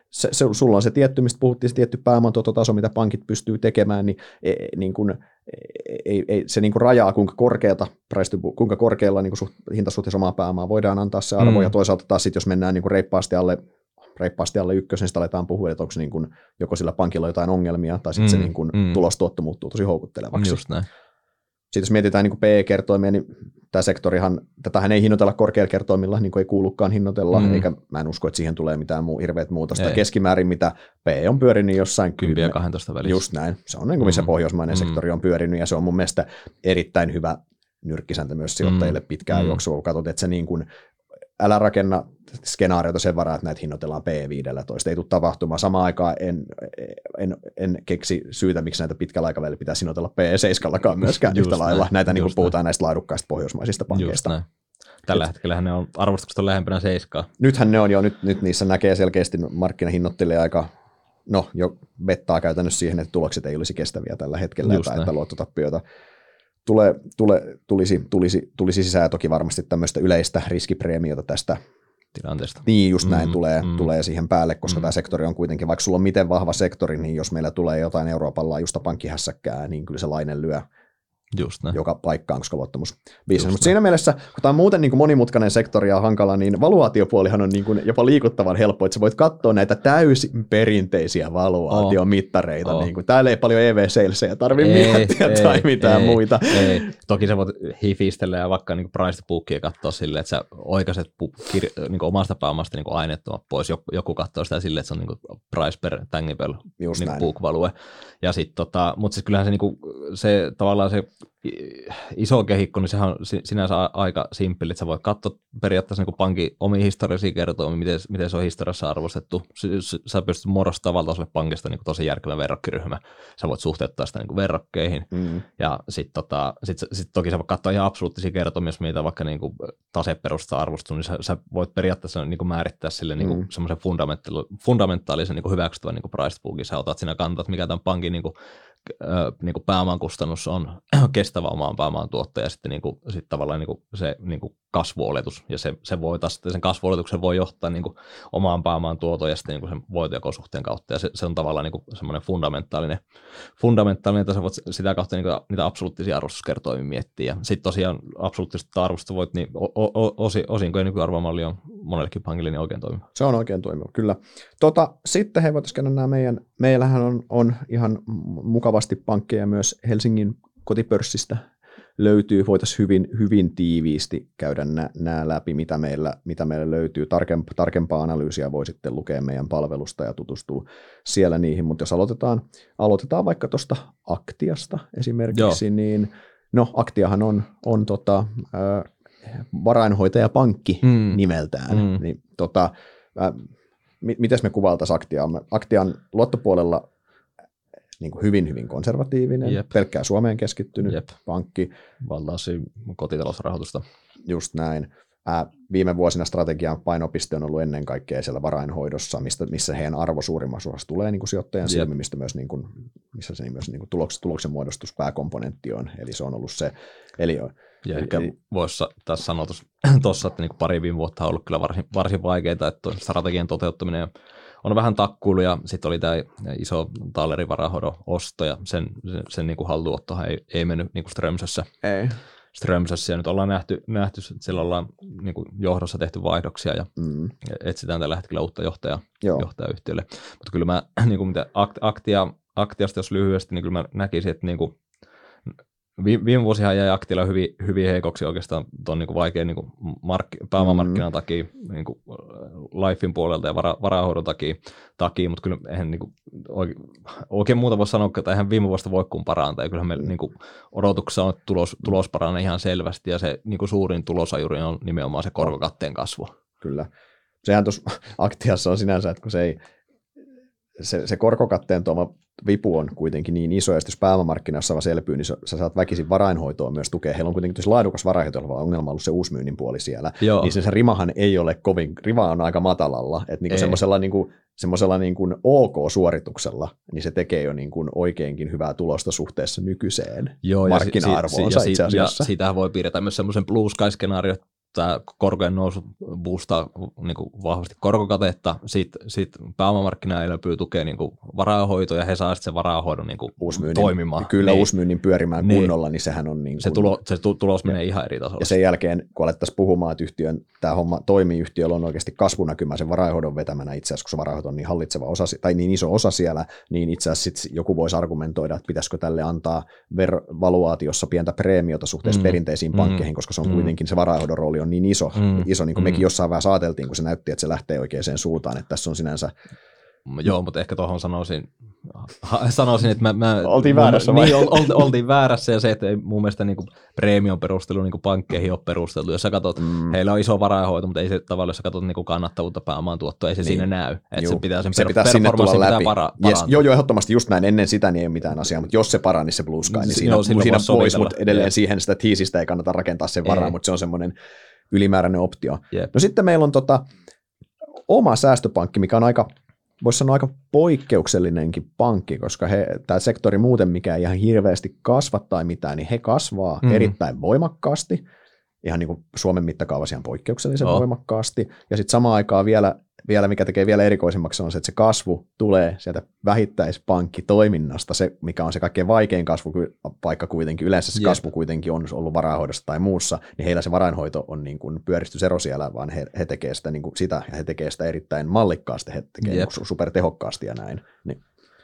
se, se, sulla on se tietty, mistä puhuttiin, se tietty pääomantuottotaso, mitä pankit pystyy tekemään, niin, ei, niin kuin, ei, ei, se niin kuin rajaa, kuinka korkeata, kuinka korkealla niin kuin suht, hintasuhteessa omaa pääomaa voidaan antaa se arvo, mm. ja toisaalta taas sit, jos mennään niin kuin reippaasti alle reippaasti alle ykkösen, niin sitä aletaan puhua, että onko se niin kuin, joko sillä pankilla jotain ongelmia, tai sitten mm, se niin kuin mm. tulostuotto muuttuu tosi houkuttelevaksi. Just näin. Sitten jos mietitään niin kuin P E-kertoimia, niin tämä sektorihan, tätähän ei hinnoitella korkeilla kertoimilla, niin kuin ei kuulukaan hinnoitella, mm. eikä mä en usko, että siihen tulee mitään muu, hirveät muutosta. Ei. Keskimäärin, mitä P E on pyörinyt jossain kymmenen ja kahdentoista välissä. Just näin. Se on niin kuin missä mm. pohjoismainen mm. sektori on pyörinyt, ja se on mun mielestä erittäin hyvä nyrkkisäntä myös sijoittajille mm. pitkään mm. juoksua, kun katsot, että se niin kuin, älä rakenna skenaarioita sen varaa, että näitä hinnoitellaan P E viisitoista. Ei tule tapahtumaan. Samaan aikaan en, en, en keksi syytä, miksi näitä pitkällä aikavälillä pitäisi hinnoitella P E seitsemän myöskään yhtä lailla. Näin, näitä niin kuin puhutaan näistä laadukkaista pohjoismaisista pankeista. Tällä hetkellä ne on arvostukset on lähempänä seiskaa. Nythän ne on jo, nyt, nyt niissä näkee selkeästi markkinahinnoittelee aika, no jo bettaa käytännössä siihen, että tulokset ei olisi kestäviä tällä hetkellä, Just tai näin. Että luottotappioita Tule, tule, tulisi, tulisi, tulisi sisään toki varmasti tämmöistä yleistä riskipreemiota tästä tilanteesta. Niin, just näin mm, tulee, mm. tulee siihen päälle, koska mm. tämä sektori on kuitenkin, vaikka sulla on miten vahva sektori, niin jos meillä tulee jotain Euroopan laajuista pankkihässäkkää, niin kyllä se lainen lyö Just näin. joka paikkaan, koska luottamus viisas. Mutta siinä mielessä, kun tämä on muuten niin kuin monimutkainen sektori ja hankala, niin valuaatiopuolihan on niin kuin jopa liikuttavan helppo, että sä voit katsoa näitä täysin perinteisiä valuaatiomittareita. Oh. Niin kuin, täällä ei paljon E V-salesejä tarvitse miettiä ei, tai mitään ei, muita. Ei. Toki sä voit hifistellä ja vaikka niin price bookia katsoa silleen, että sä oikaiset pu- kir- niin omasta pääomasta niin aineettomat pois. Joku, joku katsoo sitä silleen, että se on niin price per tangible niin book value. Ja sit, tota, mutta siis kyllähän se, niin kuin, se tavallaan se iso kehikko, niin sehän on sinänsä aika simppeli, että sä voit katsoa periaatteessa niin kuin pankin omiin historiallisia kertoimia, miten, miten se on historiassa arvostettu. Sä pystyt muodostamaan valtaiselle pankista niin kuin tosi järkevä verrokkiryhmä. Sä voit suhteuttaa sitä niin kuin verrokkeihin. Mm. Ja sitten tota, sit, sit toki sä voit katsoa ihan absoluuttisia kertomia, jos mitä vaikka niin kuin taseperusta arvostuu, niin sä, sä voit periaatteessa niin kuin määrittää sille niin kuin mm. semmoisen fundamentaali, fundamentaalisen niin kuin hyväksyttävän niin kuin price bookin. Sä otat siinä kantaa, että mikä tämän pankin niin kuin niin kuin pääoman kustannus on kestävä omaan pääomaan tuotto ja sitten niin kuin, sit tavallaan niin kuin se niin kuin kasvuoletus ja se, se voi taas, sen kasvuoletuksen voi johtaa niin kuin omaan pääomaan tuoton ja sitten niin kuin sen voitojakosuhteen kautta ja se, se on tavallaan niin kuin semmoinen fundamentaalinen, fundamentaalinen, että sä voit sitä kautta niin kuin niitä absoluuttisia arvostuskertoimia miettiä ja sitten tosiaan absoluuttista arvostusta voit, niin osi, osinko ja nykyarvomalli on monellekin pankille niin oikein toimiva. Se on oikein toimiva, kyllä. Tota, sitten he voitaisiin käydä nämä meidän, meillähän on, on ihan mukavasti pankkeja myös Helsingin kotipörssistä löytyy, voitaisiin hyvin, hyvin tiiviisti käydä nä, nämä läpi, mitä meillä, mitä meillä löytyy. Tarkemp, tarkempaa analyysiä voi sitten lukea meidän palvelusta ja tutustua siellä niihin, mutta jos aloitetaan, aloitetaan vaikka tuosta Aktiasta esimerkiksi, Joo. niin no Aktiahan on, on tota, äh, varainhoitajapankki mm. nimeltään, mm. niin tota, äh, m- miten me kuvailtaisiin Aktiaa? Aktian luottopuolella niin kuin hyvin, hyvin konservatiivinen, Jep. pelkkää Suomeen keskittynyt Jep. pankki. Valtaasi kotitalousrahoitusta. Just näin. Ää, viime vuosina strategian painopiste on ollut ennen kaikkea siellä varainhoidossa, mistä, missä heidän arvo suurimmassa osassa tulee niin kuin sijoittajan silmin, mistä myös, niin kuin, missä se myös niin kuin tuloksen, tuloksen muodostus pääkomponentti on, eli se on ollut se. Eli, ja ehkä voisi tässä sanoa tuossa, että niin kuin pari viime vuotta on ollut kyllä varsin, varsin vaikeaa, että strategian toteuttaminen on vähän takkuilu, ja sitten oli tämä iso Taallerin varainhoidon osto, ja sen, sen, sen niin kuin haltuunottohan ei, ei mennyt niin kuin Strömsössä. Ei. Strömsössä, ja nyt ollaan nähty, nähty että siellä ollaan niin kuin johdossa tehty vaihdoksia, ja mm. etsitään tällä hetkellä uutta johtajaa, johtajayhtiölle. Mutta kyllä mä, niin kuin mitä Aktia, Aktiasta jos lyhyesti, niin kyllä mä näkisin, että niin kuin viime vuosihan jäi Aktialla hyvin, hyvin heikoksi oikeastaan tuon niin vaikean niin mark- pääomamarkkinan takia, niin kuin Lifein puolelta ja vara- varainhoidon takia, takia, mutta kyllä eihän niin kuin oikein, oikein muuta voi sanoa, että eihän viime vuosta voi kuin parantaa. Ja kyllähän meillä niin kuin odotuksessa on, että tulos, tulos paranee ihan selvästi, ja se niin kuin suurin tulosajuri on nimenomaan se korkokatteen kasvu. Kyllä. Sehän tuossa Aktiassa on sinänsä, että kun se ei, se, se korkokatteen tuoma vipu on kuitenkin niin iso, ja jos pääomamarkkinassa vaan selpyy, niin sä, sä saat väkisin varainhoitoa myös tukea. Heillä on kuitenkin tosi laadukas varainhoito, vaan ongelma on ollut se uusmyynnin puoli siellä. Joo. Niin se, se rimahan ei ole kovin, rima on aika matalalla, että niinku semmoisella niinku, semmoisella niinku OK-suorituksella, niin se tekee jo niinku oikeinkin hyvää tulosta suhteessa nykyiseen Joo, markkina-arvoonsa ja si, si, itse asiassa. Ja siitähän voi piirtää myös semmoisen blue sky-skenaario, tämä korkojen nousu boostaa niin kuin vahvasti korkokatetta, sitten sit pääomamarkkina elpyy tukee niin kuin varainhoitoa ja he saa sitten sen varainhoidon niin kuin toimimaan. Kyllä niin. uusmyynnin pyörimään niin. kunnolla, niin sehän on niin kuin, se, tulo, se tulos menee ja, ihan eri tasolla. Ja sen jälkeen, kun alettaisiin puhumaan, että yhtiön, tämä homma toimii, yhtiöllä on oikeasti kasvunäkymä sen varainhoidon vetämänä itse asiassa, kun se varainhoito on niin hallitseva osa, tai niin iso osa siellä, niin itse asiassa joku voisi argumentoida, että pitäisikö tälle antaa ver- valuaatiossa pientä preemiota suhteessa mm. perinteisiin mm. pankkeihin, koska se on mm. kuitenkin, se varainhoidon rooli on niin iso, mm. iso niin kuin mm. mekin jossain vähän saateltiin, kun se näytti, että se lähtee oikeaan suuntaan, että tässä on sinänsä. Joo, mutta ehkä tuohon sanoisin, sanoisin, että mä, mä oltiin väärässä vai? Niin, oltiin, oltiin väärässä ja se, että ei mun mielestä niin preemion perustelu niin pankkeihin ole perusteltu. Jos sä katsot, mm. heillä on iso varainhoito, mutta ei se tavallaan, jos sä katsot niin kannattavuutta pääomaan tuottoa, ei se niin. siinä näy. Että se pitää sen se per, pitää performanssin pitää para, yes. Joo, joo, ehdottomasti just näin. Ennen sitä niin ei ole mitään asiaa, mutta jos se parani se Blue Sky, niin siinä, joo, siinä pois, mutta edelleen yeah. siihen sitä tiisistä ei kannata rakentaa sen varaan, mutta se on semmoinen ylimääräinen optio. Yep. No sitten meillä on tota, oma säästöpankki, mikä on aika, voisi sanoa aika poikkeuksellinenkin pankki, koska he, tämä sektori muuten, mikä ei ihan hirveästi kasva tai mitään, niin he kasvaa mm. erittäin voimakkaasti, ihan niin kuin Suomen mittakaavassa ihan poikkeuksellisen oh. voimakkaasti, ja sitten samaan aikaan vielä, vielä, mikä tekee vielä erikoisemmaksi, on se, että se kasvu tulee sieltä vähittäispankkitoiminnasta, se mikä on se kaikkein vaikein kasvupaikka kuitenkin, yleensä se yep. kasvu kuitenkin on ollut varainhoidossa tai muussa, niin heillä se varainhoito on niin kuin pyöristysero siellä, vaan he, he tekee sitä, niin kuin sitä, ja he tekee sitä erittäin mallikkaasti, he tekee yep. niin supertehokkaasti ja näin. Niin.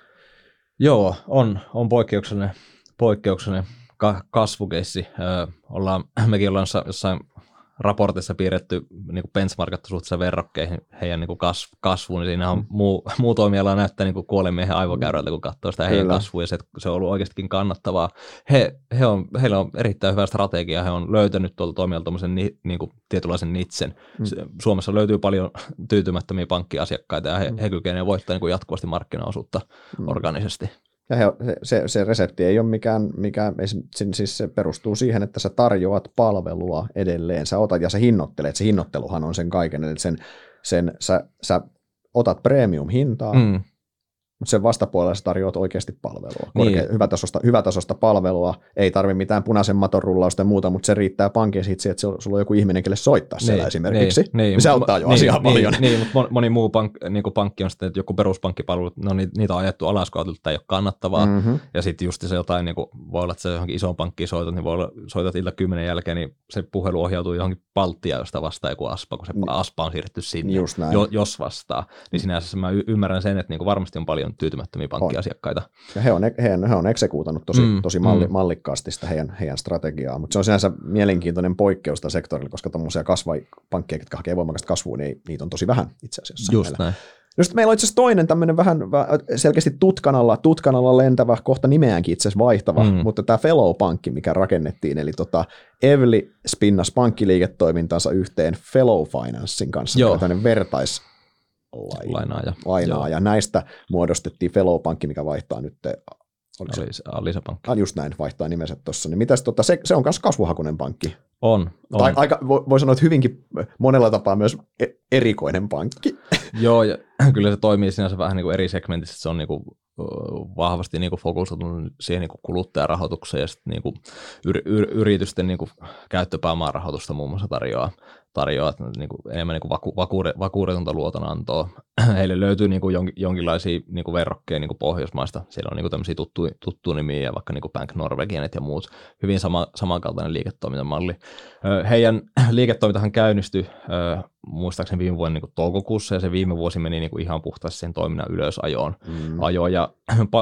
Joo, on, on poikkeuksellinen, poikkeuksellinen ka- kasvukeissi. Öö, ollaan, mekin ollaan jossain raportissa piirretty niin kuin benchmarkattu suhteessa verrokkeihin heidän niin kuin kasv- kasvuun, niin siinä on mm. muu, muu toimiala näyttää niin kuin kuolen miehen aivokäyrältä, kun katsoo sitä heidän kasvua, ja se, se on ollut oikeastikin kannattavaa. He, he on, heillä on erittäin hyvä strategia, he on löytänyt tuolta toimialta tuommoisen ni, niin kuin tietynlaisen nitsen. Mm. Suomessa löytyy paljon tyytymättömiä pankkiasiakkaita, ja he, mm. he kykenevät voittamaan niin kuin jatkuvasti markkinaosuutta mm. organisesti. Ja he, se, se resepti ei ole mikään, mikään, siis se perustuu siihen, että sä tarjoat palvelua edelleen, sä otat ja sä hinnoittelet, se hinnoitteluhan on sen kaiken, että sen, sen, sä, sä otat premium-hintaa, mm. mutta sen vastapuolella sä tarjoat oikeasti palvelua, korkea, niin. hyvätasosta, hyvätasosta palvelua, ei tarvitse mitään punaisen maton rullausta ja muuta, mutta se riittää pankissa itse, että sulla on joku ihminen, kelle soittaa niin, siellä esimerkiksi, niin, niin, se auttaa jo niin, asiaa niin, paljon. Niin, mutta moni muu pank, niin kuin pankki on sitten, että joku peruspankkipalvelut, no niitä on ajettu alas, kun ei ole kannattavaa, mm-hmm. ja sitten just se jotain, niin kuin, voi olla, että se johonkin isoon pankkiin soitat, niin voi olla, soitat ilta kymmenen jälkeen, niin se puhelu ohjautuu johonkin Baltiaan, josta vastaa joku Aspa, kun se niin. Aspa on siirretty sinne, jo, jos vastaa, niin sinänsä mä y- ymmärrän sen, että niin kuin varmasti on paljon tyytymättömiä pankkiasiakkaita. Ja he on, he on, he on eksekuutanut tosi, mm, tosi malli, mm. mallikkaasti sitä heidän, heidän strategiaa, mutta se on sinänsä mielenkiintoinen poikkeus tällä sektorilla, koska tuommoisia pankkeja, jotka hakee voimakasta kasvua, niin niitä on tosi vähän itse asiassa. Just näin. No sitten meillä on itse asiassa toinen tämmöinen vähän selkeästi tutkanalla, tutkanalla lentävä, kohta nimeäänkin itse asiassa vaihtava, mm. mutta tämä Fellow-pankki, mikä rakennettiin, eli tota, Evli spinnasi pankkiliiketoimintansa yhteen Fellow Financein kanssa, joka on tämmöinen vertais lainaaja. lainaaja. Näistä muodostettiin Fellow-pankki, mikä vaihtaa nyt, oliko se? Alisa-pankki. Ah, just näin, vaihtaa nimensä tuossa. Niin mitäs, tota, se, se on myös kasvuhakuinen pankki. On. on. Tai aika, voi sanoa, että hyvinkin monella tapaa myös erikoinen pankki. Joo, ja kyllä se toimii sinänsä vähän niin kuin eri segmentissä. Se on niin kuin vahvasti niin kuin fokusoitunut siihen niin kuin kuluttajarahoitukseen ja sitten niin kuin yr- yr- yritysten niin kuin käyttöpääomarahoitusta muun muassa tarjoaa. tarjoaa niin kuin enemmän niin kuin vaku, vakuure, vakuudetonta luotonantoa. Heille löytyy niin kuin jon, jonkinlaisia niin kuin verrokkeja niin kuin Pohjoismaista. Siellä on niin kuin tämmöisiä tuttuja tuttu nimiä ja vaikka niin kuin Bank Norwegianet ja muut. Hyvin sama, samankaltainen liiketoimintamalli. Heidän liiketoimintahan käynnistyi muistaakseni viime vuoden niin kuin toukokuussa ja se viime vuosi meni niin kuin ihan puhtaasti sen toiminnan ylösajoon. Mm. Ajoon. Ja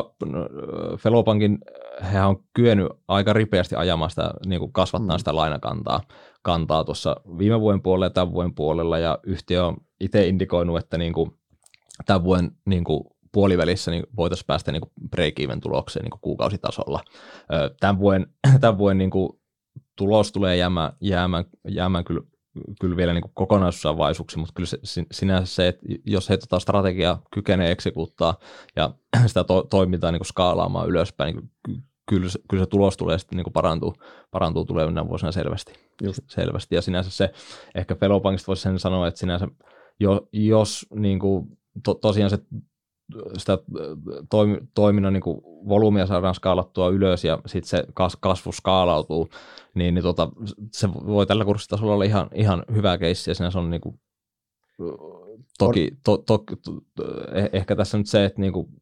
Fellow-pankin he on kyennyt aika ripeästi ajamaan sitä, niin kuin kasvattaa mm. sitä lainakantaa kantaa tuossa viime vuoden puolella ja tämän vuoden puolella, ja yhtiö on itse indikoinut, että niin kuin tämän vuoden niin kuin puolivälissä niin voitaisiin päästä niin kuin break-even tulokseen niin kuin kuukausitasolla. Tämän vuoden, tämän vuoden niin kuin tulos tulee jäämään, jäämään, jäämään kyllä, kyllä vielä niin kuin kokonaisuudessaan vaisuksi, mutta kyllä se, sinänsä se, että jos he tota strategiaa kykenee eksekuuttaa ja sitä to, toimintaa niin kuin skaalaamaan ylöspäin, niin Kyllä, kyllä se tulos tulee sitten niin kuin parantuu, parantuu tulevina vuosina selvästi. Just. selvästi. Ja sinänsä se, ehkä Fellow-pankista voisi sen sanoa, että sinänsä jo, jos niin kuin, to, tosiaan se sitä toimi, toiminnan niin kuin volyymia saadaan skaalattua ylös ja sitten se kas, kasvu skaalautuu, niin, niin tota, se voi tällä kurssitasolla olla ihan, ihan hyvä keissi ja siinä se on niin kuin, toki, to, to, to, to, ehkä tässä nyt se, että niin kuin,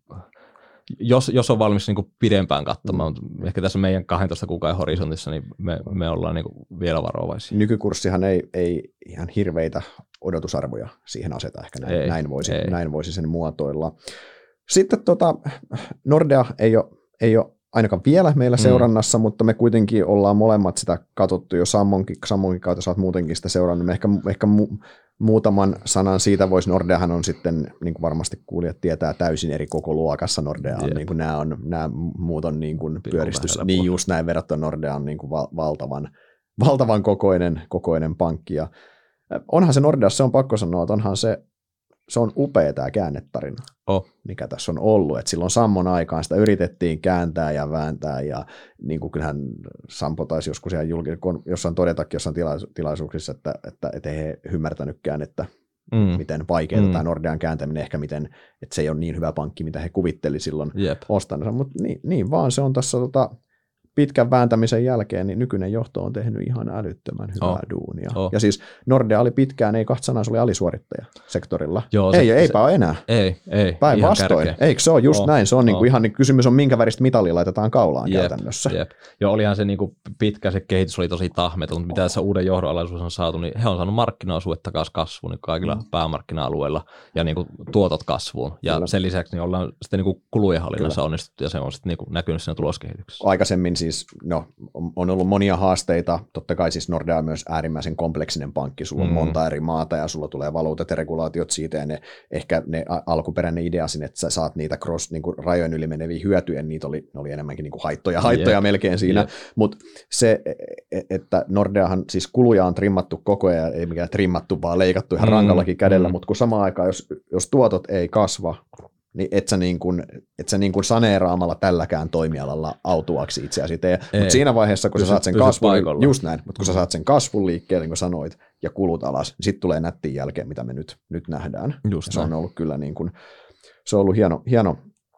Jos, jos on valmis niin kuin pidempään katsomaan, mm. ehkä tässä meidän kahdentoista kuukauden horisontissa, niin me, me ollaan niin kuin vielä varovaisia. Nykykurssihan ei, ei ihan hirveitä odotusarvoja siihen aseta, ehkä näin, ei, näin, voisi, näin voisi sen muotoilla. Sitten tota, Nordea ei ole, ei ole ainakaan vielä meillä mm. seurannassa, mutta me kuitenkin ollaan molemmat sitä katsottu jo Sammonkin, Sammonkin kautta, sä oot muutenkin sitä seurannut. Me ehkä, ehkä mu, muutaman sanan siitä voisi, Nordeahan on sitten, niin kuin varmasti kuulijat tietää, täysin eri koko luokassa Nordea on, niin kuin nämä, on, nämä muut on niin kuin pyöristys, niin just näin verrattuna Nordea on niin kuin val, valtavan, valtavan kokoinen, kokoinen pankki. Ja onhan se Nordeassa, se on pakko sanoa, että onhan se, se on upea tämä käännetarina, oh. mikä tässä on ollut. Et silloin Sammon aikaan sitä yritettiin kääntää ja vääntää, ja niin kuin kyllähän Sampo taisi joskus ihan julkisesti, jossain todetakin jossain tilaisu- tilaisuuksissa, että, että, että ei he ymmärtänytkään, että mm. miten vaikeaa mm. tämä Nordean kääntäminen, ehkä miten, että se ei ole niin hyvä pankki, mitä he kuvitteli silloin Jep. ostaneensa, mutta niin, niin vaan se on tässä tota, pitkän vääntämisen jälkeen, niin nykyinen johto on tehnyt ihan älyttömän hyvää oh. duunia. Oh. Ja siis Nordea oli pitkään, ei kahta sanaa, se oli alisuorittaja sektorilla. Joo, ei, se, eipä se, ole enää. Ei, ei. Päinvastoin. Eikö se ole just oh. näin? Se on oh. niin kuin ihan niin kysymys on, minkä väristä mitalia laitetaan kaulaan jep, käytännössä. Jep. Joo, olihan se niin kuin pitkä, se kehitys oli tosi tahmeton, mutta mitä tässä uuden johdon alaisuus on saatu, niin he on saanut markkinaosuudet takaisin kasvuun niin kaikilla mm. päämarkkina-alueilla ja niin kuin tuotot kasvuun. Ja Kyllä. sen lisäksi niin ollaan sitten niin kuin kulujen hallinnassa onnistuttu ja se on sitten niin kuin näkynyt siinä tuloskehityksessä. Aikaisemmin siis, no on ollut monia haasteita, totta kai siis Nordea on myös äärimmäisen kompleksinen pankki, sulla on mm. monta eri maata ja sulla tulee valuutat ja regulaatiot siitä ja ne, ehkä ne alkuperäinen idea sinne, että sä saat niitä cross, niin kuin rajojen yli meneviä hyötyjä, niitä oli, ne oli enemmänkin niin kuin haittoja, haittoja yep. melkein siinä, yep. mutta se, että Nordeahan siis kuluja on trimmattu koko ajan, ei mikään trimmattu, vaan leikattu ihan mm. rankallakin kädellä, mm. mutta kun samaan aikaan, jos, jos tuotot ei kasva, niin et sä, niin kuin, et sä niin kuin saneeraamalla tälläkään toimialalla autuaksi itseäsi tee. Mutta siinä vaiheessa, kun pysy, sä saat sen kasvun, just näin, mutta kun sä saat sen kasvun liikkeelle, niin kuin sanoit, ja kulut alas, niin sitten tulee nättiin jälkeen, mitä me nyt, nyt nähdään. Just se on ollut kyllä niin kuin, se on ollut hieno, hieno,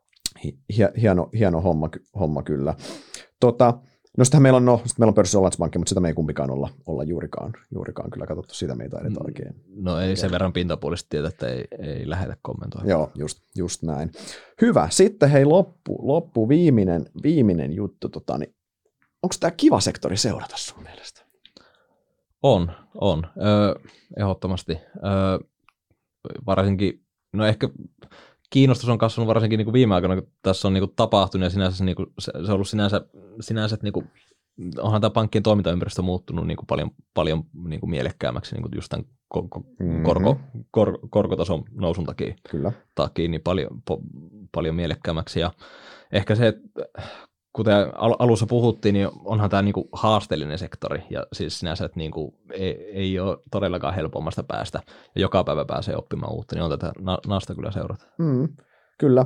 hieno, hieno homma, homma kyllä. Tota, no sitten meillä on, no, sit meillä on pörssi-Ålandspankki, mutta sitä me ei kumpikaan olla, olla juurikaan, juurikaan kyllä katsottu, sitä me ei taideta oikein. No ei oikein. Sen verran pintapuolisesti tietää, että ei, ei lähdetä kommentoimaan. Joo, just, just näin. Hyvä, sitten hei loppu, loppu viimeinen, viimeinen juttu, tota, niin, onko tämä kiva sektori seurata sun mielestä? On, on, öö, ehdottomasti. Öö, varsinkin, no ehkä kiinnostus on kasvanut varsinkin niin kuin viime aikoina, kun tässä on niin kuin tapahtunut ja sinänsä, niin kuin, se, se on ollut sinänsä, sinänsä niin kuin, onhan tämä pankkien toimintaympäristö muuttunut niin kuin paljon, paljon niin kuin mielekkäämmäksi niin kuin just tämän korko, mm-hmm. kor, korkotason nousun takia, Kyllä. takia niin paljon, po, paljon mielekkäämmäksi. Ja ehkä se, että kuten alussa puhuttiin, niin onhan tämä niinku haasteellinen sektori, ja siis sinänsä, että niinku ei, ei ole todellakaan helpommasta päästä, ja joka päivä pääsee oppimaan uutta, niin on tätä naasta kyllä seurata. Mm, kyllä.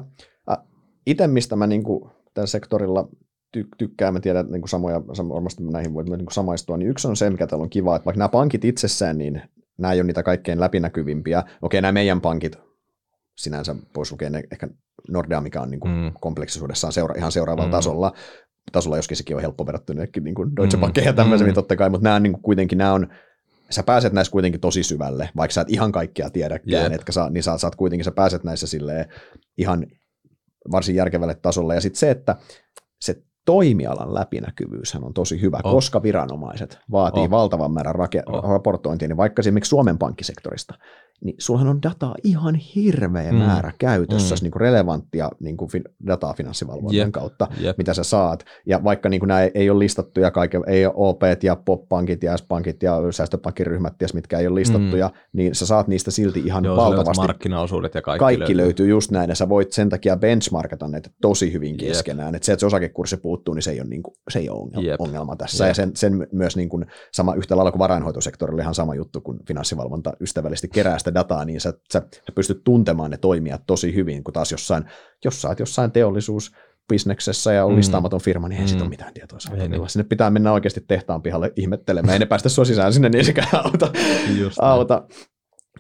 Itse, mistä mä niinku tällä sektorilla ty- tykkään, mä tiedän, että niinku samoja, varmasti näihin voi niinku samaistua, niin yksi on se, mikä täällä on kiva, että vaikka nämä pankit itsessään, niin nämä ei ole niitä kaikkein läpinäkyvimpiä. Okei, nämä meidän pankit, sinänsä pois lukien ehkä Nordea, mikä on niin kuin mm. kompleksisuudessaan seura- ihan seuraavalla mm. tasolla, tasolla, joskin sekin on helppo verrattuna niin kuin Deutsche Bankia ja tämmöisen, mm. totta kai, mutta nämä on niin kuin kuitenkin, nämä on, sä pääset näissä kuitenkin tosi syvälle, vaikka sä et ihan kaikkea tiedäkään, yep. etkä saa, niin sä, sä kuitenkin, sä pääset näissä silleen ihan varsin järkevälle tasolle, ja sitten se, että se toimialan läpinäkyvyyshän on tosi hyvä, oh. koska viranomaiset vaatii oh. valtavan määrän rake- oh. raportointia, niin vaikka esimerkiksi Suomen pankkisektorista, niin sullahan on dataa ihan hirveä mm. määrä käytössä, mm. niin kuin relevanttia niin kuin fin- dataa finanssivalvonnan yep. kautta, yep. mitä sä saat. Ja vaikka niin kuin nämä ei ole listattuja, kaiken, ei ole O P:t ja P O P-pankit ja S-pankit ja säästöpankkiryhmät, mitkä ei ole listattuja, mm. niin sä saat niistä silti ihan Joo, valtavasti. Markkinaosuudet ja kaikki, kaikki löytyy. löytyy just näin, ja sä voit sen takia benchmarkata näitä tosi hyvin keskenään. Yep. Että se, että se osakekurssi puuttuu, niin se ei ole, niin kuin, se ei ole ongelma, yep. ongelma tässä. Yep. Ja sen, sen myös niin kuin sama, yhtä lailla kuin varainhoitosektorilla ihan sama juttu, kun finanssivalvonta ystävällisesti kerää sitä dataa, niin sä, sä, sä pystyt tuntemaan ne toimijat tosi hyvin, kun taas jossain, jos sä oot jossain teollisuusbisneksessä ja on mm. listaamaton firma, niin ei mm. siitä ole mitään tietoa saatavilla. Sinne pitää mennä oikeasti tehtaan pihalle ihmettelemään, ei ne päästä sua sisään sinne, niin sekään auta. auta.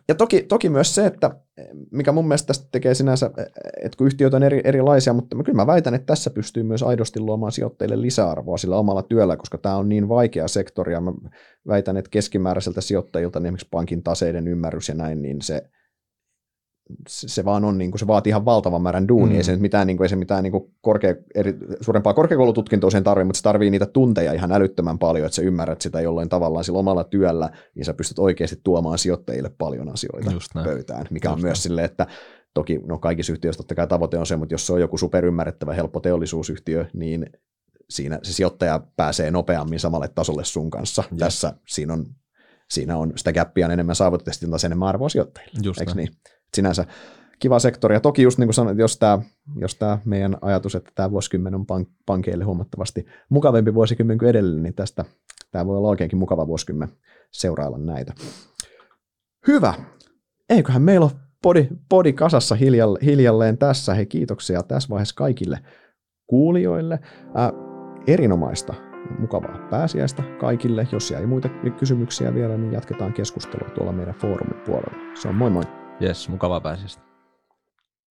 Ja toki, toki myös se, että mikä mun mielestä tästä tekee sinänsä, että kun yhtiöt on eri, erilaisia, mutta kyllä mä väitän, että tässä pystyy myös aidosti luomaan sijoittajille lisäarvoa sillä omalla työllä, koska tämä on niin vaikea sektori, ja mä väitän, että keskimääräiseltä sijoittajilta niin esimerkiksi pankin taseiden ymmärrys ja näin, niin se, se vaan on, niin kuin, se vaatii ihan valtavan määrän duunia, mm. ei se nyt mitään, niin kuin, ei se mitään niin kuin korkea, eri, suurempaa korkeakoulututkintoa sen tarvitse, mutta se tarvii niitä tunteja ihan älyttömän paljon, että sä ymmärrät sitä jollain tavallaan sillä omalla työllä, niin sä pystyt oikeasti tuomaan sijoittajille paljon asioita pöytään, mikä Just on näin. Myös silleen, että toki no kaikissa yhtiöissä totta kai tavoite on se, mutta jos se on joku superymmärrettävä helppo teollisuusyhtiö, niin siinä se sijoittaja pääsee nopeammin samalle tasolle sun kanssa. Yes. Tässä siinä on, siinä on sitä gappia enemmän saavutettu, taas enemmän arvoa sijoittajille. Just eikö niin? Sinänsä kiva sektori. Ja toki just niin kuin sanoit, jos tämä, jos tämä meidän ajatus, että tämä vuosikymmen on pank- pankeille huomattavasti mukavampi vuosikymmen kuin edellinen, niin tästä tämä voi olla oikeinkin mukava vuosikymmen seurailla näitä. Hyvä. Eiköhän meillä ole podi, podi kasassa hiljalle, hiljalleen tässä. Hei, kiitoksia tässä vaiheessa kaikille kuulijoille. Ää, erinomaista, mukavaa pääsiäistä kaikille. Jos jäi muita kysymyksiä vielä, niin jatketaan keskustelua tuolla meidän foorumin puolella. Se on moi moi. Jes, mukavaa pääsiäistä.